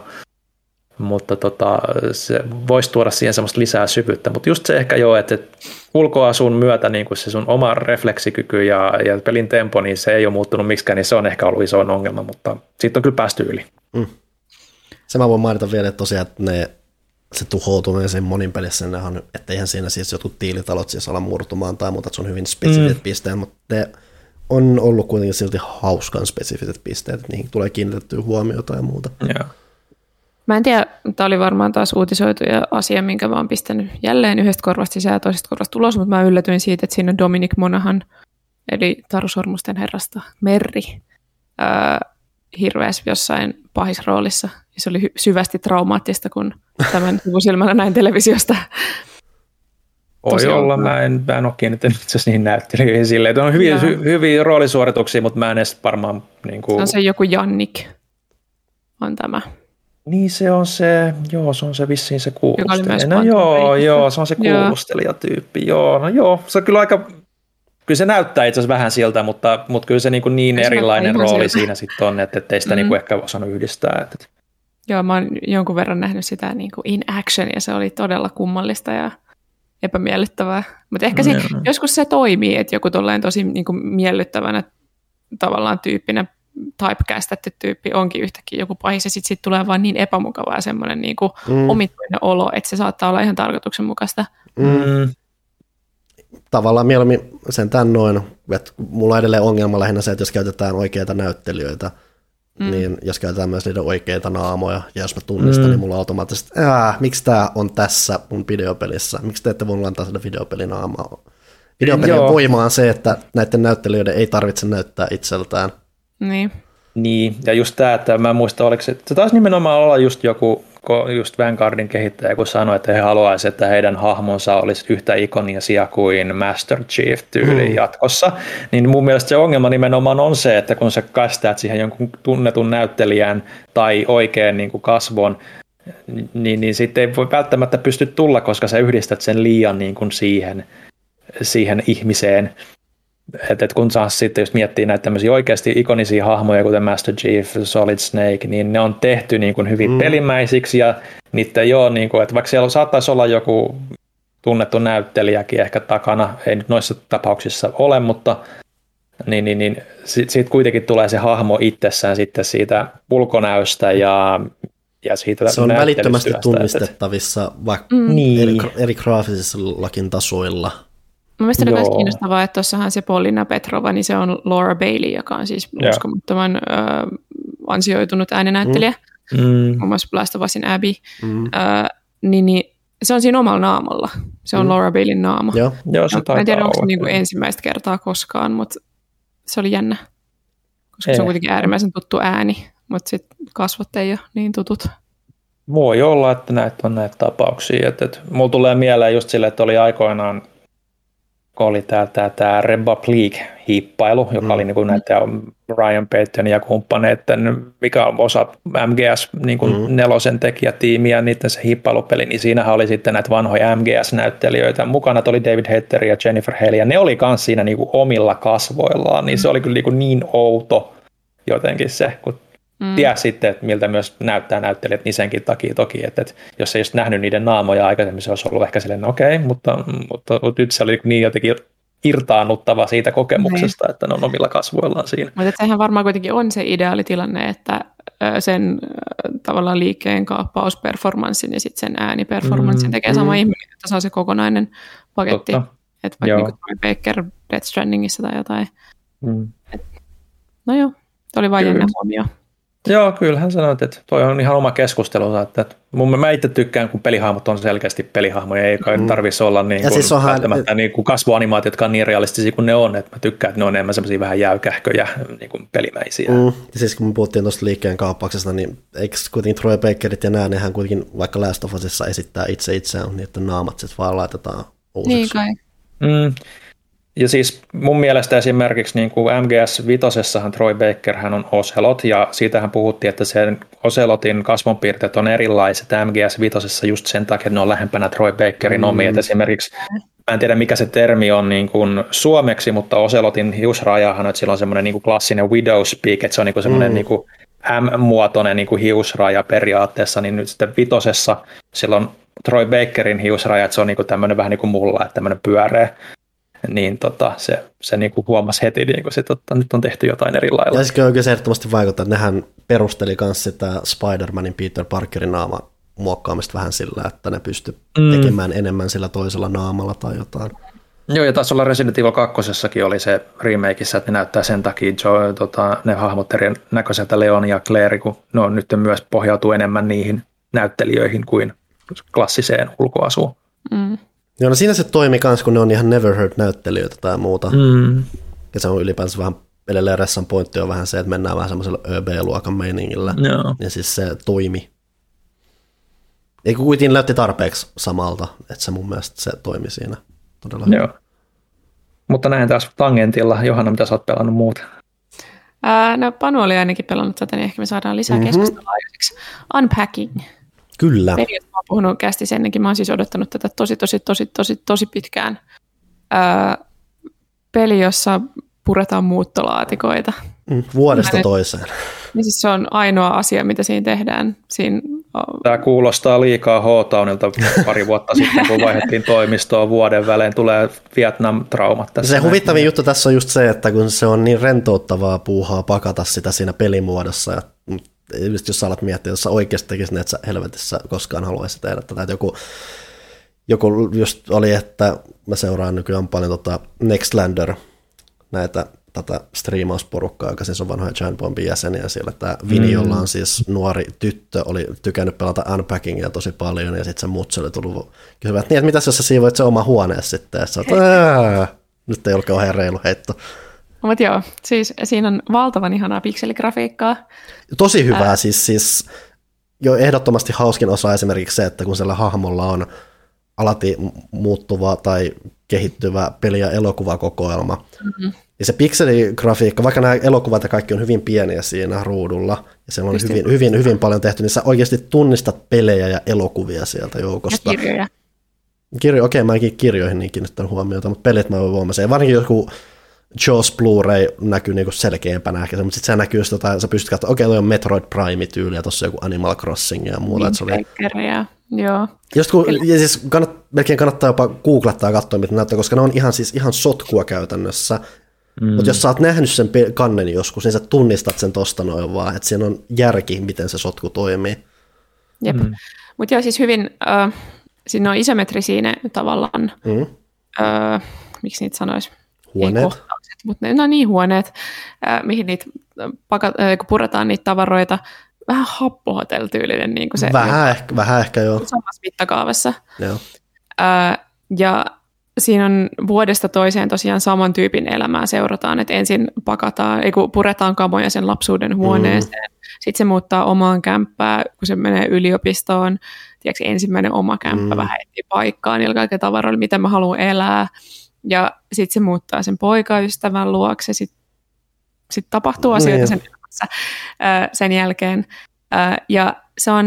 se voisi tuoda siihen semmoista lisää syvyyttä, mutta just se ehkä jo, että ulkoasun myötä niin kuin se sun oma refleksikyky ja pelin tempo, niin se ei ole muuttunut miksikään, niin se on ehkä ollut iso ongelma, mutta siitä on kyllä päästy yli. Se mä voin mainita vielä, että tosiaan että se tuhoutuminen sen monin pelissä, että eihän siinä siis jotkut tiilitalot siis ala murtumaan tai muuta, että se on hyvin spesifit pisteen, mutta on ollut kuitenkin silti hauskan spesifiset pisteet, että niihin tulee kiinnitettyä huomiota ja muuta. Joo. Mä en tiedä, tämä oli varmaan taas uutisoitu ja asia, minkä mä oon pistänyt jälleen yhdestä korvasta sisään ja toisesta korvasta ulos, mutta mä yllätyin siitä, että siinä on Dominic Monaghan, eli Taru Sormusten herrasta Merri, hirveässä jossain pahisroolissa. Ja se oli syvästi traumaattista, kun tämän sivusilmällä näin televisiosta. Voi olla, mä en ole kiinnittänyt itse asiassa niihin näyttelijöihin silleen. On hyviä roolisuorituksia, mutta mä en edes varmaan... Niin kuin... On se joku Jannik, on tämä. Niin se on se vissiin se kuulustelija. No joo, se on se kuulustelijatyyppi. Se on kyllä aika... Kyllä se näyttää itse asiassa vähän siltä, mutta kyllä se niin erilainen rooli siinä sitten on, että ei sitä niin ehkä osannut yhdistää. Joo, mä oon jonkun verran nähnyt sitä niin kuin in action, ja se oli todella kummallista ja epämiellyttävää. Mutta ehkä joskus se toimii, että joku tolleen tosi niin kuin miellyttävänä tavallaan tyyppinä typecastetty tyyppi onkin yhtäkkiä joku pahis, ja sitten tulee vaan niin epämukavaa semmoinen niin kuin omituinen olo, että se saattaa olla ihan tarkoituksenmukaista. Tavallaan mieluummin sentään noin, että mulla on edelleen ongelma lähinnä se, että jos käytetään oikeita näyttelijöitä, niin jos käytetään myös niiden oikeita naamoja, ja jos mä tunnistan, niin mulla automaattisesti, miksi tää on tässä mun videopelissä, miksi te ette voinut antaa sitä videopelinaamaa? Videopelin voima on se, että näiden näyttelijöiden ei tarvitse näyttää itseltään. Niin, ja just tämä, että mä en muista, oliko se taisi nimenomaan olla just joku, just Vanguardin kehittäjä, kun sanoi, että he haluaisivat, että heidän hahmonsa olisi yhtä ikonisia kuin Master Chief tyyliin jatkossa, niin mun mielestä se ongelma nimenomaan on se, että kun sä kästät siihen jonkun tunnetun näyttelijän tai oikein niin kuin kasvon, niin sitten ei voi välttämättä pysty tulla, koska sä yhdistät sen liian niin kuin siihen ihmiseen. Että kun taas sitten, jos miettii näitä tämmöisiä oikeasti ikonisia hahmoja, kuten Master Chief, Solid Snake, niin ne on tehty niin kuin hyvin pelimäisiksi, ja niitä ei ole, niin kuin, että vaikka siellä saattaisi olla joku tunnettu näyttelijäkin ehkä takana, ei nyt noissa tapauksissa ole, mutta niin siitä kuitenkin tulee se hahmo itsessään sitten siitä ulkonäöstä ja siitä se on välittömästi tunnistettavissa vaikka eri graafisillakin tasoilla. Mielestäni on myös kiinnostavaa, että tuossahan se Paulina Petrova, niin se on Laura Bailey, joka on siis uskomattoman ansioitunut äänenäyttelijä, muun muassa Last of Usin Abby, niin se on siinä omalla naamalla. Se on Laura Baileyn naama. Joo, se taitaa en tiedä, onko se olla. niin kuin ensimmäistä kertaa koskaan, mutta se oli jännä, koska se on kuitenkin äärimmäisen tuttu ääni, mutta sitten kasvot ei ole niin tutut. Voi olla, että näitä on näitä tapauksia. Että mulla tulee mieleen just sille, että oli aikoinaan kun oli tämä Republic-hiippailu, joka oli niin näiden Ryan Payton ja kumppaneiden, mikä on osa MGS niin nelosen tekijätiimiä, niiden se hiippailupeli, niin siinähän oli sitten näitä vanhoja MGS-näyttelijöitä. Mukana oli David Hayter ja Jennifer Haley, ja ne oli myös siinä niin omilla kasvoillaan, niin se oli kyllä niin outo jotenkin se, kun tiedä sitten, että miltä myös näyttää näyttelijät, niin senkin takia toki, että jos ei just nähnyt niiden naamoja aikaisemmin, se olisi ollut ehkä silleen, okei, mutta nyt se oli niin jotenkin irtaannuttava siitä kokemuksesta, että ne on omilla kasvoillaan siinä. Mutta sehän varmaan kuitenkin on se ideaalitilanne, että sen tavallaan liikkeen kaappausperformanssin ja sitten sen ääniperformanssin tekee sama ihminen, että se on se kokonainen paketti. Että vaikka niin kuin Baker Death Strandingissa tai jotain. No joo, se oli vain jännä huomio. Joo, kyllähän sanoit, että toi on ihan oma keskustelu. Että mä itse tykkään, kun pelihahmot on selkeästi pelihahmoja, ei tarvitsisi olla niin kuin, siis välttämättä niin kuin kasvuanimaatiot, jotka on niin realistisia kuin ne on. Että mä tykkään, että ne on enemmän semmoisia vähän jäykähköjä niin kuin pelimäisiä. Ja siis kun me puhuttiin tuosta liikkeen kaappauksesta, niin eikö kuitenkin Troy Bakerit ja nämä, nehän kuitenkin vaikka Last of Usissa esittää itseään, niin että naamat sitten vaan laitetaan uusiksi. Niin kai. Ja siis mun mielestä esimerkiksi niin kuin MGS-vitosessahan Troy Baker hän on Ocelot, ja siitähän puhuttiin, että sen Ocelotin kasvonpiirteet on erilaiset MGS-vitosessa just sen takia, että ne on lähempänä Troy Bakerin omia. Että esimerkiksi, mä en tiedä mikä se termi on niin kuin suomeksi, mutta Ocelotin hiusrajahan, että sillä on semmoinen niin kuin klassinen widow's peak, että se on niin kuin semmoinen niin kuin M-muotoinen niin kuin hiusraja periaatteessa, niin nyt sitten vitosessa sillä on Troy Bakerin hiusraja, että se on niin kuin tämmöinen vähän niin kuin mulla, että tämmöinen pyöreä. Niin se niinku huomasi heti, niinku että nyt on tehty jotain eri lailla. Ja siis oikein ehdottomasti vaikuttaa, että nehän perusteli myös sitä Spider-Manin Peter Parkerin naama muokkaamista vähän sillä, että ne pysty tekemään enemmän sillä toisella naamalla tai jotain. Joo, ja taisi olla Resident Evil 2:ssakin oli se remakeissa, että ne näyttää sen takia ne hahmot eri näköiseltä Leon ja Claire, kun ne on nyt myös pohjautuu enemmän niihin näyttelijöihin kuin klassiseen ulkoasuun. Joo, no siinä se toimi myös, kun ne on ihan never heard näyttelijöitä tai muuta. Ja se on ylipäänsä vähän, edelleen Ressan pointti on vähän se, että mennään vähän semmoisella ÖB-luokan meiningillä. Joo. Ja siis se toimi. Ei kuitenkin näytti tarpeeksi samalta, että se mun mielestä se toimi siinä todella hyvin. Joo. Mutta näin taas tangentilla. Johanna, mitä sä oot pelannut muuta? No Panu oli ainakin pelannut tätä, niin ehkä me saadaan lisää keskustelua aikaiseksi. Unpacking. Kyllä. Peli, josta mä oon puhunut kästissä ennenkin. Mä oon siis odottanut tätä tosi pitkään. Peli, jossa puretaan muuttolaatikoita. Vuodesta toiseen. Niin siis se on ainoa asia, mitä siinä tehdään. Tämä kuulostaa liikaa H-Townilta pari vuotta sitten, kun vaihdettiin toimistoon vuoden välein. Tulee Vietnam-traumat tässä. Se huvittavin juttu tässä on just se, että kun se on niin rentouttavaa puuhaa pakata sitä siinä pelimuodossa. Ja just jos sä alat miettiä, jos sä oikeasti tekisit, niin et sä helvetissä koskaan haluaisi tehdä tätä. Että joku just oli, että mä seuraan nykyään paljon Nextlander, tätä striimausporukkaa, joka siis on vanhoja Giant Bombin jäseniä siellä. Tämä Vini, jolla on siis nuori tyttö, oli tykännyt pelata Unpackingia tosi paljon, ja sitten se mutsi oli tullut kysyvät, että mitäs jos sä siivoit se oma huoneessa sitten, ja sä oot, nyt ei ole kauhean reilu heitto. Mutta joo, siis siinä on valtavan ihanaa pikseligrafiikkaa. Tosi hyvää, siis jo ehdottomasti hauskin osa esimerkiksi se, että kun siellä hahmolla on alati muuttuva tai kehittyvä peli- ja elokuvakokoelma, ja se pikseligrafiikka, vaikka nämä elokuvat ja kaikki on hyvin pieniä siinä ruudulla, ja siellä on hyvin paljon tehty, niin sä oikeasti tunnistat pelejä ja elokuvia sieltä joukosta. Ja kirjoja. Okei, mä enkin kirjoihin niin kiinnittänyt huomiota, mutta pelit mä voin huomasin. Ja varsinkin joku Jaws Blu-ray näkyy niinku selkeämpänä ehkä, mutta sitten se näkyy, että sä pystyt katsomaan, okei, toi on Metroid Prime-tyyli, ja tuossa on joku Animal Crossing ja muuta. Joo. Ja siis melkein kannattaa jopa googlettaa ja katsoa, mitä näyttää, koska ne on ihan sotkua käytännössä. Mutta jos sä oot nähnyt sen kannen joskus, niin sä tunnistat sen tosta noin vaan, että siinä on järki, miten se sotku toimii. Jep. Mutta joo, siis hyvin, siinä on isometrisiä ne tavallaan, miksi niitä sanoisi? Huoneet. Mutta ne on niin huoneet, mihin niitä kun puretaan niitä tavaroita, vähän happohotel-tyylinen. Niin kuin se, vähän ehkä joo. Samassa mittakaavassa. Joo. Ja siinä on vuodesta toiseen tosiaan saman tyypin elämää seurataan, että ensin puretaan kamoja sen lapsuuden huoneeseen, sitten se muuttaa omaan kämppään, kun se menee yliopistoon, tiedätkö, ensimmäinen oma kämppä vähän etsii paikkaa niillä kaikilla tavaroilla, miten mä haluan elää, ja sitten se muuttaa sen poikaystävän luokse, sitten tapahtuu asioita sen elämässä sen jälkeen, ja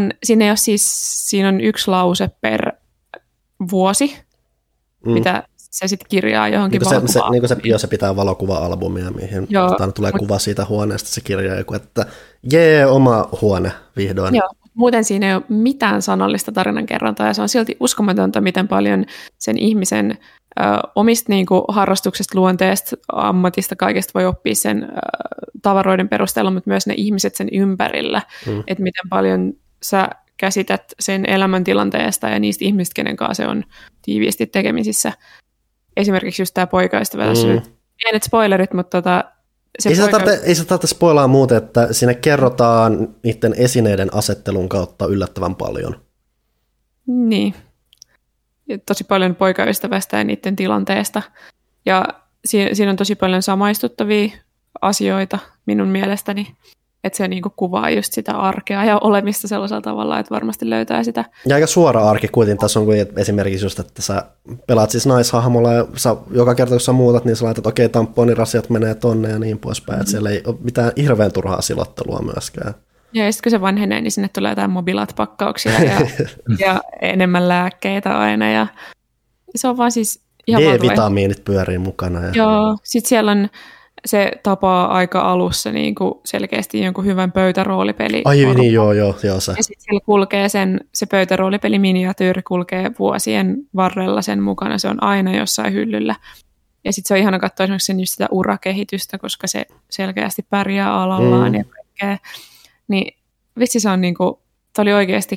siinä on yksi lause per vuosi, mitä se sitten kirjaa johonkin valokuvaan. Niin kuin se pitää valokuva-albumia, mihin tulee kuva siitä huoneesta, se kirjaa joku, että oma huone vihdoin. Joo, muuten siinä ei ole mitään sanallista tarinankerrontaa, ja se on silti uskomatonta, miten paljon sen ihmisen omista niin kuin harrastuksesta, luonteesta, ammatista, kaikesta voi oppia sen tavaroiden perusteella, mutta myös ne ihmiset sen ympärillä, että miten paljon sä käsität sen elämäntilanteesta ja niistä ihmisistä, kenen kanssa se on tiiviisti tekemisissä. Esimerkiksi just tämä poikaystävä. Pienet spoilerit, mutta ei se tarvitse spoilaa muuten, että siinä kerrotaan niiden esineiden asettelun kautta yllättävän paljon. Niin. Ja tosi paljon poikaystävästä ja niiden tilanteesta. Ja siinä on tosi paljon samaistuttavia asioita minun mielestäni. Että se niinku kuvaa just sitä arkea ja olemista sellaisella tavalla, että varmasti löytää sitä. Ja aika suora arki kuitenkin tässä on esimerkiksi just, että sä pelaat siis naishahmolla ja joka kerta kun sä muutat, niin sä laitat, okei, tamponirasiat menee tonne ja niin poispäin. Että siellä ei ole mitään hirveän turhaa silottelua myöskään. Ja sitten kun se vanhenee, niin sinne tulee jotain mobilat-pakkauksia ja enemmän lääkkeitä aina. Ja se on vaan siis ihan D-vitamiinit pyörii mukana. Joo, sitten siellä on se tapaa aika alussa niin kuin selkeästi jonkun hyvän pöytäroolipeli. Niin joo se. Ja sitten siellä kulkee se pöytäroolipeli miniatyyri kulkee vuosien varrella sen mukana. Se on aina jossain hyllyllä. Ja sitten se on ihana katsoa esimerkiksi just sitä urakehitystä, koska se selkeästi pärjää alallaan ja kaikkea. Niin vitsi se on niinku, tämä oli oikeasti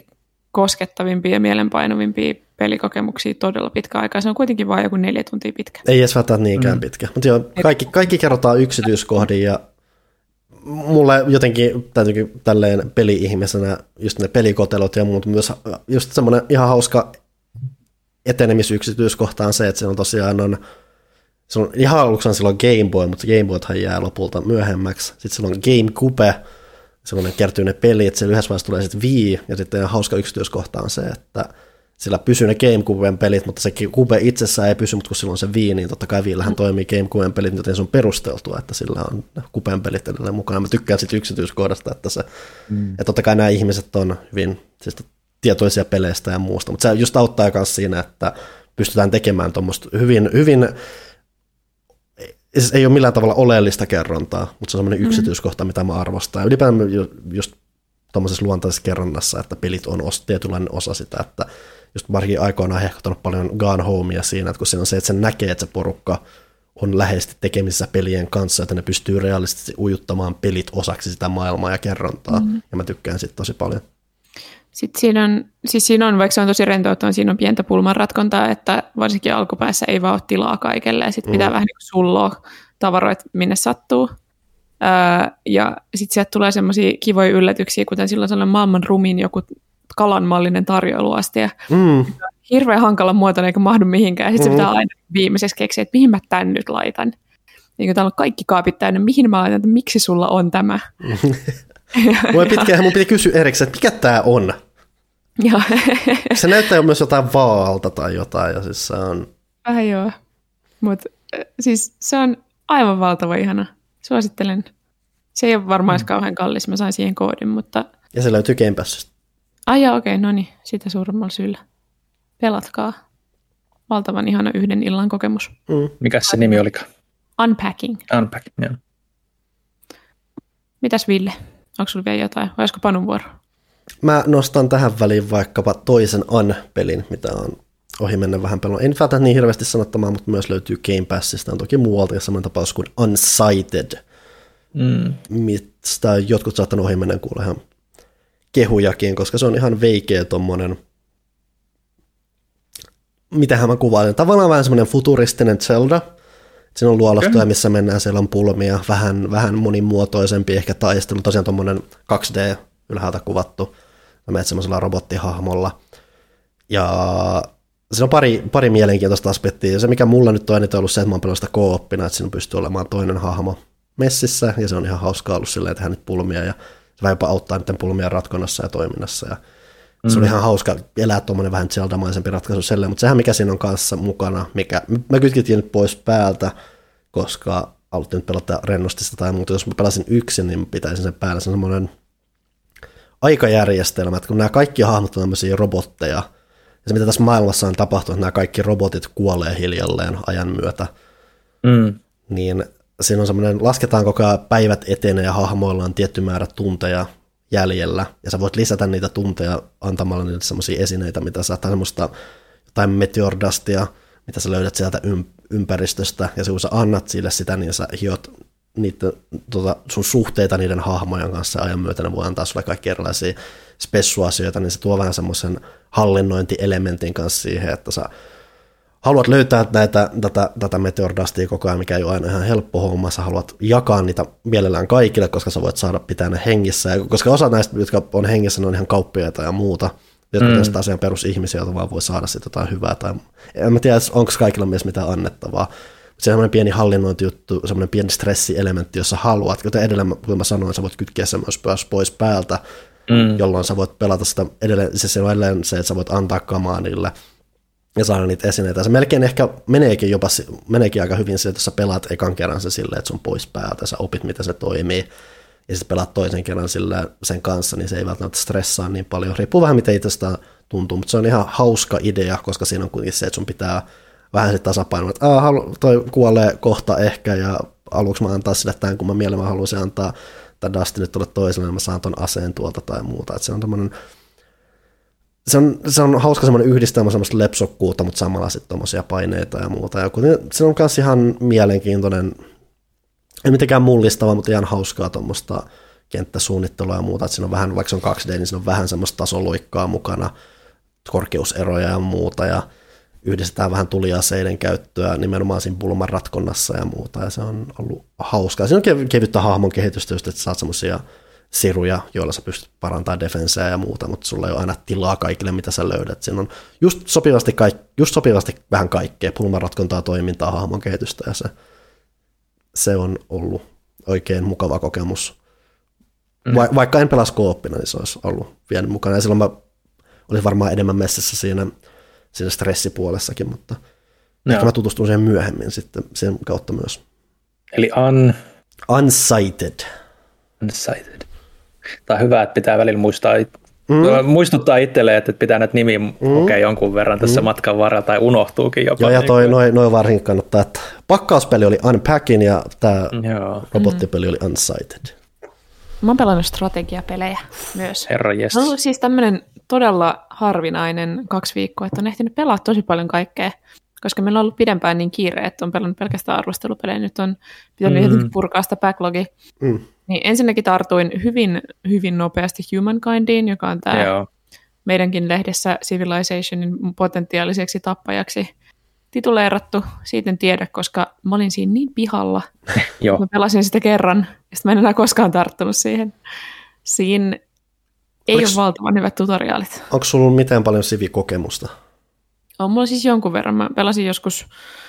koskettavimpia ja mielenpainuvimpia pelikokemuksia todella pitkä aikaa. Se on kuitenkin vain joku 4 tuntia pitkä. Ei edes välttämättä niinkään pitkä. Mutta joo, kaikki kerrotaan yksityiskohdin ja mulle jotenkin täytyykin tälleen peli-ihmisenä just ne pelikotelot ja muut myös just semmoinen ihan hauska etenemisyksityiskohta on se, että se on tosiaan se on ihan aluksi on silloin Game Boy, mutta Game Boythan jää lopulta myöhemmäksi. Sitten silloin GameCube, sellainen kertyy ne pelit, siellä yhdessä vaiheessa tulee sitten Wii, ja sitten hauska yksityiskohta on se, että sillä pysyy ne GameCuben pelit, mutta se Cube itsessään ei pysy, mutta kun silloin on se Wii, niin totta kai Wiillähän toimii GameCuben pelit, joten se on perusteltua, että sillä on Cuben pelit edelleen mukana. Mä tykkään siitä yksityiskohdasta, että se, ja totta kai nämä ihmiset on hyvin siis tietoisia peleistä ja muusta, mutta se just auttaa myös siinä, että pystytään tekemään tuommoista hyvin ei ole millään tavalla oleellista kerrontaa, mutta se on semmoinen yksityiskohta, mitä mä arvostan. Ylipäätään just tuommoisessa luontaisessa kerronnassa, että pelit on tietynlainen osa sitä, että just varsinkin aikoinaan hehkottanut paljon Gone Homea siinä, että kun siinä on se, että se näkee, että se porukka on läheisesti tekemisissä pelien kanssa, että ne pystyy realistisesti ujuttamaan pelit osaksi sitä maailmaa ja kerrontaa, ja mä tykkään siitä tosi paljon. Sitten siinä on, vaikka se on tosi rentouttava, siinä on pientä pulmanratkontaa, että varsinkin alkupäässä ei vaan ole tilaa kaikelle, ja sitten pitää vähän niin kuin sulloa tavaroita, minne sattuu. Ja sitten sieltä tulee semmoisia kivoja yllätyksiä, kuten silloin sellainen maailman rumin joku kalanmallinen tarjoiluastia. Hirveän hankala muotoinen, eikä mahdu mihinkään, ja sitten se pitää aina viimeiseksi keksiä, että mihin mä tän nyt laitan. Niin kun täällä on kaikki kaapit täynnä, mihin mä laitan, että miksi sulla on tämä? Mun piti kysyä erikseen, että mikä tää on? Se näyttää jo myös jotain vaalta tai jotain, ja siis se on... Vähän joo, mutta siis se on aivan valtava ihana. Suosittelen. Se ei ole varmaan edes kauhean kallis, mä sain siihen koodin, mutta... Ja se löytyy Game Passista. Okei, no niin, sitä suuremmalla syyllä. Pelatkaa. Valtavan ihana yhden illan kokemus. Mikäs se nimi olikaan? Unpacking, joo. Mitäs Ville? Onko sulla vielä jotain? Vai olisiko Panun vuoro? Mä nostan tähän väliin vaikkapa toisen Unpelin, mitä on ohi mennä vähän pelon. En välttämättä niin hirveästi sanottamaan, mutta myös löytyy Game Passista. On toki muualta ja saman tapaus kuin Unsighted, mistä jotkut saattanut ohi mennä kuulla ihan kehujakin, koska se on ihan veikeä tommonen, mitähän mä kuvailen, tavallaan vähän semmoinen futuristinen Zelda. Siinä on luolastoja, missä mennään, siellä on pulmia, vähän monimuotoisempi ehkä taistelu, tosiaan tuommoinen 2D ylhäältä kuvattu, ja menet semmoisella robottihahmolla. Ja siinä on pari mielenkiintoista aspektia, ja se mikä mulla nyt on eniten ollut se, että mä oon pelannut sitä co-oppina, että siinä pystyy olemaan toinen hahmo messissä, ja se on ihan hauskaa ollut silleen, tehdä niitä pulmia, ja se vähän jopa auttaa niiden pulmien ratkonnassa ja toiminnassa, ja se oli ihan hauska elää tuommoinen vähän Zelda-maisempi ratkaisu selleen, mutta sehän mikä siinä on kanssa mukana, mä kytkitin nyt pois päältä, koska haluttiin nyt pelata rennosti sitä tai muuta. Jos mä pelasin yksin, niin pitäisin sen päällä. Se on semmoinen aikajärjestelmä, että kun nämä kaikki hahmot on tämmöisiä robotteja, ja se mitä tässä maailmassa on tapahtunut, että nämä kaikki robotit kuolee hiljalleen ajan myötä, niin siinä on semmoinen, lasketaan koko ajan päivät etenee ja hahmoilla on tietty määrä tunteja jäljellä, ja sä voit lisätä niitä tunteja antamalla niille semmoisia esineitä, mitä saattaa semmoista jotain meteordustia, mitä sä löydät sieltä ympäristöstä, ja kun sä annat sille sitä, niin sä hiot niitä, sun suhteita niiden hahmojen kanssa ajan myötä, ne voi antaa sulle kaikki erilaisia spessuasioita, niin se tuo vähän semmoisen hallinnointielementin kanssa siihen, että sä haluat löytää tätä meteordustia koko ajan, mikä ei ole aina ihan helppo homma, sä haluat jakaa niitä mielellään kaikille, koska sä voit saada pitää ne hengissä, ja koska osa näistä, jotka on hengissä, ne on ihan kauppiaita ja muuta, jotka tästä asian perusihmisiä, joita vaan voi saada sitten jotain hyvää, tai en mä tiedä, onko kaikilla myös mitään annettavaa, mutta se on semmoinen pieni hallinnointijuttu, semmoinen pieni stressielementti, jos sä haluat, kuten edelleen, kun mä sanoin, sä voit kytkeä sen myös pois päältä, jolloin sä voit pelata sitä edelleen, siis se on edelleen se, että sä voit antaa kamaa niille, ja saada niitä esineitä. Se melkein ehkä meneekin aika hyvin sille, että sä pelaat ekan kerran se silleen, että se on pois päältä, sä opit, miten se toimii, ja sitten pelaat toisen kerran sen kanssa, niin se ei välttämättä stressaa niin paljon. Riippuu vähän, miten itsestä tuntuu, mutta se on ihan hauska idea, koska siinä on kuitenkin se, että sun pitää vähän sitten tasapainoa, että toi kuolee kohta ehkä, ja aluksi mä antaa sille tämän, kun mä mielellä haluaisin antaa tämän Dustin nyt tuolle toiselle, niin mä saan ton aseen tuolta tai muuta. Että se on tämmöinen se on hauska semmoinen yhdistelmä semmoista lepsokkuutta, mutta samalla sitten tommosia paineita ja muuta. Ja se on myös ihan mielenkiintoinen, ei mitenkään mullistava, mutta ihan hauskaa tuommoista kenttäsuunnittelua ja muuta, että siinä on vähän, vaikka se on 2D, niin siinä on vähän semmoista tasoloikkaa mukana, korkeuseroja ja muuta, ja yhdistetään vähän tuliaseiden käyttöä nimenomaan siinä pulman ratkonnassa ja muuta, ja se on ollut hauskaa. Siinä on kevyttä hahmon kehitystä just, että saat semmoisia siruja, joilla sä pystyt parantamaan defenseä ja muuta, mutta sulla ei ole aina tilaa kaikille, mitä sä löydät. Siinä on just sopivasti vähän kaikkea, pulman ratkontaa, toimintaa, hahmon kehitystä, ja se on ollut oikein mukava kokemus. Vaikka en pelaa skooppina, niin se olisi ollut vielä mukana, ja silloin mä olin varmaan enemmän messissä siinä stressipuolessakin, mutta ehkä mä tutustun siihen myöhemmin sitten sen kautta myös. Eli Unsighted. Tämä on hyvä, että pitää välillä muistuttaa itselleen, että pitää näitä nimiä jonkun verran tässä matkan varrella, tai unohtuukin jopa. Joo, ja noi varsinkin kannattaa, että pakkauspeli oli Unpacking, ja tämä robottipeli oli Unsighted. Mä oon pelannut strategiapelejä myös. Herra jes. On ollut siis tämmöinen todella harvinainen 2 viikkoa, että on ehtinyt pelaa tosi paljon kaikkea, koska meillä on ollut pidempään niin kiire, että on pelannut pelkästään arvostelupelejä. Nyt on pitänyt jotenkin purkaa sitä backlogia. Niin ensinnäkin tartuin hyvin, hyvin nopeasti Humankindiin, joka on tämä meidänkin lehdessä Civilizationin potentiaaliseksi tappajaksi tituleerattu. Siitä en tiedä, koska mä olin siinä niin pihalla. Mä pelasin sitä kerran, ja sitten mä en enää koskaan tarttunut siihen. Siinä ei ole valtavan hyvät tutoriaalit. Onko sulla mitään paljon Civi-kokemusta? On mulla siis jonkun verran. Mä pelasin joskus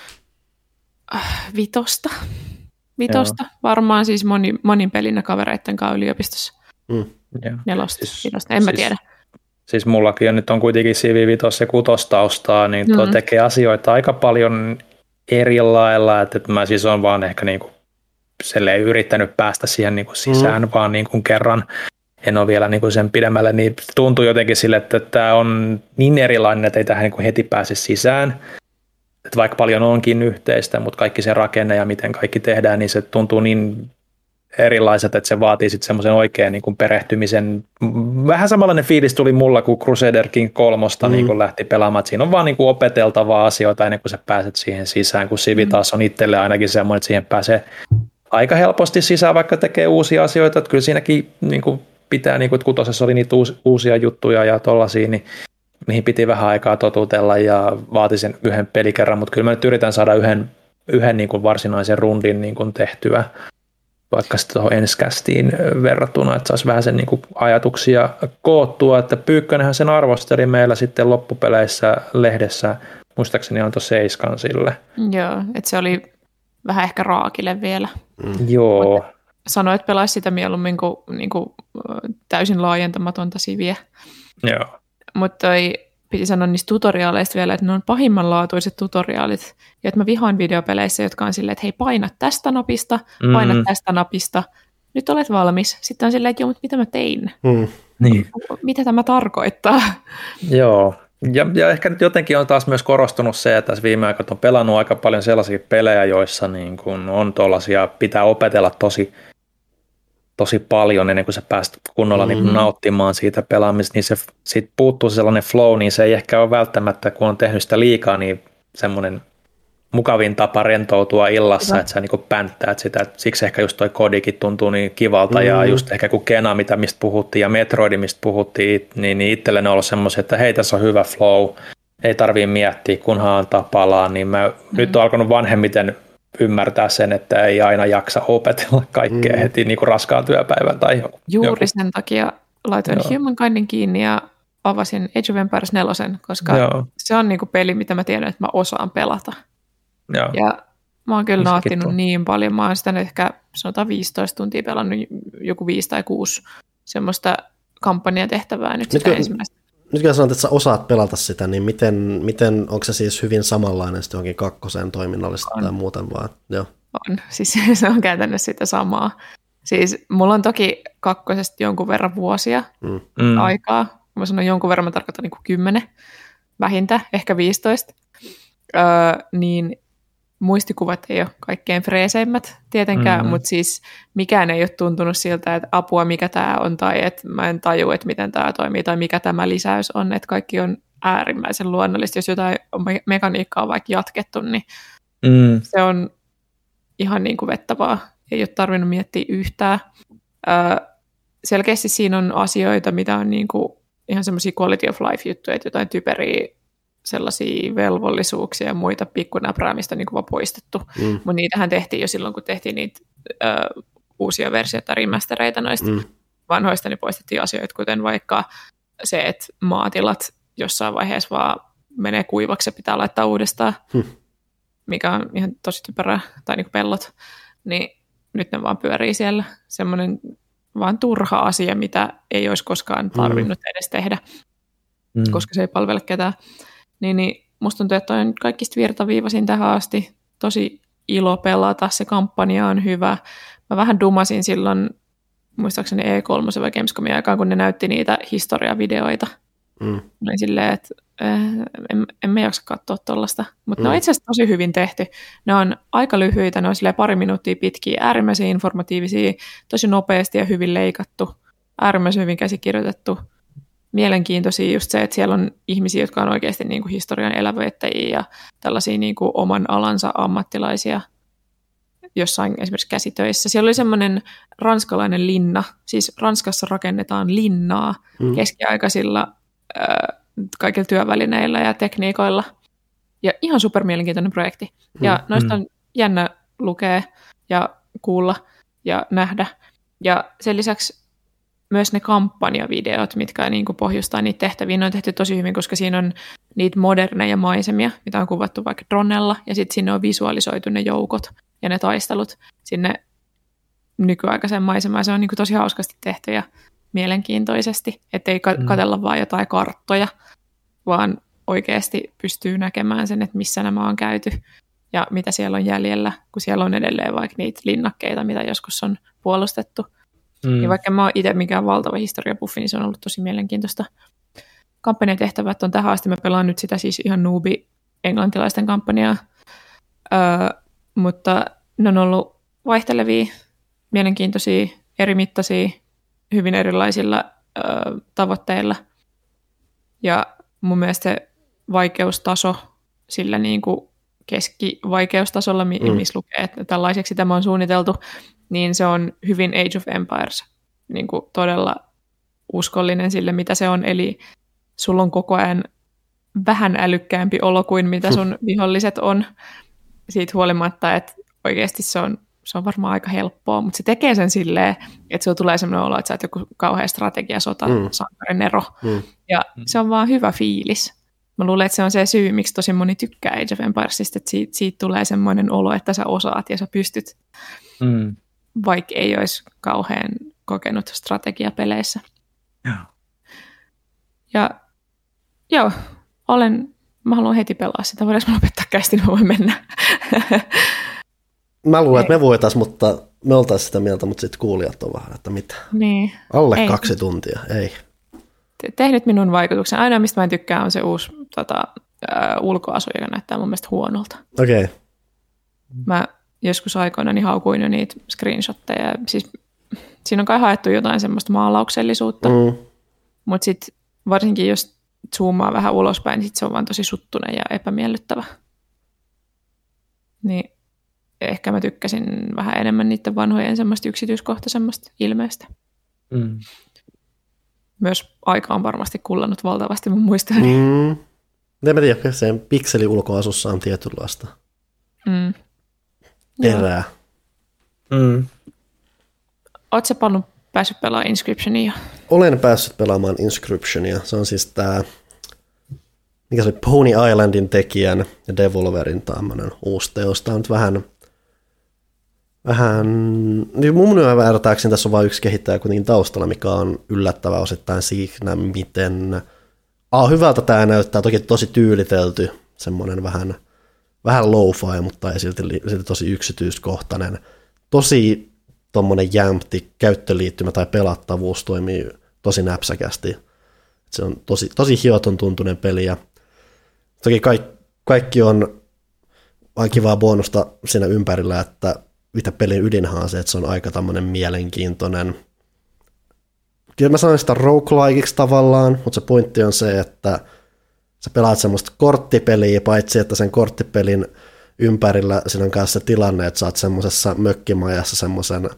vitosta. Varmaan siis monin pelinä kavereitten kanssa yliopistossa. 4, 5, en mä tiedä. Siis mullakin nyt on kuitenkin Civi 5 ja 6 taustaa, niin tuo tekee asioita aika paljon eri lailla, että mä siis on vaan ehkä niinku yrittänyt päästä siihen niinku sisään vaan niinku kerran. En ole vielä niinku sen pidemmälle, niin tuntuu jotenkin sille, että tämä on niin erilainen, että ei tähän niinku heti pääse sisään. Että vaikka paljon onkin yhteistä, mutta kaikki se rakenne ja miten kaikki tehdään, niin se tuntuu niin erilaiset, että se vaatii sitten semmoisen oikean niin kuin perehtymisen. Vähän samanlainen fiilis tuli mulla, kun Crusader King 3 niin kuin lähti pelaamaan. Että siinä on vaan niin kuin opeteltavaa asioita ennen kuin sä pääset siihen sisään, kun Civi taas on itselle ainakin semmoinen, että siihen pääsee aika helposti sisään, vaikka tekee uusia asioita. Että kyllä siinäkin niin kuin pitää, niin kuin, että 6 oli niitä uusia juttuja ja tollaisia, niin mihin piti vähän aikaa totutella ja vaati sen yhden pelikerran, mutta kyllä mä nyt yritän saada yhden niin kuin varsinaisen rundin niin kuin tehtyä, vaikka sitten tuohon ensikästiin verrattuna, että saisi vähän sen niin kuin ajatuksia koottua, että Pyykkönenhän sen arvosteli meillä sitten loppupeleissä lehdessä, muistaakseni antoi 7 sille. Joo, että se oli vähän ehkä raakille vielä. Joo. Sanoit, että pelaisi sitä mieluummin kuin, täysin laajentamatonta Civiä. Joo. Mutta piti sanoa niistä tutoriaaleista vielä, että ne on pahimmanlaatuiset tutoriaalit. Ja että mä vihaan videopeleissä, jotka on silleen, että hei, paina tästä napista, paina tästä napista. Nyt olet valmis. Sitten on silleen, että joo, mutta mitä mä tein? Niin. Mitä tämä tarkoittaa? Joo. Ja ehkä nyt jotenkin on taas myös korostunut se, että tässä viime aikoina on pelannut aika paljon sellaisia pelejä, joissa niin kun on tuollaisia, pitää opetella tosi paljon ennen kuin sä pääst kunnolla niin kuin nauttimaan siitä pelaamista, niin se siitä puuttuu sellainen flow, niin se ei ehkä ole välttämättä, kun on tehnyt sitä liikaa, niin semmoinen mukavin tapa rentoutua illassa, että sä niin kuin pänttäät sitä. Siksi ehkä just toi Kodikin tuntuu niin kivalta, ja just ehkä kun Kena, mistä puhuttiin, ja Metroid, mistä puhuttiin, niin itselleni on ollut semmoisia, että hei, tässä on hyvä flow, ei tarvii miettiä, kunhan antaa palaa, niin mä nyt on alkanut vanhemmiten ymmärtää sen, että ei aina jaksa opetella kaikkea heti niin kuin raskaan työpäivän tai joku. Juuri sen takia laitoin Humankindin kiinni ja avasin Age of Empires 4, koska se on niin kuin peli, mitä mä tiedän, että mä osaan pelata. Ja mä oon kyllä nauttinut niin paljon. Mä oon sitä ehkä sanotaan 15 tuntia pelannut joku 5 tai 6 semmoista kampanjatehtävää nyt sitä ensimmäistä. Nyt kun sanot, että sä osaat pelata sitä, niin miten onko se siis hyvin samanlainen sitten johonkin 2 toiminnallisesti tai muuten vaan? Joo. On, siis se on käytännössä sitä samaa. Siis mulla on toki 2 jonkun verran vuosia aikaa. Mä sanon jonkun verran, mä tarkoitan niin kuin 10 vähintä, ehkä 15. Niin muistikuvat ei ole kaikkein freeseimmät tietenkään, mutta siis mikään ei ole tuntunut siltä, että apua mikä tämä on, tai että mä en taju, että miten tämä toimii, tai mikä tämä lisäys on, että kaikki on äärimmäisen luonnollista. Jos jotain mekaniikkaa on vaikka jatkettu, niin se on ihan niin kuin vettä vaan. Ei ole tarvinnut miettiä yhtään. selkeästi siinä on asioita, mitä on niinku ihan semmoisia quality of life juttuja, että jotain typeriä sellaisia velvollisuuksia ja muita pikkunäpräämistä niin kuin vaan poistettu. Mutta niitähän tehtiin jo silloin, kun tehtiin niitä uusia versioita, remastereita noista vanhoista, niin poistettiin asioita, kuten vaikka se, että maatilat jossain vaiheessa vaan menee kuivaksi ja pitää laittaa uudestaan, mikä on ihan tosi typerää, tai niin kuin pellot, niin nyt ne vaan pyörii siellä. Semmoinen vaan turha asia, mitä ei olisi koskaan tarvinnut edes tehdä, koska se ei palvele ketään. Niin musta tuntuu, että on kaikista virtaviivaisin tähän asti. Tosi ilo pelata, se kampanja on hyvä. Mä vähän dumasin silloin, muistaakseni E3 vai Gamescomin aikaan, kun ne näytti niitä historiavideoita. Olin silleen, että emme jaksa katsoa tuollaista. Mutta ne on itse asiassa tosi hyvin tehty. Ne on aika lyhyitä, ne on silleen 2 minuuttia pitkiä, äärimmäisen informatiivisia, tosi nopeasti ja hyvin leikattu, äärimmäisen hyvin käsikirjoitettu. Mielenkiintoisia just se, että siellä on ihmisiä, jotka on oikeasti niin kuin historian elävöittäjiä ja tällaisia niin kuin oman alansa ammattilaisia jossain esimerkiksi käsitöissä. Siellä oli semmoinen ranskalainen linna, siis Ranskassa rakennetaan linnaa keskiaikaisilla kaikilla työvälineillä ja tekniikoilla. Ja ihan supermielenkiintoinen projekti. Ja noista on jännä lukea ja kuulla ja nähdä. Ja sen lisäksi myös ne kampanjavideot, mitkä niin kuin pohjustaa niitä tehtäviä, ne on tehty tosi hyvin, koska siinä on niitä moderneja maisemia, mitä on kuvattu vaikka dronella, ja sitten sinne on visualisoitu ne joukot ja ne taistelut sinne nykyaikaiseen maisemaan. Se on niin kuin tosi hauskasti tehty ja mielenkiintoisesti, ettei katsella vaan jotain karttoja, vaan oikeasti pystyy näkemään sen, että missä nämä on käyty ja mitä siellä on jäljellä, kun siellä on edelleen vaikka niitä linnakkeita, mitä joskus on puolustettu. Ja vaikka mä oon itse mikään valtava historiapuffi, niin se on ollut tosi mielenkiintoista. Kampanjatehtävät on tähän asti, mä pelaan nyt sitä siis ihan noobi englantilaisten kampanjaa, mutta ne on ollut vaihtelevia, mielenkiintoisia, erimittaisia, hyvin erilaisilla tavoitteilla. Ja mun mielestä se vaikeustaso sillä niin kuin keskivaikeustasolla, missä lukee, että tällaiseksi tämä on suunniteltu, niin se on hyvin Age of Empires, niin kuin todella uskollinen sille, mitä se on. Eli sulla on koko ajan vähän älykkäämpi olo kuin mitä sun viholliset on. Siitä huolimatta, että oikeasti se on varmaan aika helppoa, mutta se tekee sen silleen, että sulla tulee sellainen olo, että sä oot joku kauhea strategiasota, sankarin ero. Ja se on vaan hyvä fiilis. Mä luulen, että se on se syy, miksi tosi moni tykkää Age of Empiresista, että siitä tulee semmoinen olo, että sä osaat ja sä pystyt, vaikka ei olisi kauhean kokenut strategiapeleissä. Ja joo, mä haluan heti pelaa sitä. Voidaanko mä lopettaa kästi, niin mä voin mennä. Mä luulen, että me voitaisiin, mutta me oltaisiin sitä mieltä, mutta sitten kuulijat on vähän, että mitä. Niin. Alle 2 tuntia, ei. Tehnyt minun vaikutuksen. Ainoa, mistä mä en tykkää, on se uusi ulkoasu, joka näyttää mun mielestä huonolta. Okei. Mä joskus aikoinani haukuin jo niitä screenshotteja. Siis, siinä on kai haettu jotain semmoista maalauksellisuutta, mutta sitten varsinkin jos zoomaa vähän ulospäin, niin sit se on vaan tosi suttunen ja epämiellyttävä. Niin ehkä mä tykkäsin vähän enemmän niiden vanhojen semmoista yksityiskohtaisemmasta ilmeestä. Myös aika on varmasti kullannut valtavasti mun muistani. En mä tiedä, sen pikseliulkoasussa on tietynlaista erää. Ootko sä päässyt pelaamaan Inscriptionia? Olen päässyt pelaamaan Inscriptionia. Se on siis tää, mikä se oli, Pony Islandin tekijän ja Devolverin tämmönen uusi teos. Tää on nyt vähän niin mun ymmärtääkseni tässä on vain yksi kehittäjä kuitenkin taustalla, mikä on yllättävää osittain siinä, miten hyvältä tämä näyttää, toki tosi tyylitelty, semmoinen vähän low-fi, mutta ei silti tosi yksityiskohtainen. Tosi tommonen jämpti käyttöliittymä tai pelattavuus toimii tosi näpsäkästi. Se on tosi hioton tuntunen peli ja toki kaikki on vain kivaa bonusta siinä ympärillä, että mitä pelin ydinhän on se, että se on aika tämmöinen mielenkiintoinen. Kyllä mä sanoin sitä roguelikeiksi tavallaan, mutta se pointti on se, että sä pelaat semmoista korttipeliä, paitsi että sen korttipelin ympärillä siinä on kanssa se tilanne, että sä oot semmoisessa mökkimajassa semmoisen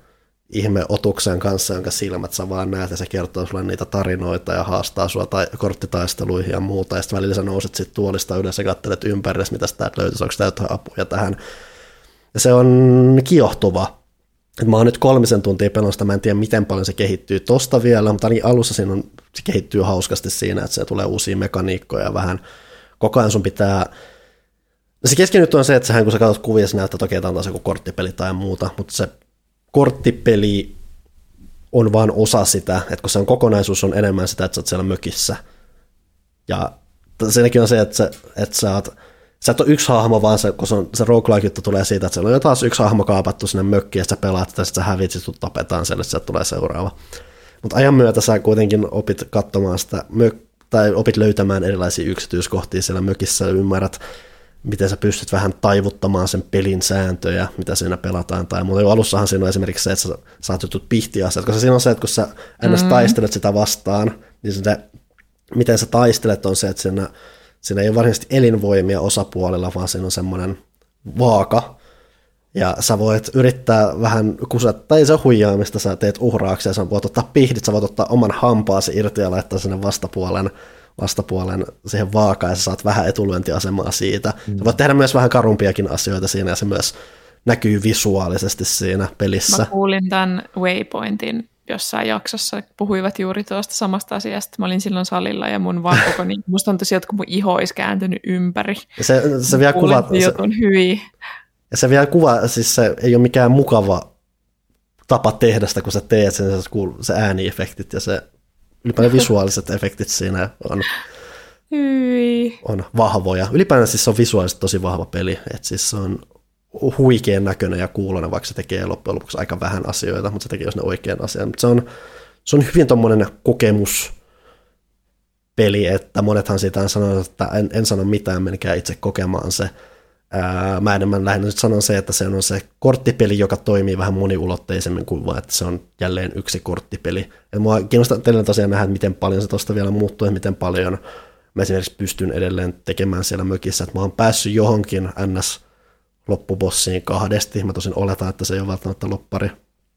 ihme otuksen kanssa, jonka silmät sä vaan näet, ja se kertoo sulle niitä tarinoita ja haastaa sua korttitaisteluihin ja muuta, ja sitten välillä sä nouset sit tuolista ylös ja katselet ympärille, mitä täältä löytyisi, onko täältä apuja tähän. Ja se on kiihohtava. Mä oon nyt 3 tuntia pelannut sitä, mä en tiedä miten paljon se kehittyy tosta vielä, mutta niin alussa se kehittyy hauskasti siinä, että se tulee uusia mekaniikkoja ja vähän koko ajan sun pitää. Se keskinyt on se, että kun sä katsot kuvia, se näyttää, että okei, tämä on taas joku korttipeli tai muuta, mutta se korttipeli on vaan osa sitä, että kun se on kokonaisuus, on enemmän sitä, että sä oot siellä mökissä. Ja siinäkin on se, että sä et ole yksi hahmo, vaan kun se roguelike-juttu tulee siitä, että siellä on jo taas yksi hahmo kaapattu sinne mökkiin, ja sä pelaat sitä, sitten sä hävit, sitten tapetaan siellä, sieltä tulee seuraava. Mutta ajan myötä sä kuitenkin opit katsomaan sitä, tai opit löytämään erilaisia yksityiskohtia siellä mökissä, ja ymmärrät, miten sä pystyt vähän taivuttamaan sen pelin sääntöjä, mitä siinä pelataan. Tai mulla jo alussahan siinä on esimerkiksi se, että sä saat jutut pihtiasiat, koska siinä on se, että kun sä taistelet sitä vastaan, niin miten sä taistelet on se, että siinä ei ole varsinaisesti elinvoimia osapuolella, vaan siinä on semmoinen vaaka, ja sä voit yrittää vähän kusetta, tai se huijaamista, sä teet uhraaksi, ja sä voit ottaa pihdit, sä voit ottaa oman hampaasi irti ja laittaa sinne vastapuolen siihen vaakaan, ja sä saat vähän etulyöntiasemaa siitä. Sä voit tehdä myös vähän karumpiakin asioita siinä, ja se myös näkyy visuaalisesti siinä pelissä. Mä kuulin tämän Waypointin jossain jaksossa, puhuivat juuri tuosta samasta asiasta. Mä olin silloin salilla, ja mun vaan koko, niin musta on tosiaan, että kun mun iho olisi kääntynyt ympäri. Se vielä kuva. Ja se vielä kuva, siis se ei ole mikään mukava tapa tehdä sitä, kun sä teet sen, se ääniefektit ja se ylipäätään visuaaliset efektit siinä on vahvoja. Ylipäätään siis se on visuaalisesti tosi vahva peli, että siis se on huikean näköinen ja kuulonen, vaikka se tekee loppujen lopuksi aika vähän asioita, mutta se tekee jos ne oikean asian. Mutta se on hyvin tommoinen kokemuspeli, että monethan siitä sanoo, että en sano mitään, menkää itse kokemaan se. Mä enemmän lähinnä nyt sanon se, että se on se korttipeli, joka toimii vähän moniulotteisemmin kuin vaan, että se on jälleen yksi korttipeli. Ja mua kiinnostaa teille tosiaan nähdä, että miten paljon se tuosta vielä muuttuu ja miten paljon mä esimerkiksi pystyn edelleen tekemään siellä mökissä. Että mä oon päässyt johonkin NS-loppubossiin 2. Mä tosin oletan, että se ei ole välttämättä loppari.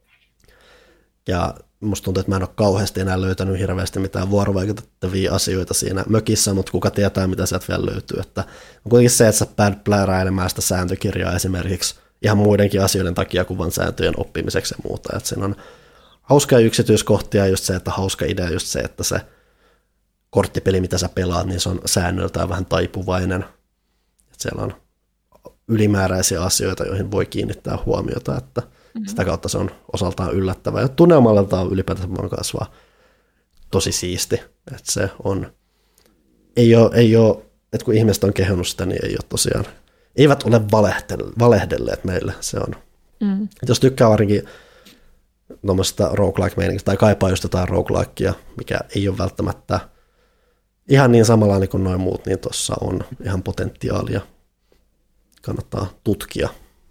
Ja musta tuntuu, että mä en ole kauheasti enää löytänyt hirveästi mitään vuorovaikutettavia asioita siinä mökissä, mutta kuka tietää, mitä sieltä vielä löytyy. Että on kuitenkin se, että sä päädyt pläräilemään sitä sääntökirjaa esimerkiksi ihan muidenkin asioiden takia kuin vain sääntöjen oppimiseksi ja muuta. Että siinä on hauskaa yksityiskohtia, just se, että hauska idea just se, että se korttipeli, mitä sä pelaat, niin se on säännöltään vähän taipuvainen. Että siellä on ylimääräisiä asioita, joihin voi kiinnittää huomiota, että sitä kautta se on osaltaan yllättävää. Ja tunnelmaltaan ylipäätään vaan kasvaa tosi siisti. Että se on, ei ole, että kun ihmiset on kehunut sitä, niin ei ole tosiaan, eivät ole valehdelleet meille. Se on. Jos tykkää varsinkin tuommoista roguelike-meiningistä tai kaipaa just jotain roguelikea, mikä ei ole välttämättä ihan niin samanlainen kuin noin muut, niin tuossa on ihan potentiaalia. Kannattaa tutkia.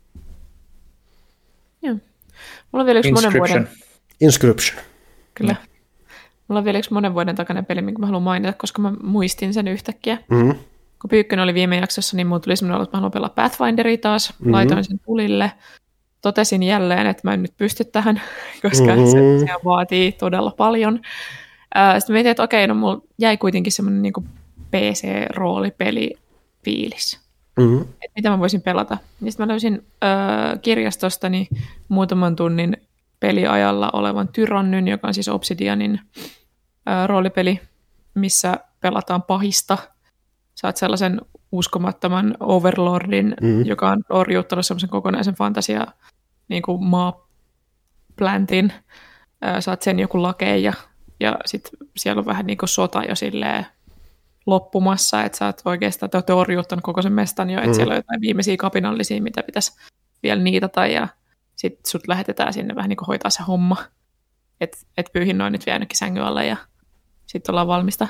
Joo. Mulla on vielä yksi monen vuoden. Inscription. Kyllä. Mulla on vielä yksi monen vuoden takainen peli, minkä mä haluan mainita, koska mä muistin sen yhtäkkiä. Kun Pyykkönen oli viime jaksossa, niin mulla tuli semmoinen olo, että mä haluan pelaa Pathfinderia taas. Laitoin sen tulille. Totesin jälleen, että mä en nyt pysty tähän, koska se vaatii todella paljon. Sitten mietin, että okei, no mulla jäi kuitenkin semmoinen niin kuin PC-roolipeli-fiilis. Että mitä mä voisin pelata. Ja sitten mä löysin kirjastostani muutaman tunnin peliajalla olevan Tyrannyn, joka on siis Obsidianin roolipeli, missä pelataan pahista. Saat sellaisen uskomattoman overlordin, joka on orjuuttanut semmoisen kokonaisen fantasia niin kuin maaplantin. Saat sen joku lakeja ja sitten siellä on vähän niin kuin sota jo silleen loppumassa, että sä oot oikeastaan orjuuttanut koko sen mestan jo, että siellä on jotain viimeisiä kapinallisia, mitä pitäisi vielä niitata, ja sitten sut lähetetään sinne vähän niin kuin hoitaa se homma, että pyyhin noin nyt vielä ainakin sängyn alle, ja sitten ollaan valmista.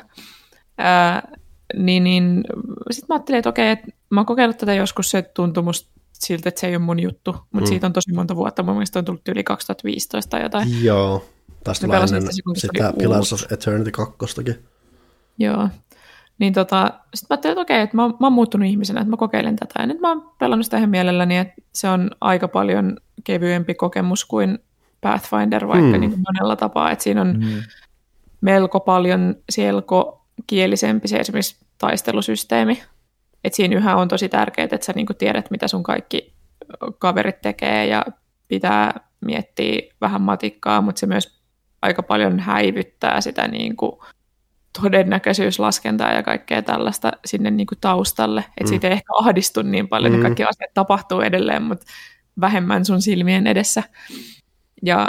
Sitten mä ajattelin, että okei, että mä oon kokeillut tätä joskus, se tuntui musta siltä, että se ei ole mun juttu, mutta siitä on tosi monta vuotta, mun mielestä on tullut yli 2015 tai jotain. Joo, taas tulee ennen sitä Pillars of Eternity 2. Joo. Niin sitten mä ajattelin, että okei, että mä oon muuttunut ihmisenä, että mä kokeilen tätä. Ja nyt mä oon pelannut sitä ihan mielelläni, että se on aika paljon kevyempi kokemus kuin Pathfinder vaikka niin kuin monella tapaa, että siinä on melko paljon selkokielisempi se esimerkiksi taistelusysteemi. Että siinä yhä on tosi tärkeää, että sä niin kuin tiedät, mitä sun kaikki kaverit tekee ja pitää miettiä vähän matikkaa, mutta se myös aika paljon häivyttää sitä niin kuin todennäköisyyslaskentaa ja kaikkea tällaista sinne niin kuin taustalle. Että siitä ei ehkä ahdistu niin paljon, että kaikki asiat tapahtuu edelleen, mutta vähemmän sun silmien edessä. Ja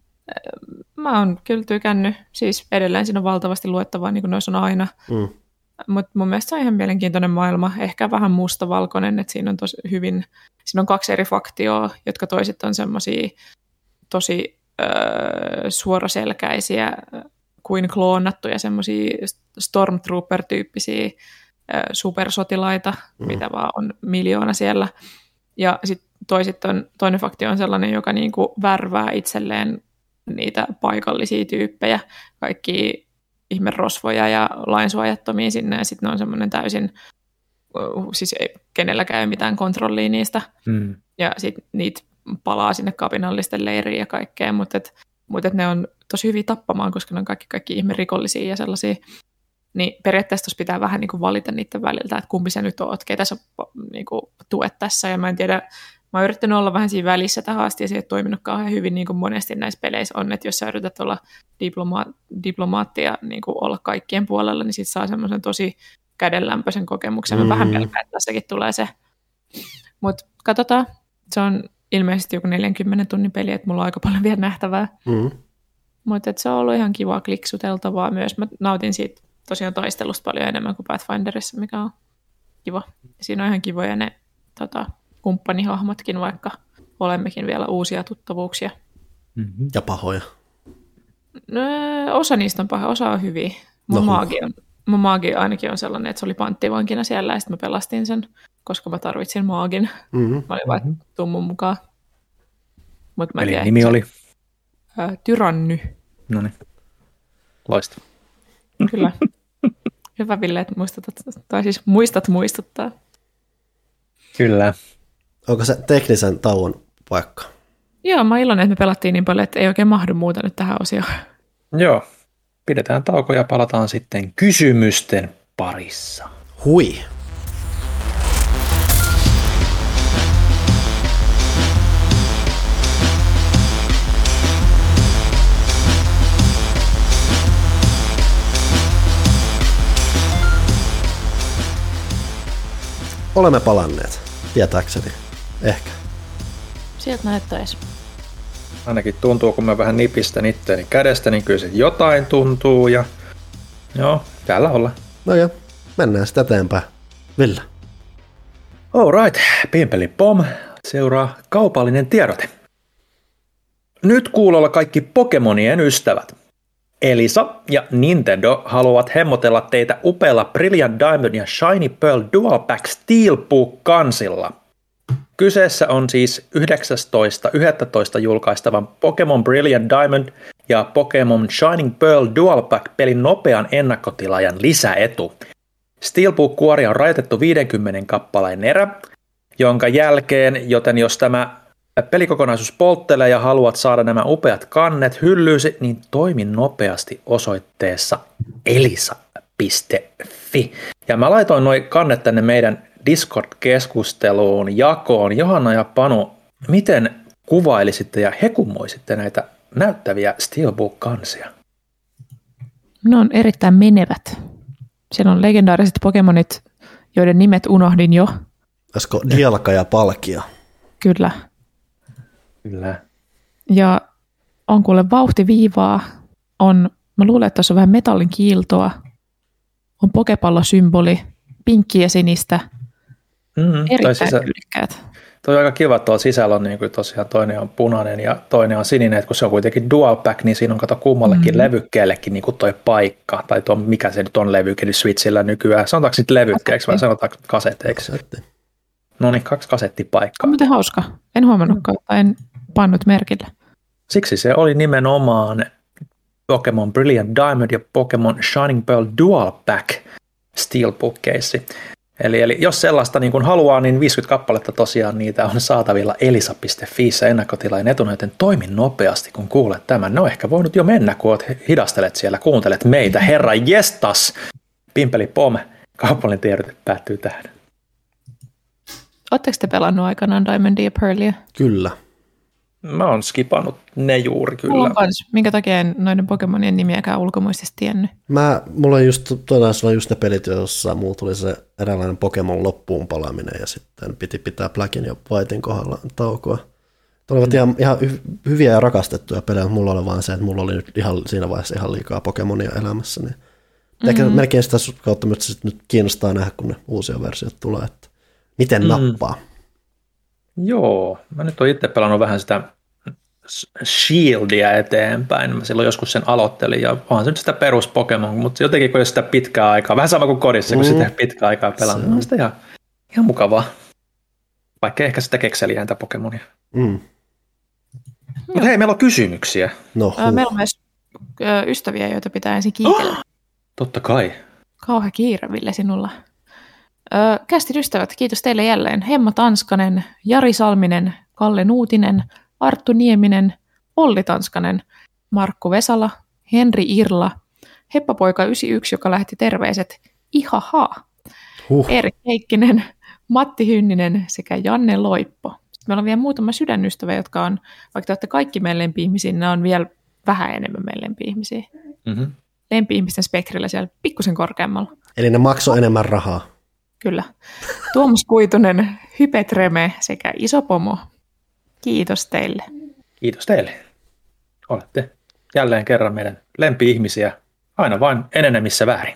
mä oon kyllä tykännyt, siis edelleen siinä on valtavasti luettavaa, niin kuin noissa on aina. Mutta mun mielestä se on ihan mielenkiintoinen maailma, ehkä vähän mustavalkoinen, että siinä on tosi hyvin, siinä on 2 eri faktioa, jotka toiset on semmoisia tosi suoraselkäisiä kuin kloonattuja semmoisia Stormtrooper-tyyppisiä supersotilaita, mitä vaan on miljoona siellä. Ja sitten toinen faktio on sellainen, joka niinku värvää itselleen niitä paikallisia tyyppejä, kaikki ihmerosvoja ja lainsuojattomia sinne, ja sitten ne on semmoinen täysin, siis ei kenelläkään ei mitään kontrollia niistä, ja sitten niitä palaa sinne kapinallisten leiriin ja kaikkea, mutta ne on tosi hyviä tappamaan, koska ne on kaikki ihmerikollisia ja sellaisia, niin periaatteessa tuossa pitää vähän niin kuin valita niiden väliltä, että kumpi sä nyt oot, ketä sä niin kuin tuet tässä, ja mä en tiedä, mä oon yrittänyt olla vähän siinä välissä tähän asti, ja se ei ole toiminut kauhean hyvin, niin kuin monesti näissä peleissä on, että jos sä yrität olla diplomaatti ja niin kuin olla kaikkien puolella, niin sit saa semmoisen tosi kädenlämpöisen kokemuksen. Mä vähän pelkään, että tässäkin tulee se. Mutta katsotaan, se on ilmeisesti joku 40 tunnin peli, että mulla on aika paljon vielä nähtävää. Mutta se on ollut ihan kiva kliksuteltavaa myös. Mä nautin siitä tosiaan taistelusta paljon enemmän kuin Pathfinderissa, mikä on kiva. Ja siinä on ihan kivoja ne kumppanihahmotkin, vaikka olemmekin vielä uusia tuttavuuksia. Ja pahoja. No, osa niistä on pahoja, osa on hyviä. Mun maagi ainakin on sellainen, että se oli panttivankina siellä, ja sitten mä pelastin sen, koska mä tarvitsin maagin. Mä olin vain tummun mukaan. Eli nimi oli? Tyranny. No niin, loistava. Kyllä. Hyvä, Ville, että muistat muistuttaa. Kyllä. Onko se teknisen tauon paikka? Joo, mä oon iloinen, että me pelattiin niin paljon, että ei oikein mahdu muuta nyt tähän osioon. Joo, pidetään tauko ja palataan sitten kysymysten parissa. Hui. Olemme palanneet, tietääkseni. Ehkä. Sieltä näyttäisi. Ainakin tuntuu, kun mä vähän nipistän itteeni kädestä, niin kyllä se jotain tuntuu. Ja joo, täällä ollaan. No joo, mennään sitten eteenpäin. Ville. Alright, pimpeli pom. Seuraa kaupallinen tiedote. Nyt kuulolla kaikki Pokemonien ystävät. Elisa ja Nintendo haluavat hemmotella teitä upealla Brilliant Diamond ja Shiny Pearl Dual Pack Steelbook-kansilla. Kyseessä on siis 19.11. julkaistavan Pokemon Brilliant Diamond ja Pokemon Shining Pearl Dual Pack-pelin nopean ennakkotilaajan lisäetu. Steelbook-kuoria on rajoitettu 50 kappaleen erä, jonka jälkeen, joten jos tämä pelikokonaisuus polttelee ja haluat saada nämä upeat kannet hyllyysi, niin toimi nopeasti osoitteessa elisa.fi. Ja mä laitoin noi kannet tänne meidän Discord-keskusteluun jakoon. Johanna ja Panu, miten kuvailisitte ja hekumoisitte näitä näyttäviä Steelbook-kansia? Ne on erittäin menevät. Siellä on legendaariset Pokemonit, joiden nimet unohdin jo. Olisiko Dialka ja Palkia? Kyllä. Kyllä. Ja on kuule vauhtiviivaa. Mä luulen, että tuossa on vähän metallin kiiltoa. On pokepallosymboli, pinkkiä sinistä. Erittäin tyylikkäät. Toi on aika kiva, että tuolla sisällä on niin kuin tosiaan toinen on punainen ja toinen on sininen, että kun se on kuitenkin dual pack, niin siinä on kato kummallekin levykkeellekin niin kuin toi paikka, tai tuo, mikä se nyt on levyke Switchillä nykyään. Sanotaanko sitten levykkeeksi vai sanotaanko kaseteiksi? No niin, 2 kasettipaikkaa. On muuten hauska. En huomannutkaan, tai en pannut merkille. Siksi se oli nimenomaan Pokemon Brilliant Diamond ja Pokemon Shining Pearl Dual Pack Steelbook-keissi. Eli jos sellaista niin kuin haluaa, niin 50 kappaletta tosiaan niitä on saatavilla elisa.fiissä ennakkotilain etuna, joten toimi nopeasti, kun kuulet tämän. No ehkä voinut jo mennä, kun hidastelet siellä, kuuntelet meitä. Herra jestas! Pimpeli pom, kaupallinen tiedote päättyy tähän. Oletteko te pelannut aikanaan Diamondia ja Pearlia? Kyllä. Mä oon skipannut ne juuri kyllä. Mulla on kans. Minkä takia en noiden Pokemonien nimiäkään ulkomuistista tiennyt? Mulla on just ne pelit, joissa mulla tuli se eräänlainen Pokemon loppuun palaaminen ja sitten piti pitää Blackin ja Whitein kohdalla taukoa. Ne olivat ihan hyviä ja rakastettuja pelejä, mutta mulla oli vaan se, että mulla oli nyt siinä vaiheessa ihan liikaa Pokemonia elämässä. Niin ehkä melkein sitä kautta nyt kiinnostaa nähdä, kun ne uusia versioita tulee, että miten nappaa. Joo, mä nyt oon itse pelannut vähän sitä Shieldia eteenpäin. Mä silloin joskus sen aloittelin ja onhan se nyt sitä perus Pokemon, mutta jotenkin kun jos sitä pitkää aikaa, vähän sama kuin kodissa, kun sitä pitkää aikaa pelannut, on sitä ihan mukavaa. Vaikka ehkä sitä kekseliääntä Pokemonia. Mutta hei, meillä on kysymyksiä. Meillä on myös ystäviä, joita pitää ensin kiitellä. Totta kai. Kauhean kiire, Ville, sinulla. Kästin ystävät, kiitos teille jälleen. Hemma Tanskanen, Jari Salminen, Kalle Nuutinen, Arttu Nieminen, Olli Tanskanen, Markku Vesala, Henri Irla, Heppapoika 91, joka lähetti terveiset, ihaha, Erik Heikkinen, Matti Hynninen sekä Janne Loippo. Sitten meillä on vielä muutama sydänystävä, jotka on, vaikka te olette kaikki meidän lempi-ihmisiä, ne on vielä vähän enemmän meidän lempi-ihmisiä. Lempi-ihmisten spektrillä siellä pikkusen korkeammalla. Eli ne maksoi enemmän rahaa. Kyllä. Tuomas Kuitunen, Hypetreme sekä Iso Pomo. Kiitos teille. Kiitos teille. Olette jälleen kerran meidän lempi-ihmisiä, aina vain enenemissä väärin.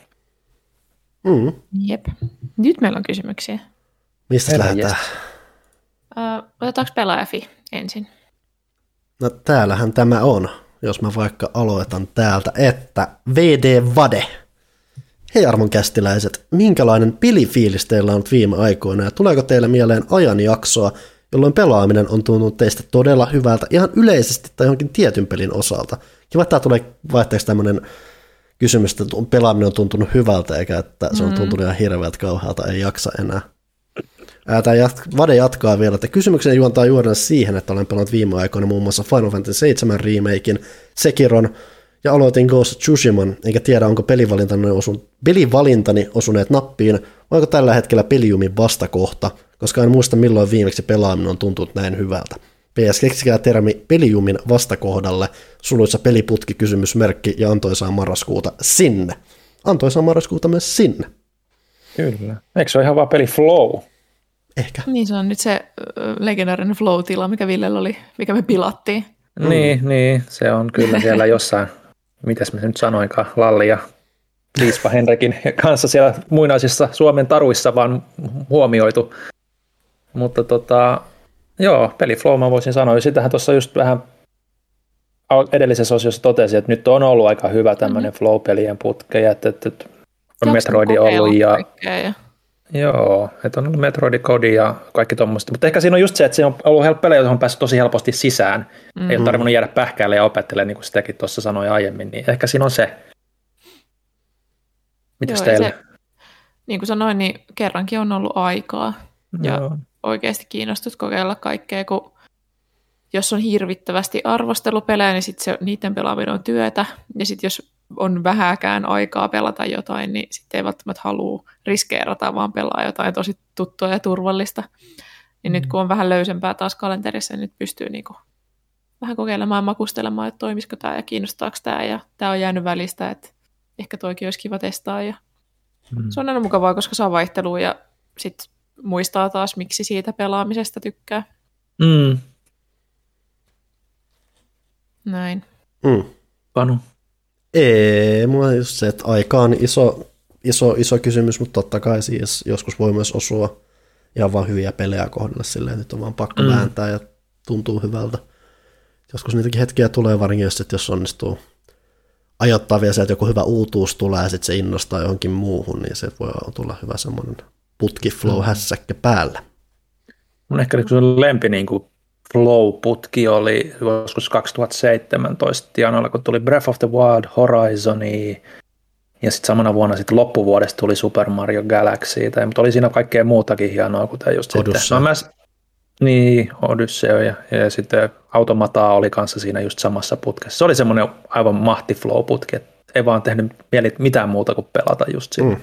Jep. Nyt meillä on kysymyksiä. Mistä lähdetään? Otetaanko pelaajafi ensin? No täällähän tämä on, jos mä vaikka aloitan täältä, että VD Vade. Hei armonkästiläiset, minkälainen pelifiilis teillä on viime aikoina ja tuleeko teille mieleen ajanjaksoa, jolloin pelaaminen on tuntunut teistä todella hyvältä ihan yleisesti tai johonkin tietyn pelin osalta? Kiva, että tämä tulee vaihteeksi tämmöinen kysymys, että pelaaminen on tuntunut hyvältä eikä että se on tuntunut ihan hirveältä kauhealta, ei jaksa enää. Vade jatkaa vielä, että kysymyksen juontaa juurena siihen, että olen pelannut viime aikoina muun muassa Final Fantasy 7 remakein, Sekiron ja aloitin Ghost of Tsushiman, enkä tiedä onko pelivalintani osuneet nappiin, vai onko tällä hetkellä Peliumin vastakohta, koska en muista milloin viimeksi pelaaminen on tuntunut näin hyvältä. PS, keksikää termi Peliumin vastakohdalle, suluissa peliputki kysymysmerkki ja antoisaa marraskuuta sinne. Antoisaa marraskuuta myös sinne. Kyllä. Eikö se ole ihan vaan peli flow? Ehkä. Niin se on nyt se legendaarinen flow-tila, mikä Villellä oli, mikä me pilattiin. Niin, se on kyllä siellä jossain, mitäs mä nyt sanoinkaan, Lalli ja Liispa Henrikin kanssa siellä muinaisissa Suomen taruissa vaan huomioitu. Mutta joo, peliflow mä voisin sanoa. Sitähän tuossa just vähän edellisessä osiossa totesin, että nyt on ollut aika hyvä tämmöinen flow-pelien putke, että on Metroidi ollut ja joo, että on ollut Metroidi Code ja kaikki tuommoista. Mutta ehkä siinä on just se, että se on ollut pelejä, joihin on päässyt tosi helposti sisään. Ei ole tarvinnut jäädä pähkäälle ja opettelemaan, niin kuin sitäkin tuossa sanoi aiemmin. Niin ehkä siinä on se. Mitäs teille? Niin kuin sanoin, niin kerrankin on ollut aikaa. Ja oikeasti kiinnostut kokeilla kaikkea, kun jos on hirvittävästi arvostelupelejä, niin sitten niiden pelaaminen on työtä. Ja sitten jos on vähäkään aikaa pelata jotain, niin sitten ei välttämättä halua riskeerata, vaan pelaa jotain tosi tuttua ja turvallista. Niin nyt kun on vähän löysempää taas kalenterissa, niin nyt pystyy niinku vähän kokeilemaan ja makustelemaan, että toimisiko tämä ja kiinnostaako tämä. Ja tämä on jäänyt välistä, että ehkä toikin olisi kiva testaa. Ja se on aina mukavaa, koska saa vaihtelua ja sitten muistaa taas, miksi siitä pelaamisesta tykkää. Näin. Panu? Ei, mulla on just se, että aika on iso kysymys, mutta totta kai siis joskus voi myös osua ihan vaan hyviä pelejä kohdalla silleen, että nyt on vaan pakko vääntää ja tuntuu hyvältä. Joskus niitäkin hetkiä tulee varsinkin, jos onnistuu ajoittaa vielä se, että joku hyvä uutuus tulee ja sitten se innostaa johonkin muuhun, niin se voi tulla hyvä semmoinen putki-flow-hässäkkä päällä. Mun ehkä lempi niin kuin flow-putki oli joskus 2017 tienoilla, kun tuli Breath of the Wild, Horizon, Ja sitten samana vuonna sitten loppuvuodesta tuli Super Mario Galaxy, mutta oli siinä kaikkea muutakin hienoa, kuten just sitten Odyssey ja sitten Automataa oli kanssa siinä just samassa putkessa. Se oli semmoinen aivan mahti-flow-putki, että ei vaan tehnyt mieli mitään muuta kuin pelata just siinä.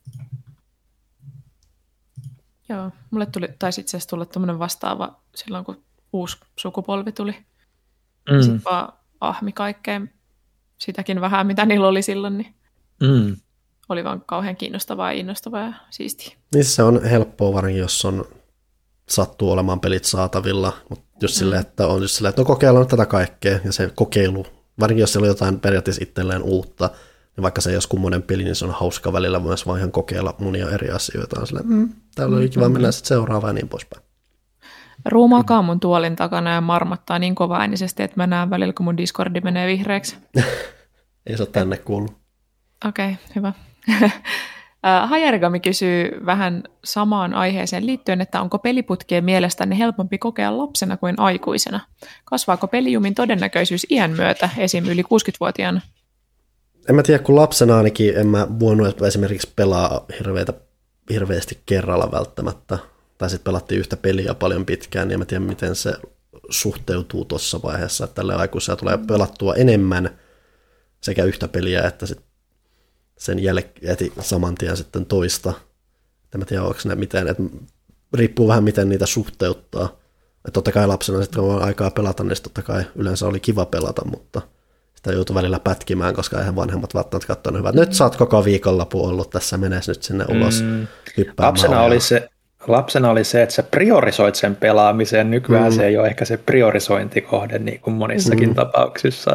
Joo, mulle taisi itse asiassa tulla tämmöinen vastaava silloin, kun uusi sukupolvi tuli. Sitten vaan ahmi kaikkeen sitäkin vähän, mitä niillä oli silloin, niin oli vaan kauhean kiinnostavaa ja innostavaa ja siistiä. Niin se on helppoa varsinkin, jos sattuu olemaan pelit saatavilla, mutta just silleen, että on just silleen, että no kokeillaan tätä kaikkea, ja se kokeilu, varsinkin jos siellä on jotain periaatteessa itselleen uutta, niin vaikka se ei olisi kummonen peli, niin se on hauska välillä myös vaan ihan kokeilla monia eri asioita. On silleen, täällä oli kiva mennä sitten seuraavaan ja niin poispäin. Ruu makaa mun tuolin takana ja marmattaa niin kovaäänisesti, että mä näen välillä, kun mun Discordi menee vihreäksi. Ei se ole tänne kuullut. Okei, hyvä. Hajarigami kysyy vähän samaan aiheeseen liittyen, että onko peliputkien mielestänne helpompi kokea lapsena kuin aikuisena? Kasvaako pelijumin todennäköisyys iän myötä, esim. Yli 60-vuotiaana? En mä tiedä, kun lapsena ainakin en mä voinut esimerkiksi pelaa hirveästi kerralla välttämättä. Tai sitten pelattiin yhtä peliä paljon pitkään, niin en mä tiedä, miten se suhteutuu tuossa vaiheessa. Että tälle aikuisella tulee pelattua enemmän sekä yhtä peliä, että sitten sen jälkeen saman tien sitten toista. En mä tiedä, onko ne mitään, että riippuu vähän miten niitä suhteuttaa. Että totta kai lapsena sitten kun on aikaa pelata, niin totta kai yleensä oli kiva pelata, mutta sitä joutui välillä pätkimään, koska eihän vanhemmat välttämättä katsonut hyvää. Nyt sä oot koko viikonloppu ollut tässä, menes nyt sinne ulos hyppäämään. Lapsena oli se, että sä priorisoit sen pelaamisen. Nykyään se ei ole ehkä se priorisointikohde niin kuin monissakin tapauksissa.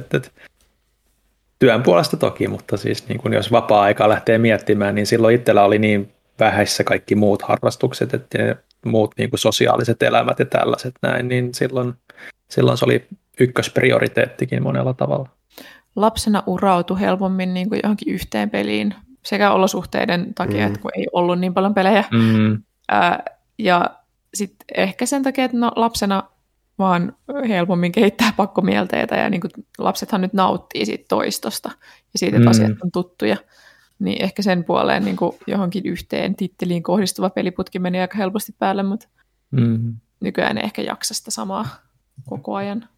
Työn puolesta toki, mutta siis niin kuin jos vapaa-aikaa lähtee miettimään, niin silloin itsellä oli niin vähäissä kaikki muut harrastukset, että muut niin kuin sosiaaliset elämät ja tällaiset näin, niin silloin se oli ykkösprioriteettikin monella tavalla. Lapsena urautui helpommin niin kuin johonkin yhteen peliin sekä olosuhteiden takia, että kun ei ollut niin paljon pelejä. Ja sitten ehkä sen takia, että lapsena vaan helpommin kehittää pakkomielteitä ja niin kuin lapsethan nyt nauttii siitä toistosta ja siitä, että asiat on tuttuja. Niin ehkä sen puoleen niin kuin johonkin yhteen titteliin kohdistuva peliputki meni aika helposti päälle, mutta nykyään ei ehkä jaksa sitä samaa koko ajan.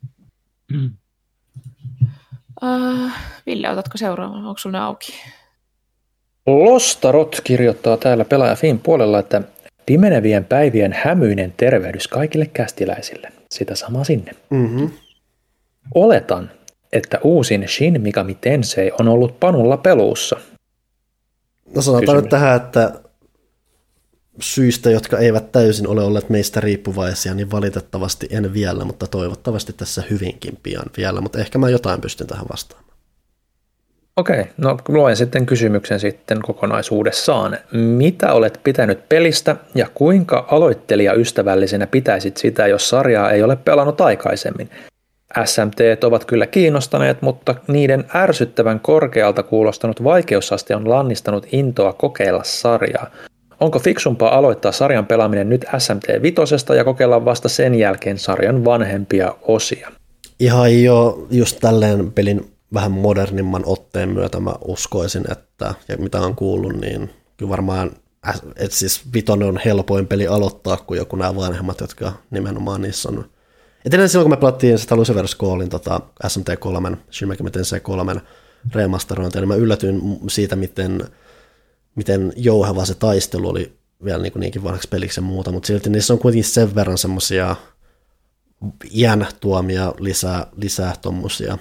Ville, otatko seuraavan? Onko sulla ne auki? Lostarot kirjoittaa täällä Pelaaja Fin puolella, että pimenevien päivien hämyinen tervehdys kaikille kästiläisille. Sitä samaa sinne. Oletan, että uusin Shin Megami Tensei on ollut panulla peluussa. No sanotaan nyt tähän, että syistä, jotka eivät täysin ole olleet meistä riippuvaisia, niin valitettavasti en vielä, mutta toivottavasti tässä hyvinkin pian vielä, mutta ehkä mä jotain pystyn tähän vastaamaan. Okei, no luen sitten kysymyksen sitten kokonaisuudessaan. Mitä olet pitänyt pelistä ja kuinka aloittelijaystävällisenä pitäisit sitä, jos sarjaa ei ole pelannut aikaisemmin? SMT ovat kyllä kiinnostaneet, mutta niiden ärsyttävän korkealta kuulostanut vaikeusaste on lannistanut intoa kokeilla sarjaa. Onko fiksumpaa aloittaa sarjan pelaaminen nyt SMT-vitosesta ja kokeilla vasta sen jälkeen sarjan vanhempia osia? Ihan jo just tälleen pelin vähän modernimman otteen myötä mä uskoisin, että ja mitä on kuullut, niin kyllä varmaan että siis vitonen on helpoin peli aloittaa kuin joku nämä vanhemmat, jotka nimenomaan niissä on. Etenkin silloin, kun me pelattiin sitä Lucifer's Callin SMT3, Shin Megami Tensei 3 remasterointia, niin mä yllätyin siitä, miten jouheva se taistelu oli vielä niinkin vanhaksi peliksi ja muuta, mutta silti niissä on kuitenkin sen verran semmoisia iän tuomia lisää tommosia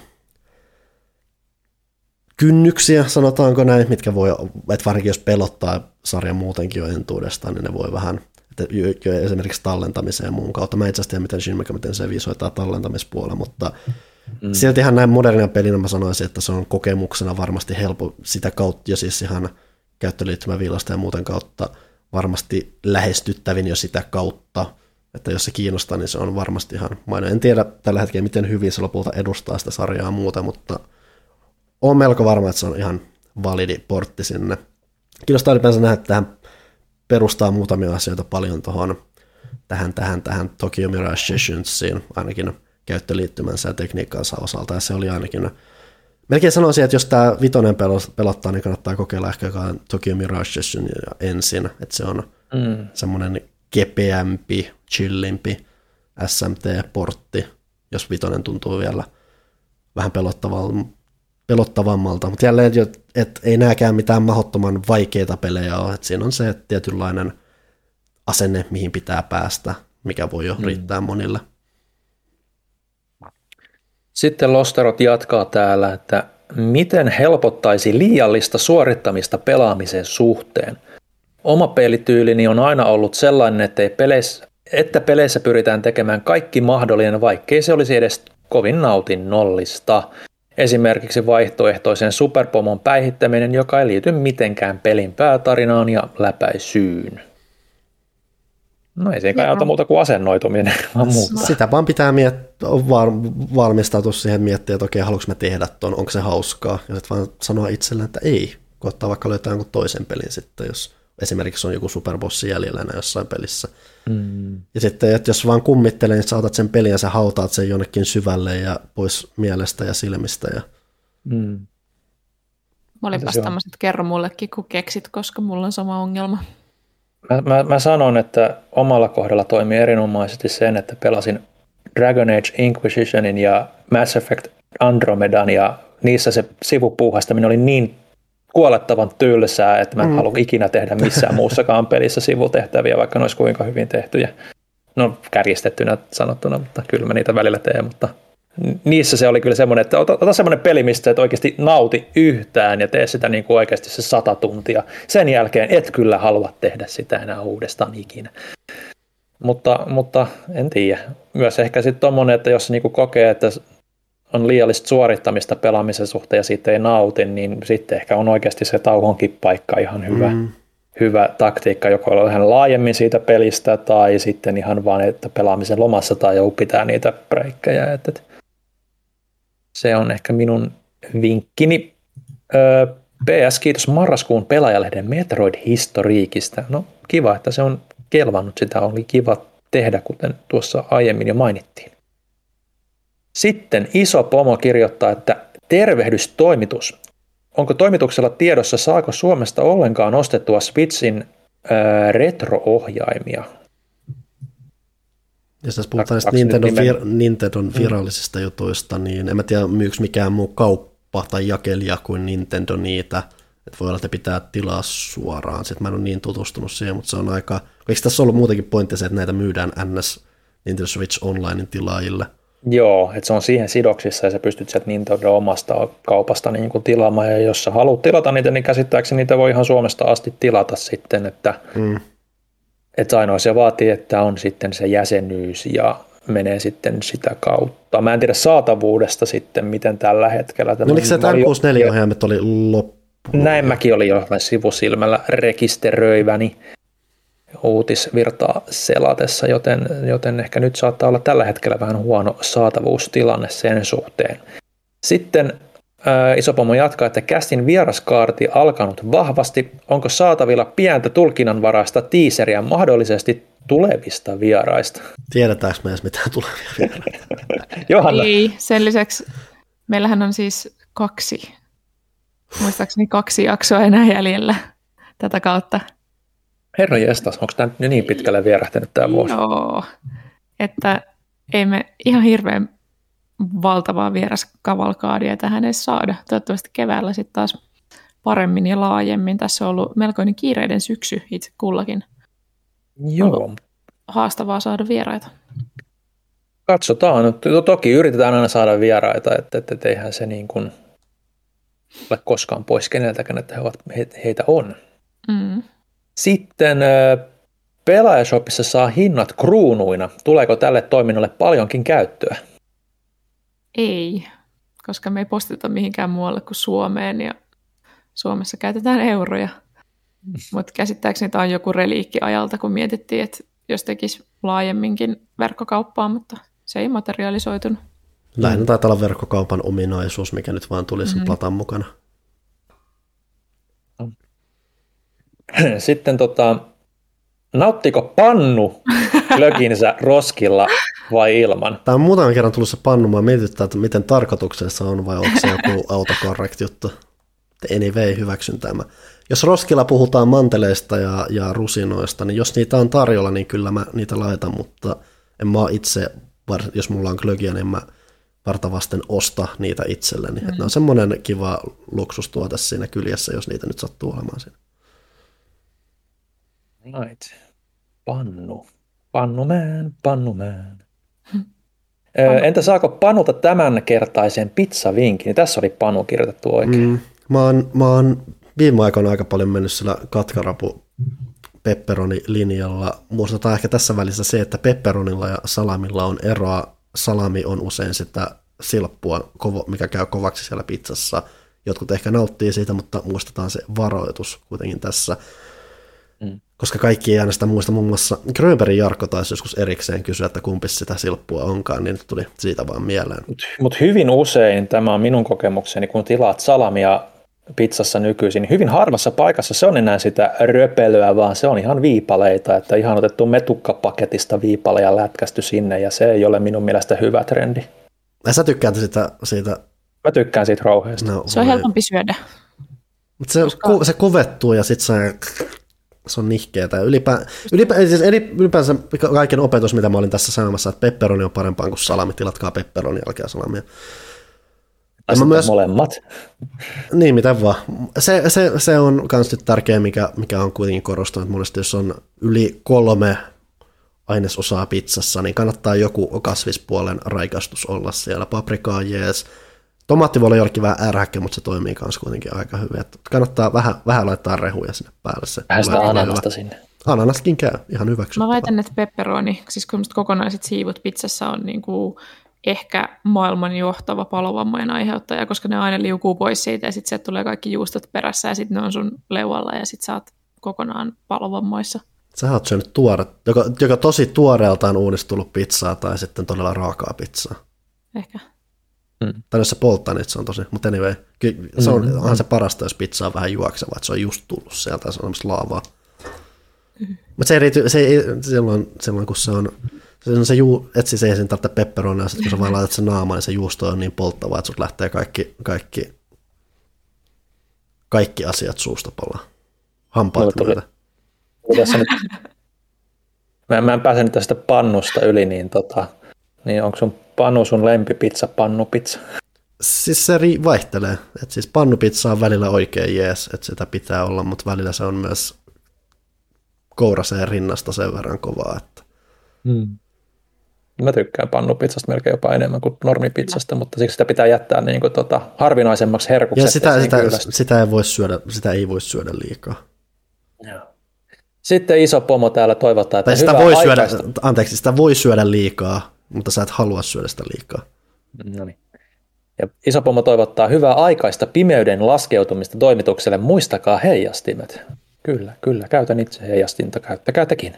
kynnyksiä, sanotaanko näin, mitkä voi, että varsinkin jos pelottaa sarja muutenkin jo entuudestaan, niin ne voi vähän, että jo esimerkiksi tallentamiseen muun kautta. Mä itse asiassa tiedän, miten Shin Megami Tensei viisoittaa tallentamispuolella, mutta siltihan näin modernina pelinä mä sanoisin, että se on kokemuksena varmasti helppo sitä kautta, jo siis ihan käyttöliittymäviilasta ja muuten kautta varmasti lähestyttävin jo sitä kautta, että jos se kiinnostaa, niin se on varmasti ihan mainoinen. En tiedä tällä hetkellä, miten hyvin se lopulta edustaa sitä sarjaa muuta, mutta olen melko varma, että se on ihan validi portti sinne. Kiinnostaa ylipäänsä nähdä, että tähän perustaa muutamia asioita paljon tähän Tokyo Mirage Sessionsiin, ainakin käyttöliittymänsä ja tekniikkansa osalta, ja se oli ainakin Melkein sanoisin, että jos tämä vitonen pelottaa, niin kannattaa kokeilla ehkä Tokyo Mirage Session ensin, että se on semmoinen kepeämpi, chillimpi SMT-portti, jos vitonen tuntuu vielä vähän pelottavammalta. Mutta jälleen, että ei nääkään mitään mahdottoman vaikeita pelejä ole, että siinä on se tietynlainen asenne, mihin pitää päästä, mikä voi jo riittää monille. Sitten Losterot jatkaa täällä, että miten helpottaisi liiallista suorittamista pelaamisen suhteen? Oma pelityylini on aina ollut sellainen, että peleissä pyritään tekemään kaikki mahdollinen, vaikkei se olisi edes kovin nautinnollista. Esimerkiksi vaihtoehtoisen superpomon päihittäminen, joka ei liity mitenkään pelin päätarinaan ja läpäisyyn. No ei siinä auta muuta kuin asennoituminen, vaan muuta. Sitä vaan pitää valmistautua siihen miettiä, että okei, haluanko mä tehdä ton, onko se hauskaa. Ja sitten vaan sanoa itselleen, että ei, kun ottaa vaikka löytää jonkun toisen pelin sitten, jos esimerkiksi on joku superbossi jäljellä jossain pelissä. Ja sitten, että jos vaan kummittelee, niin sä otat sen pelin ja sä hautaat sen jonnekin syvälle ja pois mielestä ja silmistä. Ja... Olipas tämmöiset kerro mullekin, kun keksit, koska mulla on sama ongelma. Mä sanon, että omalla kohdalla toimii erinomaisesti sen, että pelasin Dragon Age Inquisitionin ja Mass Effect Andromedan ja niissä se sivupuuhastaminen oli niin kuolettavan tylsää, että mä en halua ikinä tehdä missään muussakaan pelissä sivutehtäviä, vaikka ne olisi kuinka hyvin tehtyjä. No kärjistettynä sanottuna, mutta kyllä mä niitä välillä teen, mutta niissä se oli kyllä semmoinen, että ota semmoinen peli, mistä et oikeasti nauti yhtään ja tee sitä niin kuin oikeasti se 100 tuntia. Sen jälkeen et kyllä halua tehdä sitä enää uudestaan ikinä. Mutta en tiedä. Myös ehkä sitten tommoinen, että jos niinku kokee, että on liiallista suorittamista pelaamisen suhteen ja siitä ei nauti, niin sitten ehkä on oikeasti se tauhonkin paikka ihan hyvä taktiikka, joko olla vähän laajemmin siitä pelistä tai sitten ihan vaan, että pelaamisen lomassa tai joku pitää niitä breikkejä. Että se on ehkä minun vinkkini. PS, kiitos marraskuun pelaajalehden Metroid-historiikista. No kiva, että se on kelvannut. Sitä oli kiva tehdä, kuten tuossa aiemmin jo mainittiin. Sitten iso pomo kirjoittaa, että tervehdystoimitus. Onko toimituksella tiedossa, saako Suomesta ollenkaan ostettua Switchin retro-ohjaimia? Jos tässä puhutaan Nintendon virallisista jutuista, niin en mä tiedä, myykö mikään muu kauppa tai jakelija kuin Nintendo niitä. Että voi olla, että pitää tilaa suoraan. Sitten mä en ole niin tutustunut siihen, mutta se on aika... Eikö tässä ollut muutenkin pointti se, että näitä myydään NS Nintendo Switch Onlinein tilaajille? Joo, että se on siihen sidoksissa ja sä pystyt sieltä Nintendo omasta kaupasta niin kuin tilaamaan. Ja jos sä haluat tilata niitä, niin käsittääkseni niitä voi ihan Suomesta asti tilata sitten. Että ainoa se vaatii, että on sitten se jäsenyys ja menee sitten sitä kautta. Mä en tiedä saatavuudesta sitten, miten tällä hetkellä. No oliko se N64-ohjaimet oli loppu? Näin mäkin olin jo sivusilmällä rekisteröiväni uutisvirtaa selatessa, joten ehkä nyt saattaa olla tällä hetkellä vähän huono saatavuustilanne sen suhteen. Sitten Isopomo jatkaa, että kästin vieraskaarti alkanut vahvasti. Onko saatavilla pientä tulkinnanvaraista teaseria mahdollisesti tulevista vieraista? Tiedetäänkö me edes mitään tulevia vieraita? Johanna. Ei, sen lisäksi meillähän on siis 2 jaksoa enää jäljellä tätä kautta. Herra jestas, onko tämä nyt niin pitkälle vierähtänyt tämä vuosi? Joo, että ei me ihan hirveän valtavaa vieraskavalkaadia tähän edes saada. Toivottavasti keväällä sitten taas paremmin ja laajemmin. Tässä on ollut melkoinen kiireiden syksy itse kullakin. Joo. Haastavaa saada vieraita. Katsotaan. Toki yritetään aina saada vieraita, että eihän se niin kuin ole koskaan pois keneltäkään, että heitä on. Sitten Pelaajashopissa saa hinnat kruunuina. Tuleeko tälle toiminnalle paljonkin käyttöä? Ei, koska me ei postita mihinkään muualle kuin Suomeen ja Suomessa käytetään euroja. Mutta käsittääkseni tämä on joku reliikki ajalta, kun mietittiin, että jos tekisi laajemminkin verkkokauppaa, mutta se ei materialisoitunut. Lähinnä taitaa olla verkkokaupan ominaisuus, mikä nyt vaan tuli sen platan mukana. Sitten nauttiko Pannu glöginsä roskilla vai ilman? Tämä on muutaman kerran tullut se pannumaan mietittää, että miten tarkoituksessa on vai onko se joku autocorrect juttu. Anyway, hyväksyn tämä. Jos roskilla puhutaan manteleista ja rusinoista, niin jos niitä on tarjolla, niin kyllä mä niitä laitan, mutta en mä itse, jos mulla on glögiä, niin mä vartavasten osta niitä itselleni. Ne on semmoinen kiva luksustuote siinä kyljessä, jos niitä nyt sattuu olemaan siinä. Right. Pannumään. Entä saako Panulta tämänkertaisen pizzavinkin? Tässä oli Panu kirjoitettu oikein. Mä oon viime aikoina aika paljon mennyt sillä katkarapu pepperoni-linjalla. Muistetaan ehkä tässä välissä se, että pepperonilla ja salamilla on eroa. Salami on usein sitä silppua, mikä käy kovaksi siellä pizzassa. Jotkut ehkä nauttii siitä, mutta muistetaan se varoitus kuitenkin tässä. Koska kaikki ei aina sitä muista. Muun muassa Grönbergin Jarkko taisi joskus erikseen kysyä, että kumpi sitä silppua onkaan, niin tuli siitä vaan mieleen. Mutta hyvin usein, tämä on minun kokemukseni, kun tilaat salamia pizzassa nykyisin, niin hyvin harvassa paikassa se on enää sitä röpelyä, vaan se on ihan viipaleita, että ihan otettu metukkapaketista viipaleja lätkästy sinne, ja se ei ole minun mielestä hyvä trendi. Sä tykkäät siitä? Mä tykkään siitä rouheesta. No, se on helpompi syödä. Mutta se kovettuu ja sitten se on nihkeetä. Ylipäänsä kaiken opetus, mitä mä olin tässä saamassa, että pepperoni on parempaa kuin salami. Tilatkaa pepperoni jälkeen salamia. Molemmat. Niin, mitä vaan. Se on myös nyt tärkeä, mikä on kuitenkin korostunut. Monesti jos on yli 3 ainesosaa pizzassa, niin kannattaa joku kasvispuolen raikastus olla siellä. Paprikaa, jees. Tomaatti voi olla jollekin vähän ärhäkkä, mutta se toimii myös kuitenkin aika hyvin. Että kannattaa vähän laittaa rehuja sinne päälle. Vähän sitä ananasta sinne. Ananaskin käy ihan hyväksyttävä. Mä väitän, että pepperoni, siis kun kokonaiset siivut pizzassa on niinku ehkä maailman johtava palovammojen aiheuttaja, koska ne aina liukuu pois siitä ja sitten sieltä tulee kaikki juustot perässä ja sitten ne on sun leualla ja sitten sä oot kokonaan palovammoissa. Sä oot syönyt joka tosi tuoreeltaan uunista tullut pizzaa tai sitten todella raakaa pizzaa. Ehkä. Tai jos sä polttaa, niin se on tosi, mutta anyway, se onhan se parasta, jos pizza on vähän juokseva, että se on just tullut sieltä ja se on semmoista laavaa. Mutta se ei silloin kun se on, etsi se ei sen tarvitse pepperonia, ja sitten kun sä vaan laitat sen naamaan, niin se juusto on niin polttavaa, että sut lähtee kaikki asiat suusta palaa. Hampaat myötä. Mä en pääse nyt tästä pannusta yli, niin onko sun Panu sun lempipizza, pannupizza? Siis se vaihtelee. Et siis pannupizza on välillä oikein jees, että sitä pitää olla, mutta välillä se on myös kouraseen rinnasta sen verran kovaa. Että. Mä tykkään pannupizzasta melkein jopa enemmän kuin normipizzasta, mutta siksi sitä pitää jättää niin kuin harvinaisemmaksi herkuksi. Ja sitä ei voi syödä liikaa. Joo. Sitten iso pomo täällä toivottaa, että sitä voi syödä liikaa, mutta sä et halua syödä sitä liikaa. Noniin. Ja iso pomo toivottaa hyvää aikaista pimeyden laskeutumista toimitukselle. Muistakaa heijastimet. Kyllä. Käytän itse heijastinta. Käyttäkää tekin.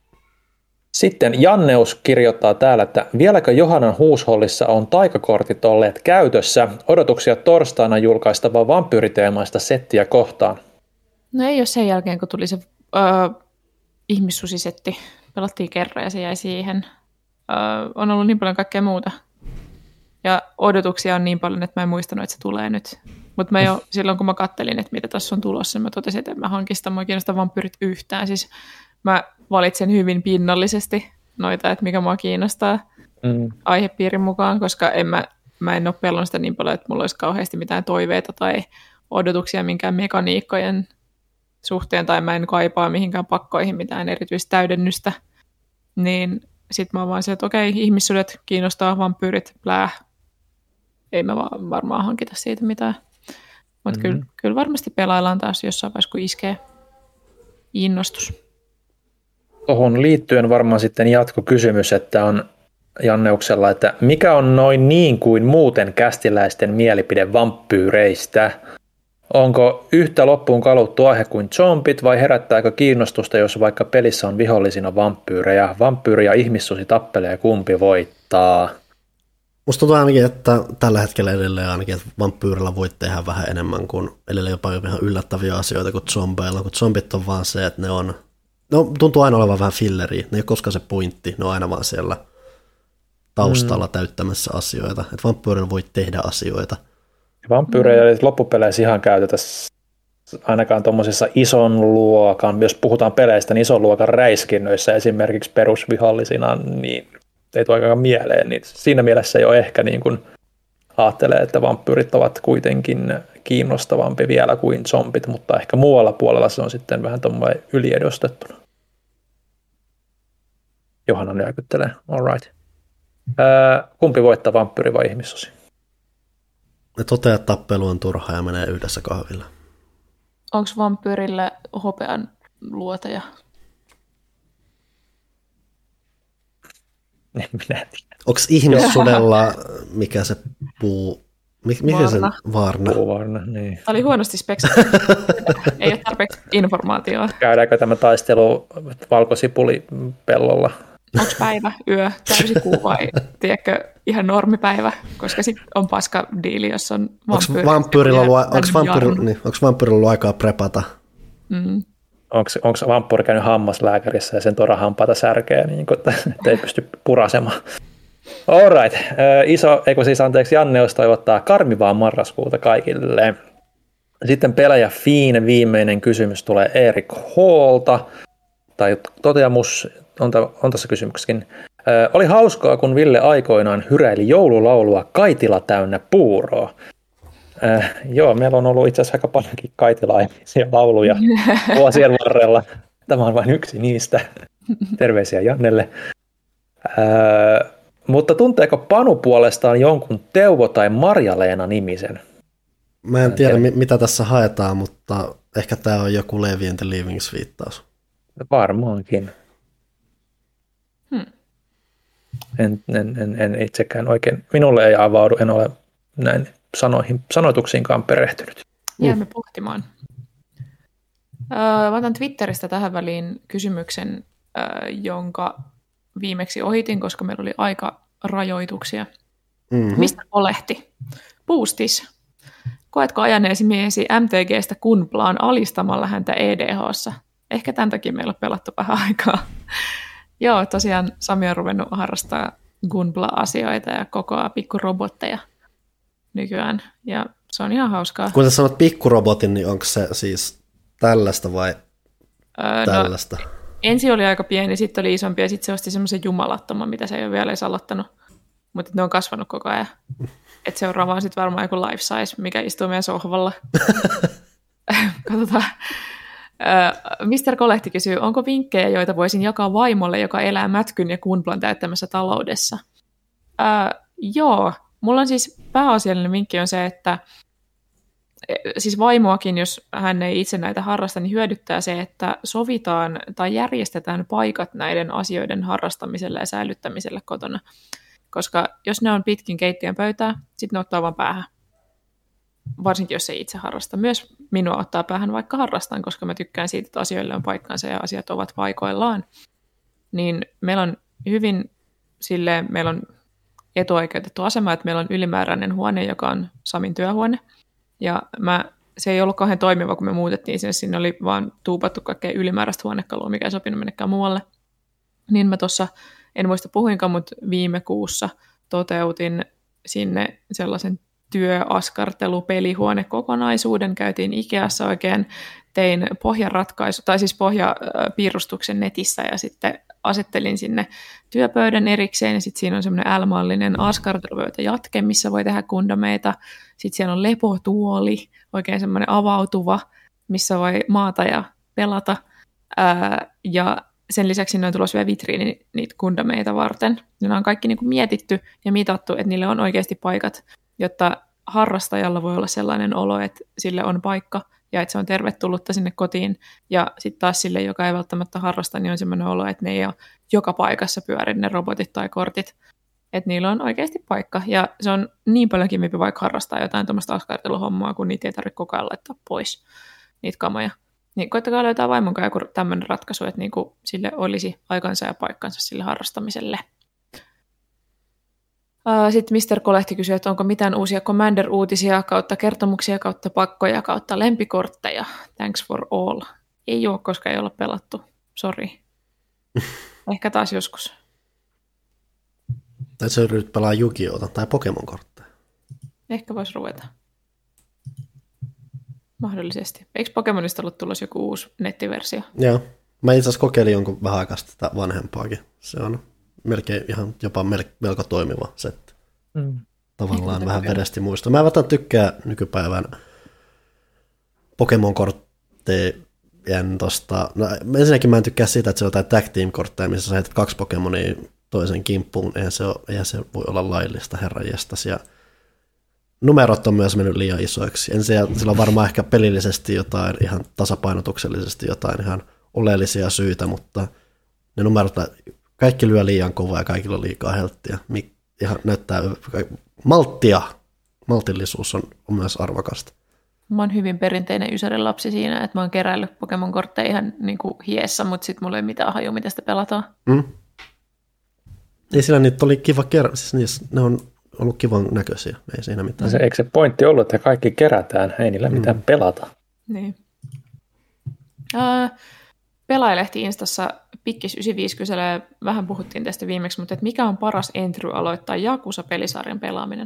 Sitten Janneus kirjoittaa täällä, että vieläkö Johannan huushollissa on taikakortit olleet käytössä? Odotuksia torstaina julkaistavaa vampyyriteemaista settiä kohtaan. No ei ole sen jälkeen, kun tuli se ihmissusisetti. Pelattiin kerran ja se jäi siihen. On ollut niin paljon kaikkea muuta. Ja odotuksia on niin paljon, että mä en muistanut, että se tulee nyt. Mutta silloin, kun mä kattelin, että mitä tässä on tulossa, mä totesin, että en mä hankista, mä kiinnostaa vampyyrit yhtään. Siis mä valitsen hyvin pinnallisesti noita, että mikä mua kiinnostaa aihepiirin mukaan, koska mä en ole pelannut sitä niin paljon, että mulla olisi kauheasti mitään toiveita tai odotuksia minkään mekaniikkojen suhteen, tai mä en kaipaa mihinkään pakkoihin mitään erityistä täydennystä. Niin sitten mä oon vaan se, että okei, ihmissudet kiinnostaa, vampyyrit, ei me varmaan hankita siitä mitään. Mutta kyllä varmasti pelaillaan taas jossain vaiheessa, kun iskee innostus. Tuohon liittyen varmaan sitten jatkokysymys, että on Janneuksella, että mikä on noin niin kuin muuten kästiläisten mielipide vampyyreistä? Onko yhtä loppuun kaluttu aihe kuin zombit vai herättääkö kiinnostusta, jos vaikka pelissä on vihollisina vampyyrejä? Vampyyri ja ihmissusi tappelee, kumpi voittaa? Musta tuntuu ainakin, että tällä hetkellä edelleen ainakin, että vampyyrillä voi tehdä vähän enemmän kuin edelleen jopa ihan yllättäviä asioita kuin zombeilla, kun zombit on vaan se, että ne tuntuu aina olevan vähän filleriä, ne ei ole koskaan se pointti, ne on aina vaan siellä taustalla täyttämässä asioita. Että vampyyrillä voi tehdä asioita. Vampyyrejä ei loppupeleissä ihan käytetä ainakaan tuommoisessa ison luokan, jos puhutaan peleistä, niin ison luokan räiskinnöissä esimerkiksi perusvihollisina, niin ei tule ainakaan mieleen. Niin siinä mielessä jo ehkä niin kuin ajattelee, että vampyyrit ovat kuitenkin kiinnostavampi vielä kuin zombit, mutta ehkä muualla puolella se on sitten vähän tuommoinen yliedustettuna. Johanna nyökyttelee, all right. Kumpi voittaa, vampyyri vai ihmisosi? Ne toteaa, että tappelu on turha ja menee yhdessä kahvilla. Onko vampyyrillä hopean luoteja? En minä tiedä. Onko ihmissudella, mikä se puu... Mikä se vaarna? Puuvaarna, niin. Tämä oli huonosti speksattu. Ei ole tarpeeksi informaatiota. Käydäänkö tämä taistelu valkosipulipellolla? Onko päivä, yö, täysikuu vai tiedätkö, ihan normipäivä, koska sitten on paska diili, jos on vampyyrillä ollut aikaa prepata? Onko vampyyri käynyt hammaslääkärissä ja sen tuoda hampaata särkeä, niin kuin, että ei pysty purasemaan? All right. Janne olisi toivottaa karmivaa marraskuuta kaikille. Sitten pelaaja Fiin viimeinen kysymys tulee Erik Hallta. Tai toteamus on tässä kysymyksessäkin. Oli hauskaa, kun Ville aikoinaan hyräili joululaulua Kaitila täynnä puuroa. Joo, meillä on ollut itse asiassa aika paljonkin kaitilaisia lauluja vuosien varrella. Tämä on vain yksi niistä. Terveisiä Jannelle. Mutta tunteeko Panu puolestaan jonkun Teuvo tai Marja-Leena nimisen? Mä en tiedä, mitä tässä haetaan, mutta ehkä tämä on joku Levi and the Leavings -viittaus. Varmaankin. En itsekään oikein. Minulle ei avaudu, en ole näin sanoituksiinkaan perehtynyt. Jäämme pohtimaan. Mä otan Twitteristä tähän väliin kysymyksen, jonka viimeksi ohitin, koska meillä oli aikarajoituksia. Mistä olehti? Boostis. Koetko ajaneesi miesi MTGstä Gunplaan alistamalla häntä EDH:ssa? Ehkä tämän takia meillä on pelattu vähän aikaa. Joo, tosiaan Sami on ruvennut harrastaa Gunpla-asioita ja kokoaa pikkurobotteja nykyään. Ja se on ihan hauskaa. Kun sä sanot pikkurobotin, niin onko se siis tällaista vai tällaista? No, ensin oli aika pieni, sitten oli isompi ja sitten se osti semmoisen jumalattoman, mitä se ei ole vielä edes aloittanut. Mutta ne on kasvanut koko ajan. Et seuraava on sitten varmaan joku life size, mikä istuu meidän sohvalla. Katsotaan. Mr. Kolehti kysyy, onko vinkkejä, joita voisin jakaa vaimolle, joka elää mätkyn ja Gunplan täyttämässä taloudessa? Joo, mulla on siis pääasiallinen vinkki on se, että siis vaimoakin, jos hän ei itse näitä harrasta, niin hyödyttää se, että sovitaan tai järjestetään paikat näiden asioiden harrastamiselle ja säilyttämiselle kotona. Koska jos ne on pitkin keittiön pöytää, sitten ne ottaa vaan päähän. Varsinkin, jos ei itse harrasta. Myös minua ottaa päähän, vaikka harrastan, koska mä tykkään siitä, että asioille on paikkansa ja asiat ovat paikoillaan. Niin meillä on hyvin silleen, meillä on etuoikeutettu asema, että meillä on ylimääräinen huone, joka on Samin työhuone. Ja se ei ollut kauhean toimiva, kun me muutettiin sinne oli vaan tuupattu kaikkea ylimääräistä huonekalua, mikä ei sopinut mennäkään muualle. Niin mä tuossa, en muista puhuinkaan, mutta viime kuussa toteutin sinne sellaisen työaskartelupelihuonekokonaisuuden. Käytiin Ikeassa oikein, tein pohjaratkaisu, tai siis pohjapiirustuksen netissä ja sitten asettelin sinne työpöydän erikseen ja sitten siinä on semmoinen L-mallinen askartelupöytä jatke, missä voi tehdä kundameita. Sitten siellä on lepotuoli, oikein semmoinen avautuva, missä voi maata ja pelata. Ja sen lisäksi ne on tulossa vielä vitriini niitä kundameita varten. Ne on kaikki niin kuin mietitty ja mitattu, että niille on oikeasti paikat, jotta harrastajalla voi olla sellainen olo, että sille on paikka ja että se on tervetullutta sinne kotiin. Ja sitten taas sille, joka ei välttämättä harrasta, niin on sellainen olo, että ne ei ole joka paikassa pyöri ne robotit tai kortit. Että niillä on oikeasti paikka. Ja se on niin paljon kivempi vaikka harrastaa jotain tuommoista askarteluhommaa, kun niitä ei tarvitse koko ajan laittaa pois niitä kamoja. Niin koittakaa löytää vaimon kanssa joku tämmöinen ratkaisu, että niinku sille olisi aikansa ja paikkansa sille harrastamiselle. Sitten Mr. Kolehti kysyy, että onko mitään uusia Commander-uutisia kautta kertomuksia kautta pakkoja kautta lempikortteja. Thanks for all. Ei ole, koska ei olla pelattu. Sori. Ehkä taas joskus. Tai se yritit pelaa Yu-Gi-Ohta tai Pokemon-kortteja. Ehkä voisi ruveta. Mahdollisesti. Eikö Pokemonista ollut tulossa joku uusi nettiversio? Joo. Mä itse asiassa kokeilin jonkun vähän aikaa tätä vanhempaakin. Se on melkein ihan jopa melko toimiva setti. Tavallaan vähän veresti muista. Mä välttämättä tykkää nykypäivän Pokemon-korttejen tosta. No, ensinnäkin mä en tykkää siitä, että se on jotain tag team-kortteja, missä sä heität 2 Pokemonia toisen kimppuun. Eihän se voi olla laillista, herranjestas. Ja numerot on myös mennyt liian isoiksi. Sillä on varmaan ehkä pelillisesti jotain, ihan tasapainotuksellisesti jotain ihan oleellisia syitä, mutta ne numerot, kaikki lyö liian kovaa ja kaikilla on liikaa helttiä. Ihan näyttää maltillisuus on myös arvokasta. Mä oon hyvin perinteinen Ysärin lapsi siinä, että mä oon keräillyt Pokemon-kortteja ihan niin kuin hiessä, mutta sit mulla ei mitään hajua, miten sitä pelataan. Ei sillä niitä oli kiva siis ne on ollut kivan näköisiä, ei siinä mitään. Eikö se pointti ollut, että kaikki kerätään, ei niillä mitään pelata? Niin. Pelaajalehti Instassa Pikkis95 kyselee, vähän puhuttiin tästä viimeksi, mutta että mikä on paras entry aloittaa Yakuza-pelisarjan pelaaminen?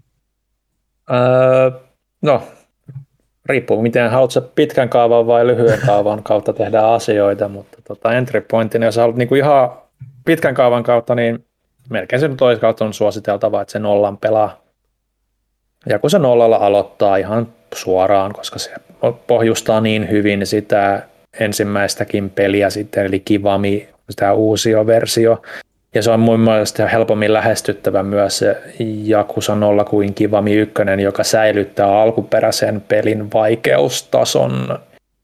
No, riippuu miten haluatko pitkän kaavan vai lyhyen kaavan kautta tehdään asioita, mutta entry pointin, jos haluat niinku ihan pitkän kaavan kautta, niin melkein sen toisaalta on suositeltava, että se nollan pelaa. Ja kun se nollalla aloittaa ihan suoraan, koska se pohjustaa niin hyvin sitä ensimmäistäkin peliä sitten, eli Kiwami, tämä uusi versio. Ja se on mun mielestä helpommin lähestyttävä myös se Yakuza 0 kuin Kiwami 1, joka säilyttää alkuperäisen pelin vaikeustason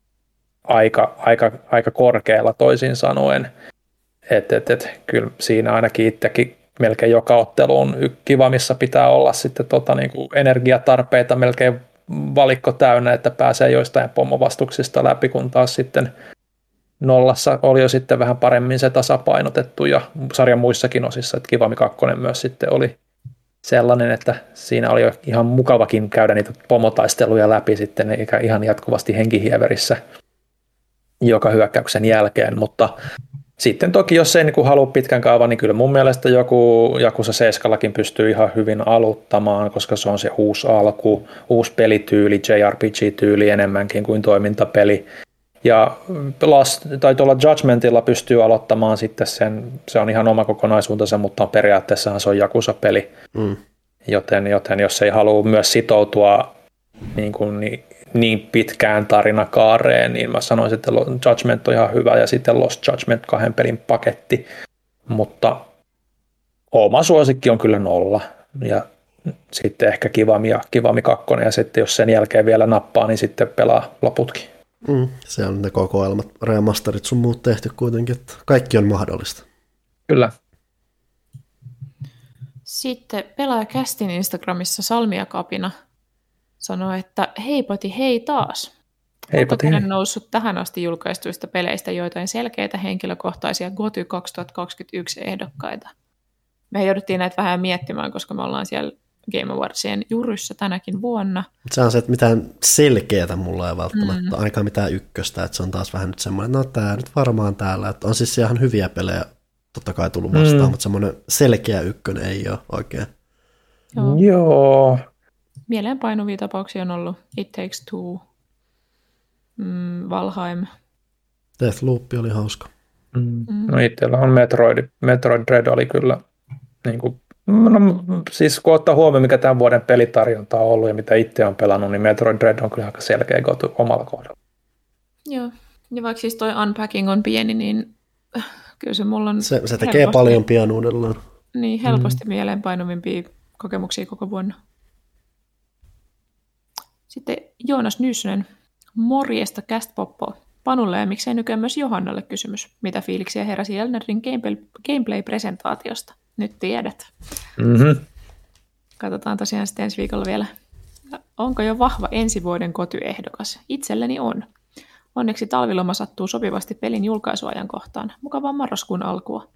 aika korkealla toisin sanoen. Kyllä siinä ainakin itsekin melkein joka otteluun Kiwamissa pitää olla sitten niinku energiatarpeita melkein valikko täynnä, että pääsee joistain pomovastuksista läpi, kun taas sitten nollassa oli jo sitten vähän paremmin se tasapainotettu ja sarjan muissakin osissa, että Kiwami 2 myös sitten oli sellainen, että siinä oli jo ihan mukavakin käydä niitä pomotaisteluja läpi sitten, eikä ihan jatkuvasti henkihieverissä joka hyökkäyksen jälkeen, mutta sitten toki, jos ei niin halua pitkän kaavan, niin kyllä mun mielestä joku Yakuza 7 pystyy ihan hyvin aluttamaan, koska se on se uusi alku, uusi pelityyli, JRPG-tyyli enemmänkin kuin toimintapeli. Ja tuolla Judgmentilla pystyy aloittamaan sitten se on ihan oma kokonaisuutensa, mutta periaatteessahan se on Yakuza-peli. Joten jos ei halua myös sitoutua niin pitkään tarinakaareen, niin mä sanoisin, että Judgment on ihan hyvä ja sitten Lost Judgment 2 pelin paketti, mutta oma suosikki on kyllä 0 ja sitten ehkä Kiwami 2 ja sitten jos sen jälkeen vielä nappaa, niin sitten pelaa loputkin. Se on ne kokoelmat, remasterit sun muut tehty kuitenkin, että kaikki on mahdollista. Kyllä. Sitten pelaaja Kästin Instagramissa Salmia Kapina sanoi, että heipoti hei taas. Heipoti hei. On noussut tähän asti julkaistuista peleistä joitain selkeitä henkilökohtaisia GOTY 2021 ehdokkaita. Me jouduttiin näitä vähän miettimään, koska me ollaan siellä Game Awardsien juryssä tänäkin vuonna. Se on se, että mitään selkeätä mulla ei välttämättä, ainakaan mitään ykköstä, että se on taas vähän nyt semmoinen, no tää nyt varmaan täällä, että on siis ihan hyviä pelejä totta kai tullut vastaan, mutta semmoinen selkeä ykkönen ei ole oikein. Joo. Mieleenpainuvia tapauksia on ollut It Takes Two, Valheim. Deathloop oli hauska. No itsellä on Metroid Dread oli kyllä, niin kuin, siis kun ottaa huomioon, mikä tämän vuoden pelitarjonta on ollut ja mitä itse on pelannut, niin Metroid Dread on kyllä aika selkeä gotu omalla kohdalla. Joo, ja vaikka siis toi Unpacking on pieni, niin kyllä se mulla on se tekee paljon pianuudellaan. Niin, helposti mieleenpainuvimpia kokemuksia koko vuonna. Sitten Joonas Nyssynen, morjesta Castpoppo. Panulle ja miksei nykyään myös Johannalle kysymys. Mitä fiiliksiä heräsi Elden Ring gameplay-presentaatiosta? Nyt tiedät. Katsotaan tosiaan sitten ensi viikolla vielä. Onko jo vahva ensi vuoden GOTY-ehdokas? Itselleni on. Onneksi talviloma sattuu sopivasti pelin julkaisuajankohtaan. Mukavaa marraskuun alkua.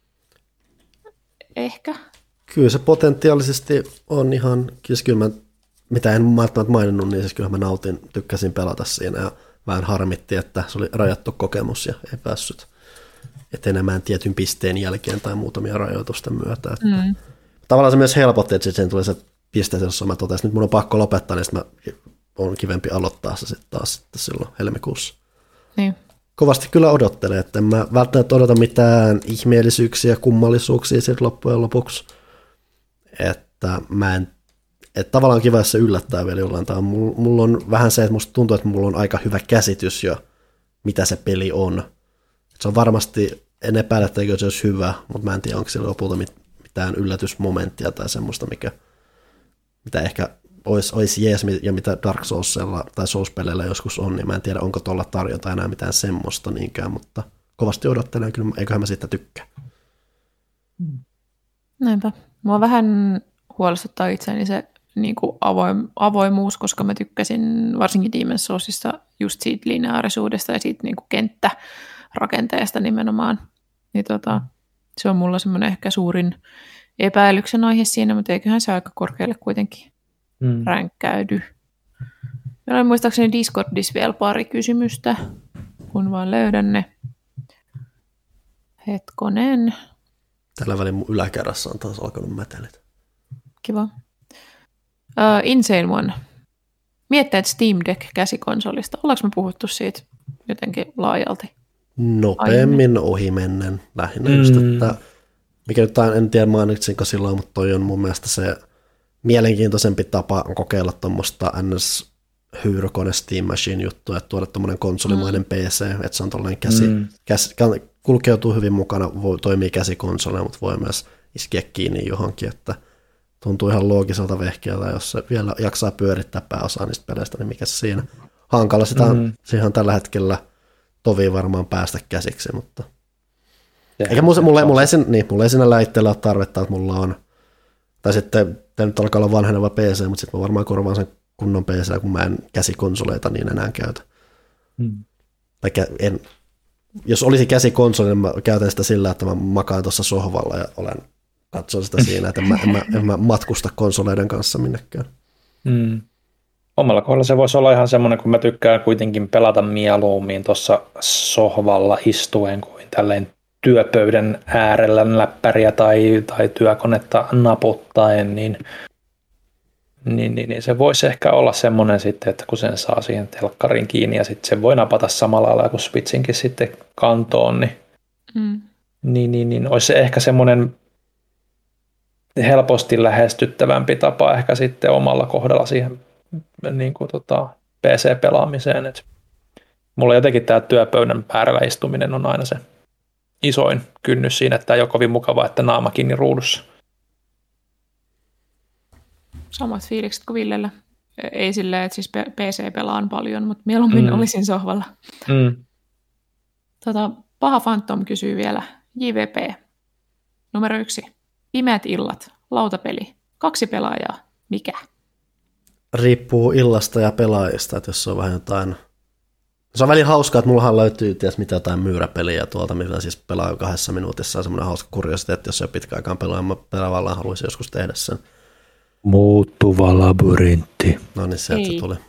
Ehkä. Kyllä se potentiaalisesti on ihan, kyllä mitä en välttämättä maininnut, niin siis kyllä mä tykkäsin pelata siinä ja vähän harmitti, että se oli rajattu kokemus ja ei päässyt etenemään tietyn pisteen jälkeen tai muutamia rajoitusten myötä. tavallaan se myös helpotti, että sitten tuli se piste, jossa mä totesin, että nyt mun on pakko lopettaa, niin sitten on kivempi aloittaa se sitten taas silloin helmikuussa. Niin. Kovasti kyllä odottelen, että en mä välttämättä odota mitään ihmeellisyyksiä, kummallisuuksia sitten loppujen lopuksi. Että tavallaan kiva, jos se yllättää vielä jollain tavalla. Mulla on vähän se, että musta tuntuu, että mulla on aika hyvä käsitys jo, mitä se peli on. Se on varmasti, en epäile, että se olisi hyvä, mutta mä en tiedä, onko siellä lopulta mitään yllätysmomenttia tai semmoista, mitä ehkä olisi jees ja mitä Dark Soulsilla tai Souls-peleillä joskus on, niin mä en tiedä, onko tuolla tarjota enää mitään semmoista niinkään, mutta kovasti odottelen kyllä, eiköhän mä siitä tykkää. Näinpä. Mua vähän huolestuttaa itseäni se niin kuin avoimuus, koska mä tykkäsin varsinkin Demon's Soulsissa just siitä lineaarisuudesta ja siitä niin kuin kenttärakenteesta nimenomaan. Niin se on mulla semmoinen ehkä suurin epäilyksen aihe siinä, mutta eiköhän se aika korkealle kuitenkin ränkkäydy. Meillä on muistaakseni Discordissa vielä pari kysymystä, kun vaan löydän ne. Hetkonen. Tällä välin mun yläkerrassa on taas alkanut mätelet. Kiva. Insane One. Mietteet Steam Deck käsikonsolista. Ollaanko me puhuttu siitä jotenkin laajalti? Nopeammin ohimennen lähinnä just, että mikä nyt en tiedä mainitsinko silloin, mutta toi on mun mielestä se mielenkiintoisempi tapa kokeilla tuommoista NS-hyyrykone Steam Machine juttua, että tuoda tuommoinen konsolimainen PC, että se on tuollainen kulkeutuu hyvin mukana, toimii käsikonsolina, mutta voi myös iskeä kiinni johonkin, että tuntuu ihan loogiselta vehkeältä, jos se vielä jaksaa pyörittää pääosaa niistä peleistä, niin mikä se siinä. Hankala sitä siihen on tällä hetkellä tovi varmaan päästä käsiksi, mutta eikä mulla ei siinä läitteellä ole tarvetta, että mulla on, tai sitten tämä nyt alkaa olla vanheneva PC, mutta sitten mä varmaan korvaan sen kunnon PC, kun mä en käsikonsoleita niin enää käytä. Jos olisi käsikonsoli, niin mä käytän sitä sillä, että mä makaan tuossa sohvalla ja katson sitä siinä, että en mä matkusta konsoleiden kanssa minnekään. Omalla kohdalla se voisi olla ihan semmoinen, kun mä tykkään kuitenkin pelata mieluummin tuossa sohvalla istuen kuin tälleen työpöydän äärellä läppäriä tai työkonetta naputtaen, niin se voisi ehkä olla semmoinen sitten, että kun sen saa siihen telkkariin kiinni ja sitten se voi napata samalla lailla kuin Switchinkin sitten kantoon, niin olisi se ehkä semmoinen helposti lähestyttävämpi tapa ehkä sitten omalla kohdalla siihen niin kuin PC-pelaamiseen. Et mulla jotenkin tämä työpöydän äärellä istuminen on aina se isoin kynnys siinä, että ei ole kovin mukavaa, että naama kiinni ruudussa. Samat fiilikset kuin Villellä. Ei silleen, että siis PC pelaan paljon, mutta mieluummin olisin sohvalla. Paha Phantom kysyy vielä. JVP. Numero 1. Pimeät illat. Lautapeli. 2 pelaajaa. Mikä? Riippuu illasta ja pelaajista, että jos se on vähän jotain. Se on välillä hauskaa, että mullahan löytyy mitä jotain myyräpeliä tuolta, mitä siis pelaa 2 minuutissa. On semmoinen hauska kuriositeetti, jos se on pitkä aikaan pelaa. Mä tavallaan haluaisin joskus tehdä sen. Muuttuva labyrintti. No niin, sieltä se tuli.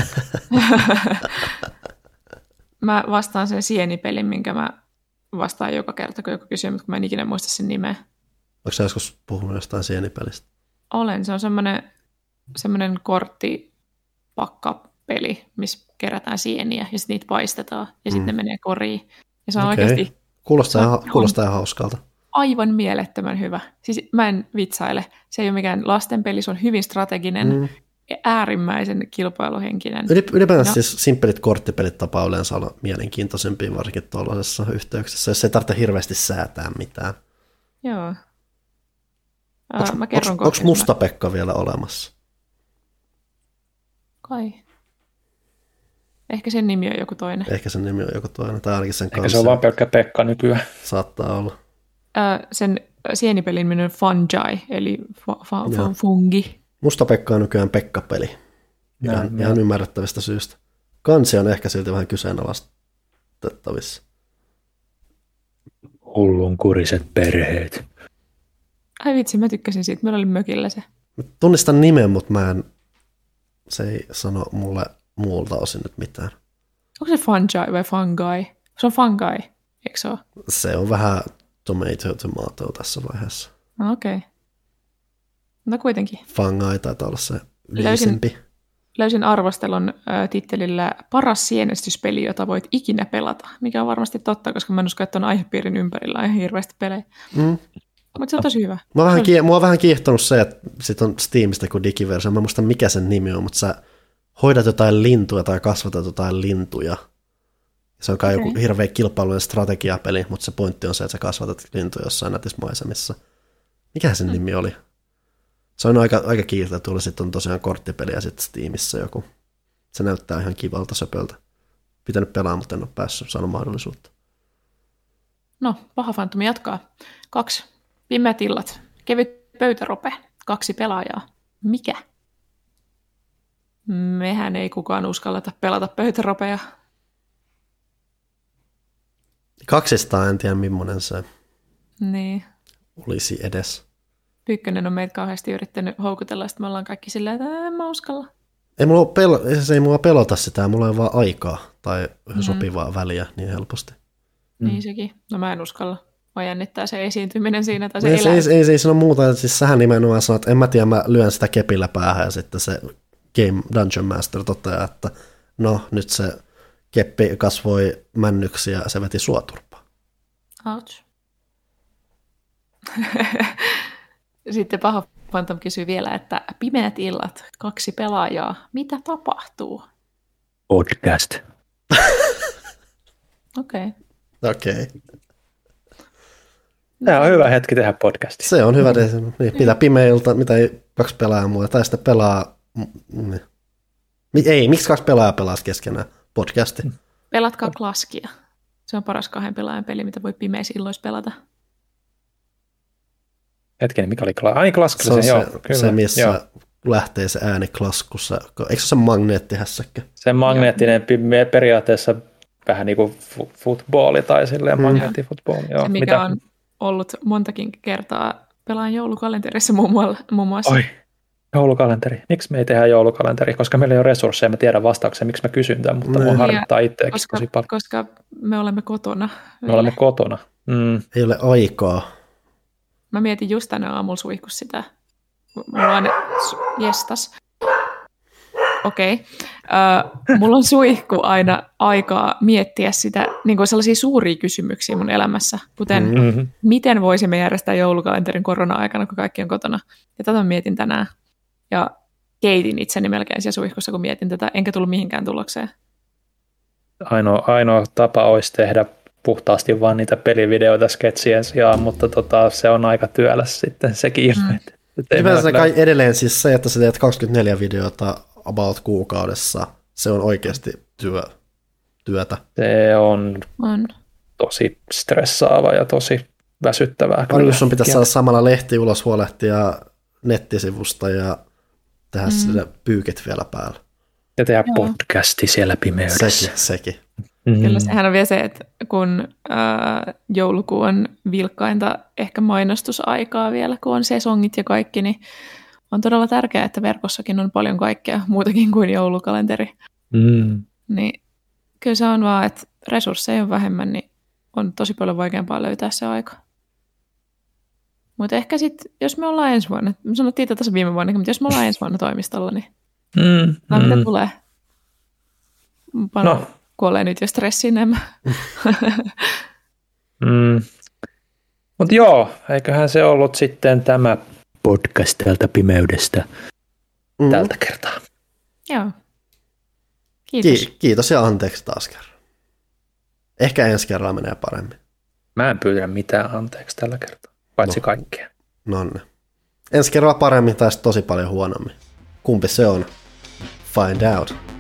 Mä vastaan sen sienipelin, minkä mä vastaan joka kerta, kun joku kysyy, mutta kun mä en ikinä muista sen nimeä. Onko sä joskus puhunut jostain sienipelistä? Olen. Se on semmoinen korttipakkapeli, missä kerätään sieniä ja sitten niitä paistetaan ja sitten ne menee koriin. Ja se on oikeasti... Kuulostaa ihan hauskalta. Aivan mielettömän hyvä. Siis mä en vitsaile. Se ei ole mikään lastenpeli, se on hyvin strateginen ja äärimmäisen kilpailuhenkinen. Ylipäätään siis simppelit korttipelit tapaa yleensä olla mielenkiintoisempia, varsinkin tuollaisessa yhteyksessä, jos ei tarvitse hirveästi säätää mitään. Joo. Onko Musta Pekka vielä olemassa? Kai. Ehkä sen nimi on joku toinen. Tai ainakin sen kanssa. Ehkä se on vaan pelkkä Pekka nykyään. Saattaa olla. Sen sienipelin nimi on Fungi, eli fungi. Musta Pekka on nykyään Pekka-peli. Ihan ymmärrettävistä syystä. Kansi on ehkä silti vähän kyseenalaistettavissa. Hullunkuriset perheet. Ai vitsi, mä tykkäsin siitä. Meillä oli mökillä se. Mä tunnistan nimen, mutta se ei sano mulle muulta osin nyt mitään. Onko se Fungi vai Fungi? Se on Fungi, eikö se ole? Se on vähän tomato tässä vaiheessa. Okei. No kuitenkin. Fangai taitaa olla se viisempi. Löysin arvostelun tittelillä paras sienestyspeli, jota voit ikinä pelata, mikä on varmasti totta, koska mä en usko, että on aihepiirin ympärillä ihan hirveästi pelejä. Mutta se on tosi hyvä. Mua on vähän kiehtonut se, että sit on Steamista kuin digiversio. Mä en muista mikä sen nimi on, mutta sä hoidat jotain lintuja tai kasvatat jotain lintuja. Se on kai joku hirveä kilpailujen strategiapeli, mutta se pointti on se, että sä kasvatat lintuja jossain nätissä maisemissa. Mikä sen nimi oli? Se on aika kiiltä. Tuolla sitten on tosiaan korttipeli ja sitten Steamissa joku. Se näyttää ihan kivalta söpöltä. Pitänyt pelaa, mutta en ole päässyt saanut mahdollisuutta. No, paha fantumi jatkaa. 2. Pimeät illat. Kevyt pöytärope. 2 pelaajaa. Mikä? Mehän ei kukaan uskalleta pelata pöytäropea. 200 en tiedä, millainen se Niin. olisi edes. Pyykkönen on meitä kauheasti yrittänyt houkutella, että me ollaan kaikki silleen, että en mä uskalla. Se ei mua pelota sitä, mulla ei vaan aikaa tai sopivaa väliä niin helposti. Niin sekin. No mä en uskalla. Mä jännittää se esiintyminen siinä tai se ei sano muuta, siis sähän nimenomaan sanot, että en mä tiedä, mä lyön sitä kepillä päähän ja sitten se Game Dungeon Master toteaa, että no nyt se keppi kasvoi männyksi ja se veti suoturpaa. Ouch. Sitten paha Phantom kysyy vielä, että pimeät illat, 2 pelaajaa, mitä tapahtuu? Podcast. Okei. Tämä on hyvä hetki tehdä podcastia. Se on hyvä. Niin, mitä pimeiltä, mitä ei 2 pelaajaa muuta, tai sitten pelaa. Ei, miksi 2 pelaajaa pelaa keskenään podcasti? Pelatkaa Klaskia. Se on paras 2 pelaajan peli, mitä voi pimeissä illoissa pelata. Hetkinen, mikä oli Klaskilla? Se, missä lähtee se ääni Klaskussa. Eikö se ole magneettihässäkkä? Se magneettinen periaatteessa vähän niin kuin footballi tai silleen magneettifootballi. Se, mikä on ollut montakin kertaa pelaan joulukalenterissa muun muassa. Oi, joulukalenteri. Miksi me ei tehdä joulukalenteri? Koska meillä ei ole resursseja, mä tiedän vastauksen, miksi mä kysyn tämän, mutta mua harmittaa itseäkin tosi paljon. Koska me olemme kotona. Me olemme kotona. Ei ole aikaa. Mä mietin just tänä aamulla suihkus sitä. Mulla on jestas. Okei. Mulla on suihku aina aikaa miettiä sitä, niin kuin sellaisia suuria kysymyksiä mun elämässä, kuten miten voisimme järjestää joulukalenterin korona-aikana, kun kaikki on kotona. Ja tätä mietin tänään. Ja keitin itseni melkein siellä suihkussa, kun mietin tätä, enkä tullut mihinkään tulokseen. Ainoa tapa olisi tehdä puhtaasti vaan niitä pelivideoita sketsien sijaan, mutta se on aika työläs sitten sekin. Hyvänsä kai edelleen siis se, että sä teet 24 videota about kuukaudessa, se on oikeasti työtä. Se on tosi stressaava ja tosi väsyttävää. Paljon sun pitäisi saada samalla lehti ulos, huolehtia nettisivusta ja tehdä sille pyyket vielä päällä. Ja tehdä podcasti siellä pimeydessä. Sekin. Kyllä sehän on vielä se, että kun joulukuu on vilkkainta ehkä mainostusaikaa vielä, kun on sesongit ja kaikki, niin on todella tärkeää, että verkossakin on paljon kaikkea muutakin kuin joulukalenteri. Niin kyllä se on vaan, että resursseja on vähemmän, niin on tosi paljon vaikeampaa löytää se aika. Mutta ehkä sitten, jos me ollaan ensi vuonna, me sanottiin tätä viime vuonna, mutta jos me ollaan ensi vuonna toimistolla, niin mitä tulee? No. Kuolee nyt jo stressiin enemmän. Mutta joo, eiköhän se ollut sitten tämä podcast täältä pimeydestä tältä kertaa. Joo. Kiitos. Kiitos ja anteeksi taas kerran. Ehkä ensi kerralla menee paremmin. Mä en pyydä mitään anteeksi tällä kertaa, paitsi kaikkea. Nonne. Ensi kerralla paremmin tai tosi paljon huonommin. Kumpi se on? Find out.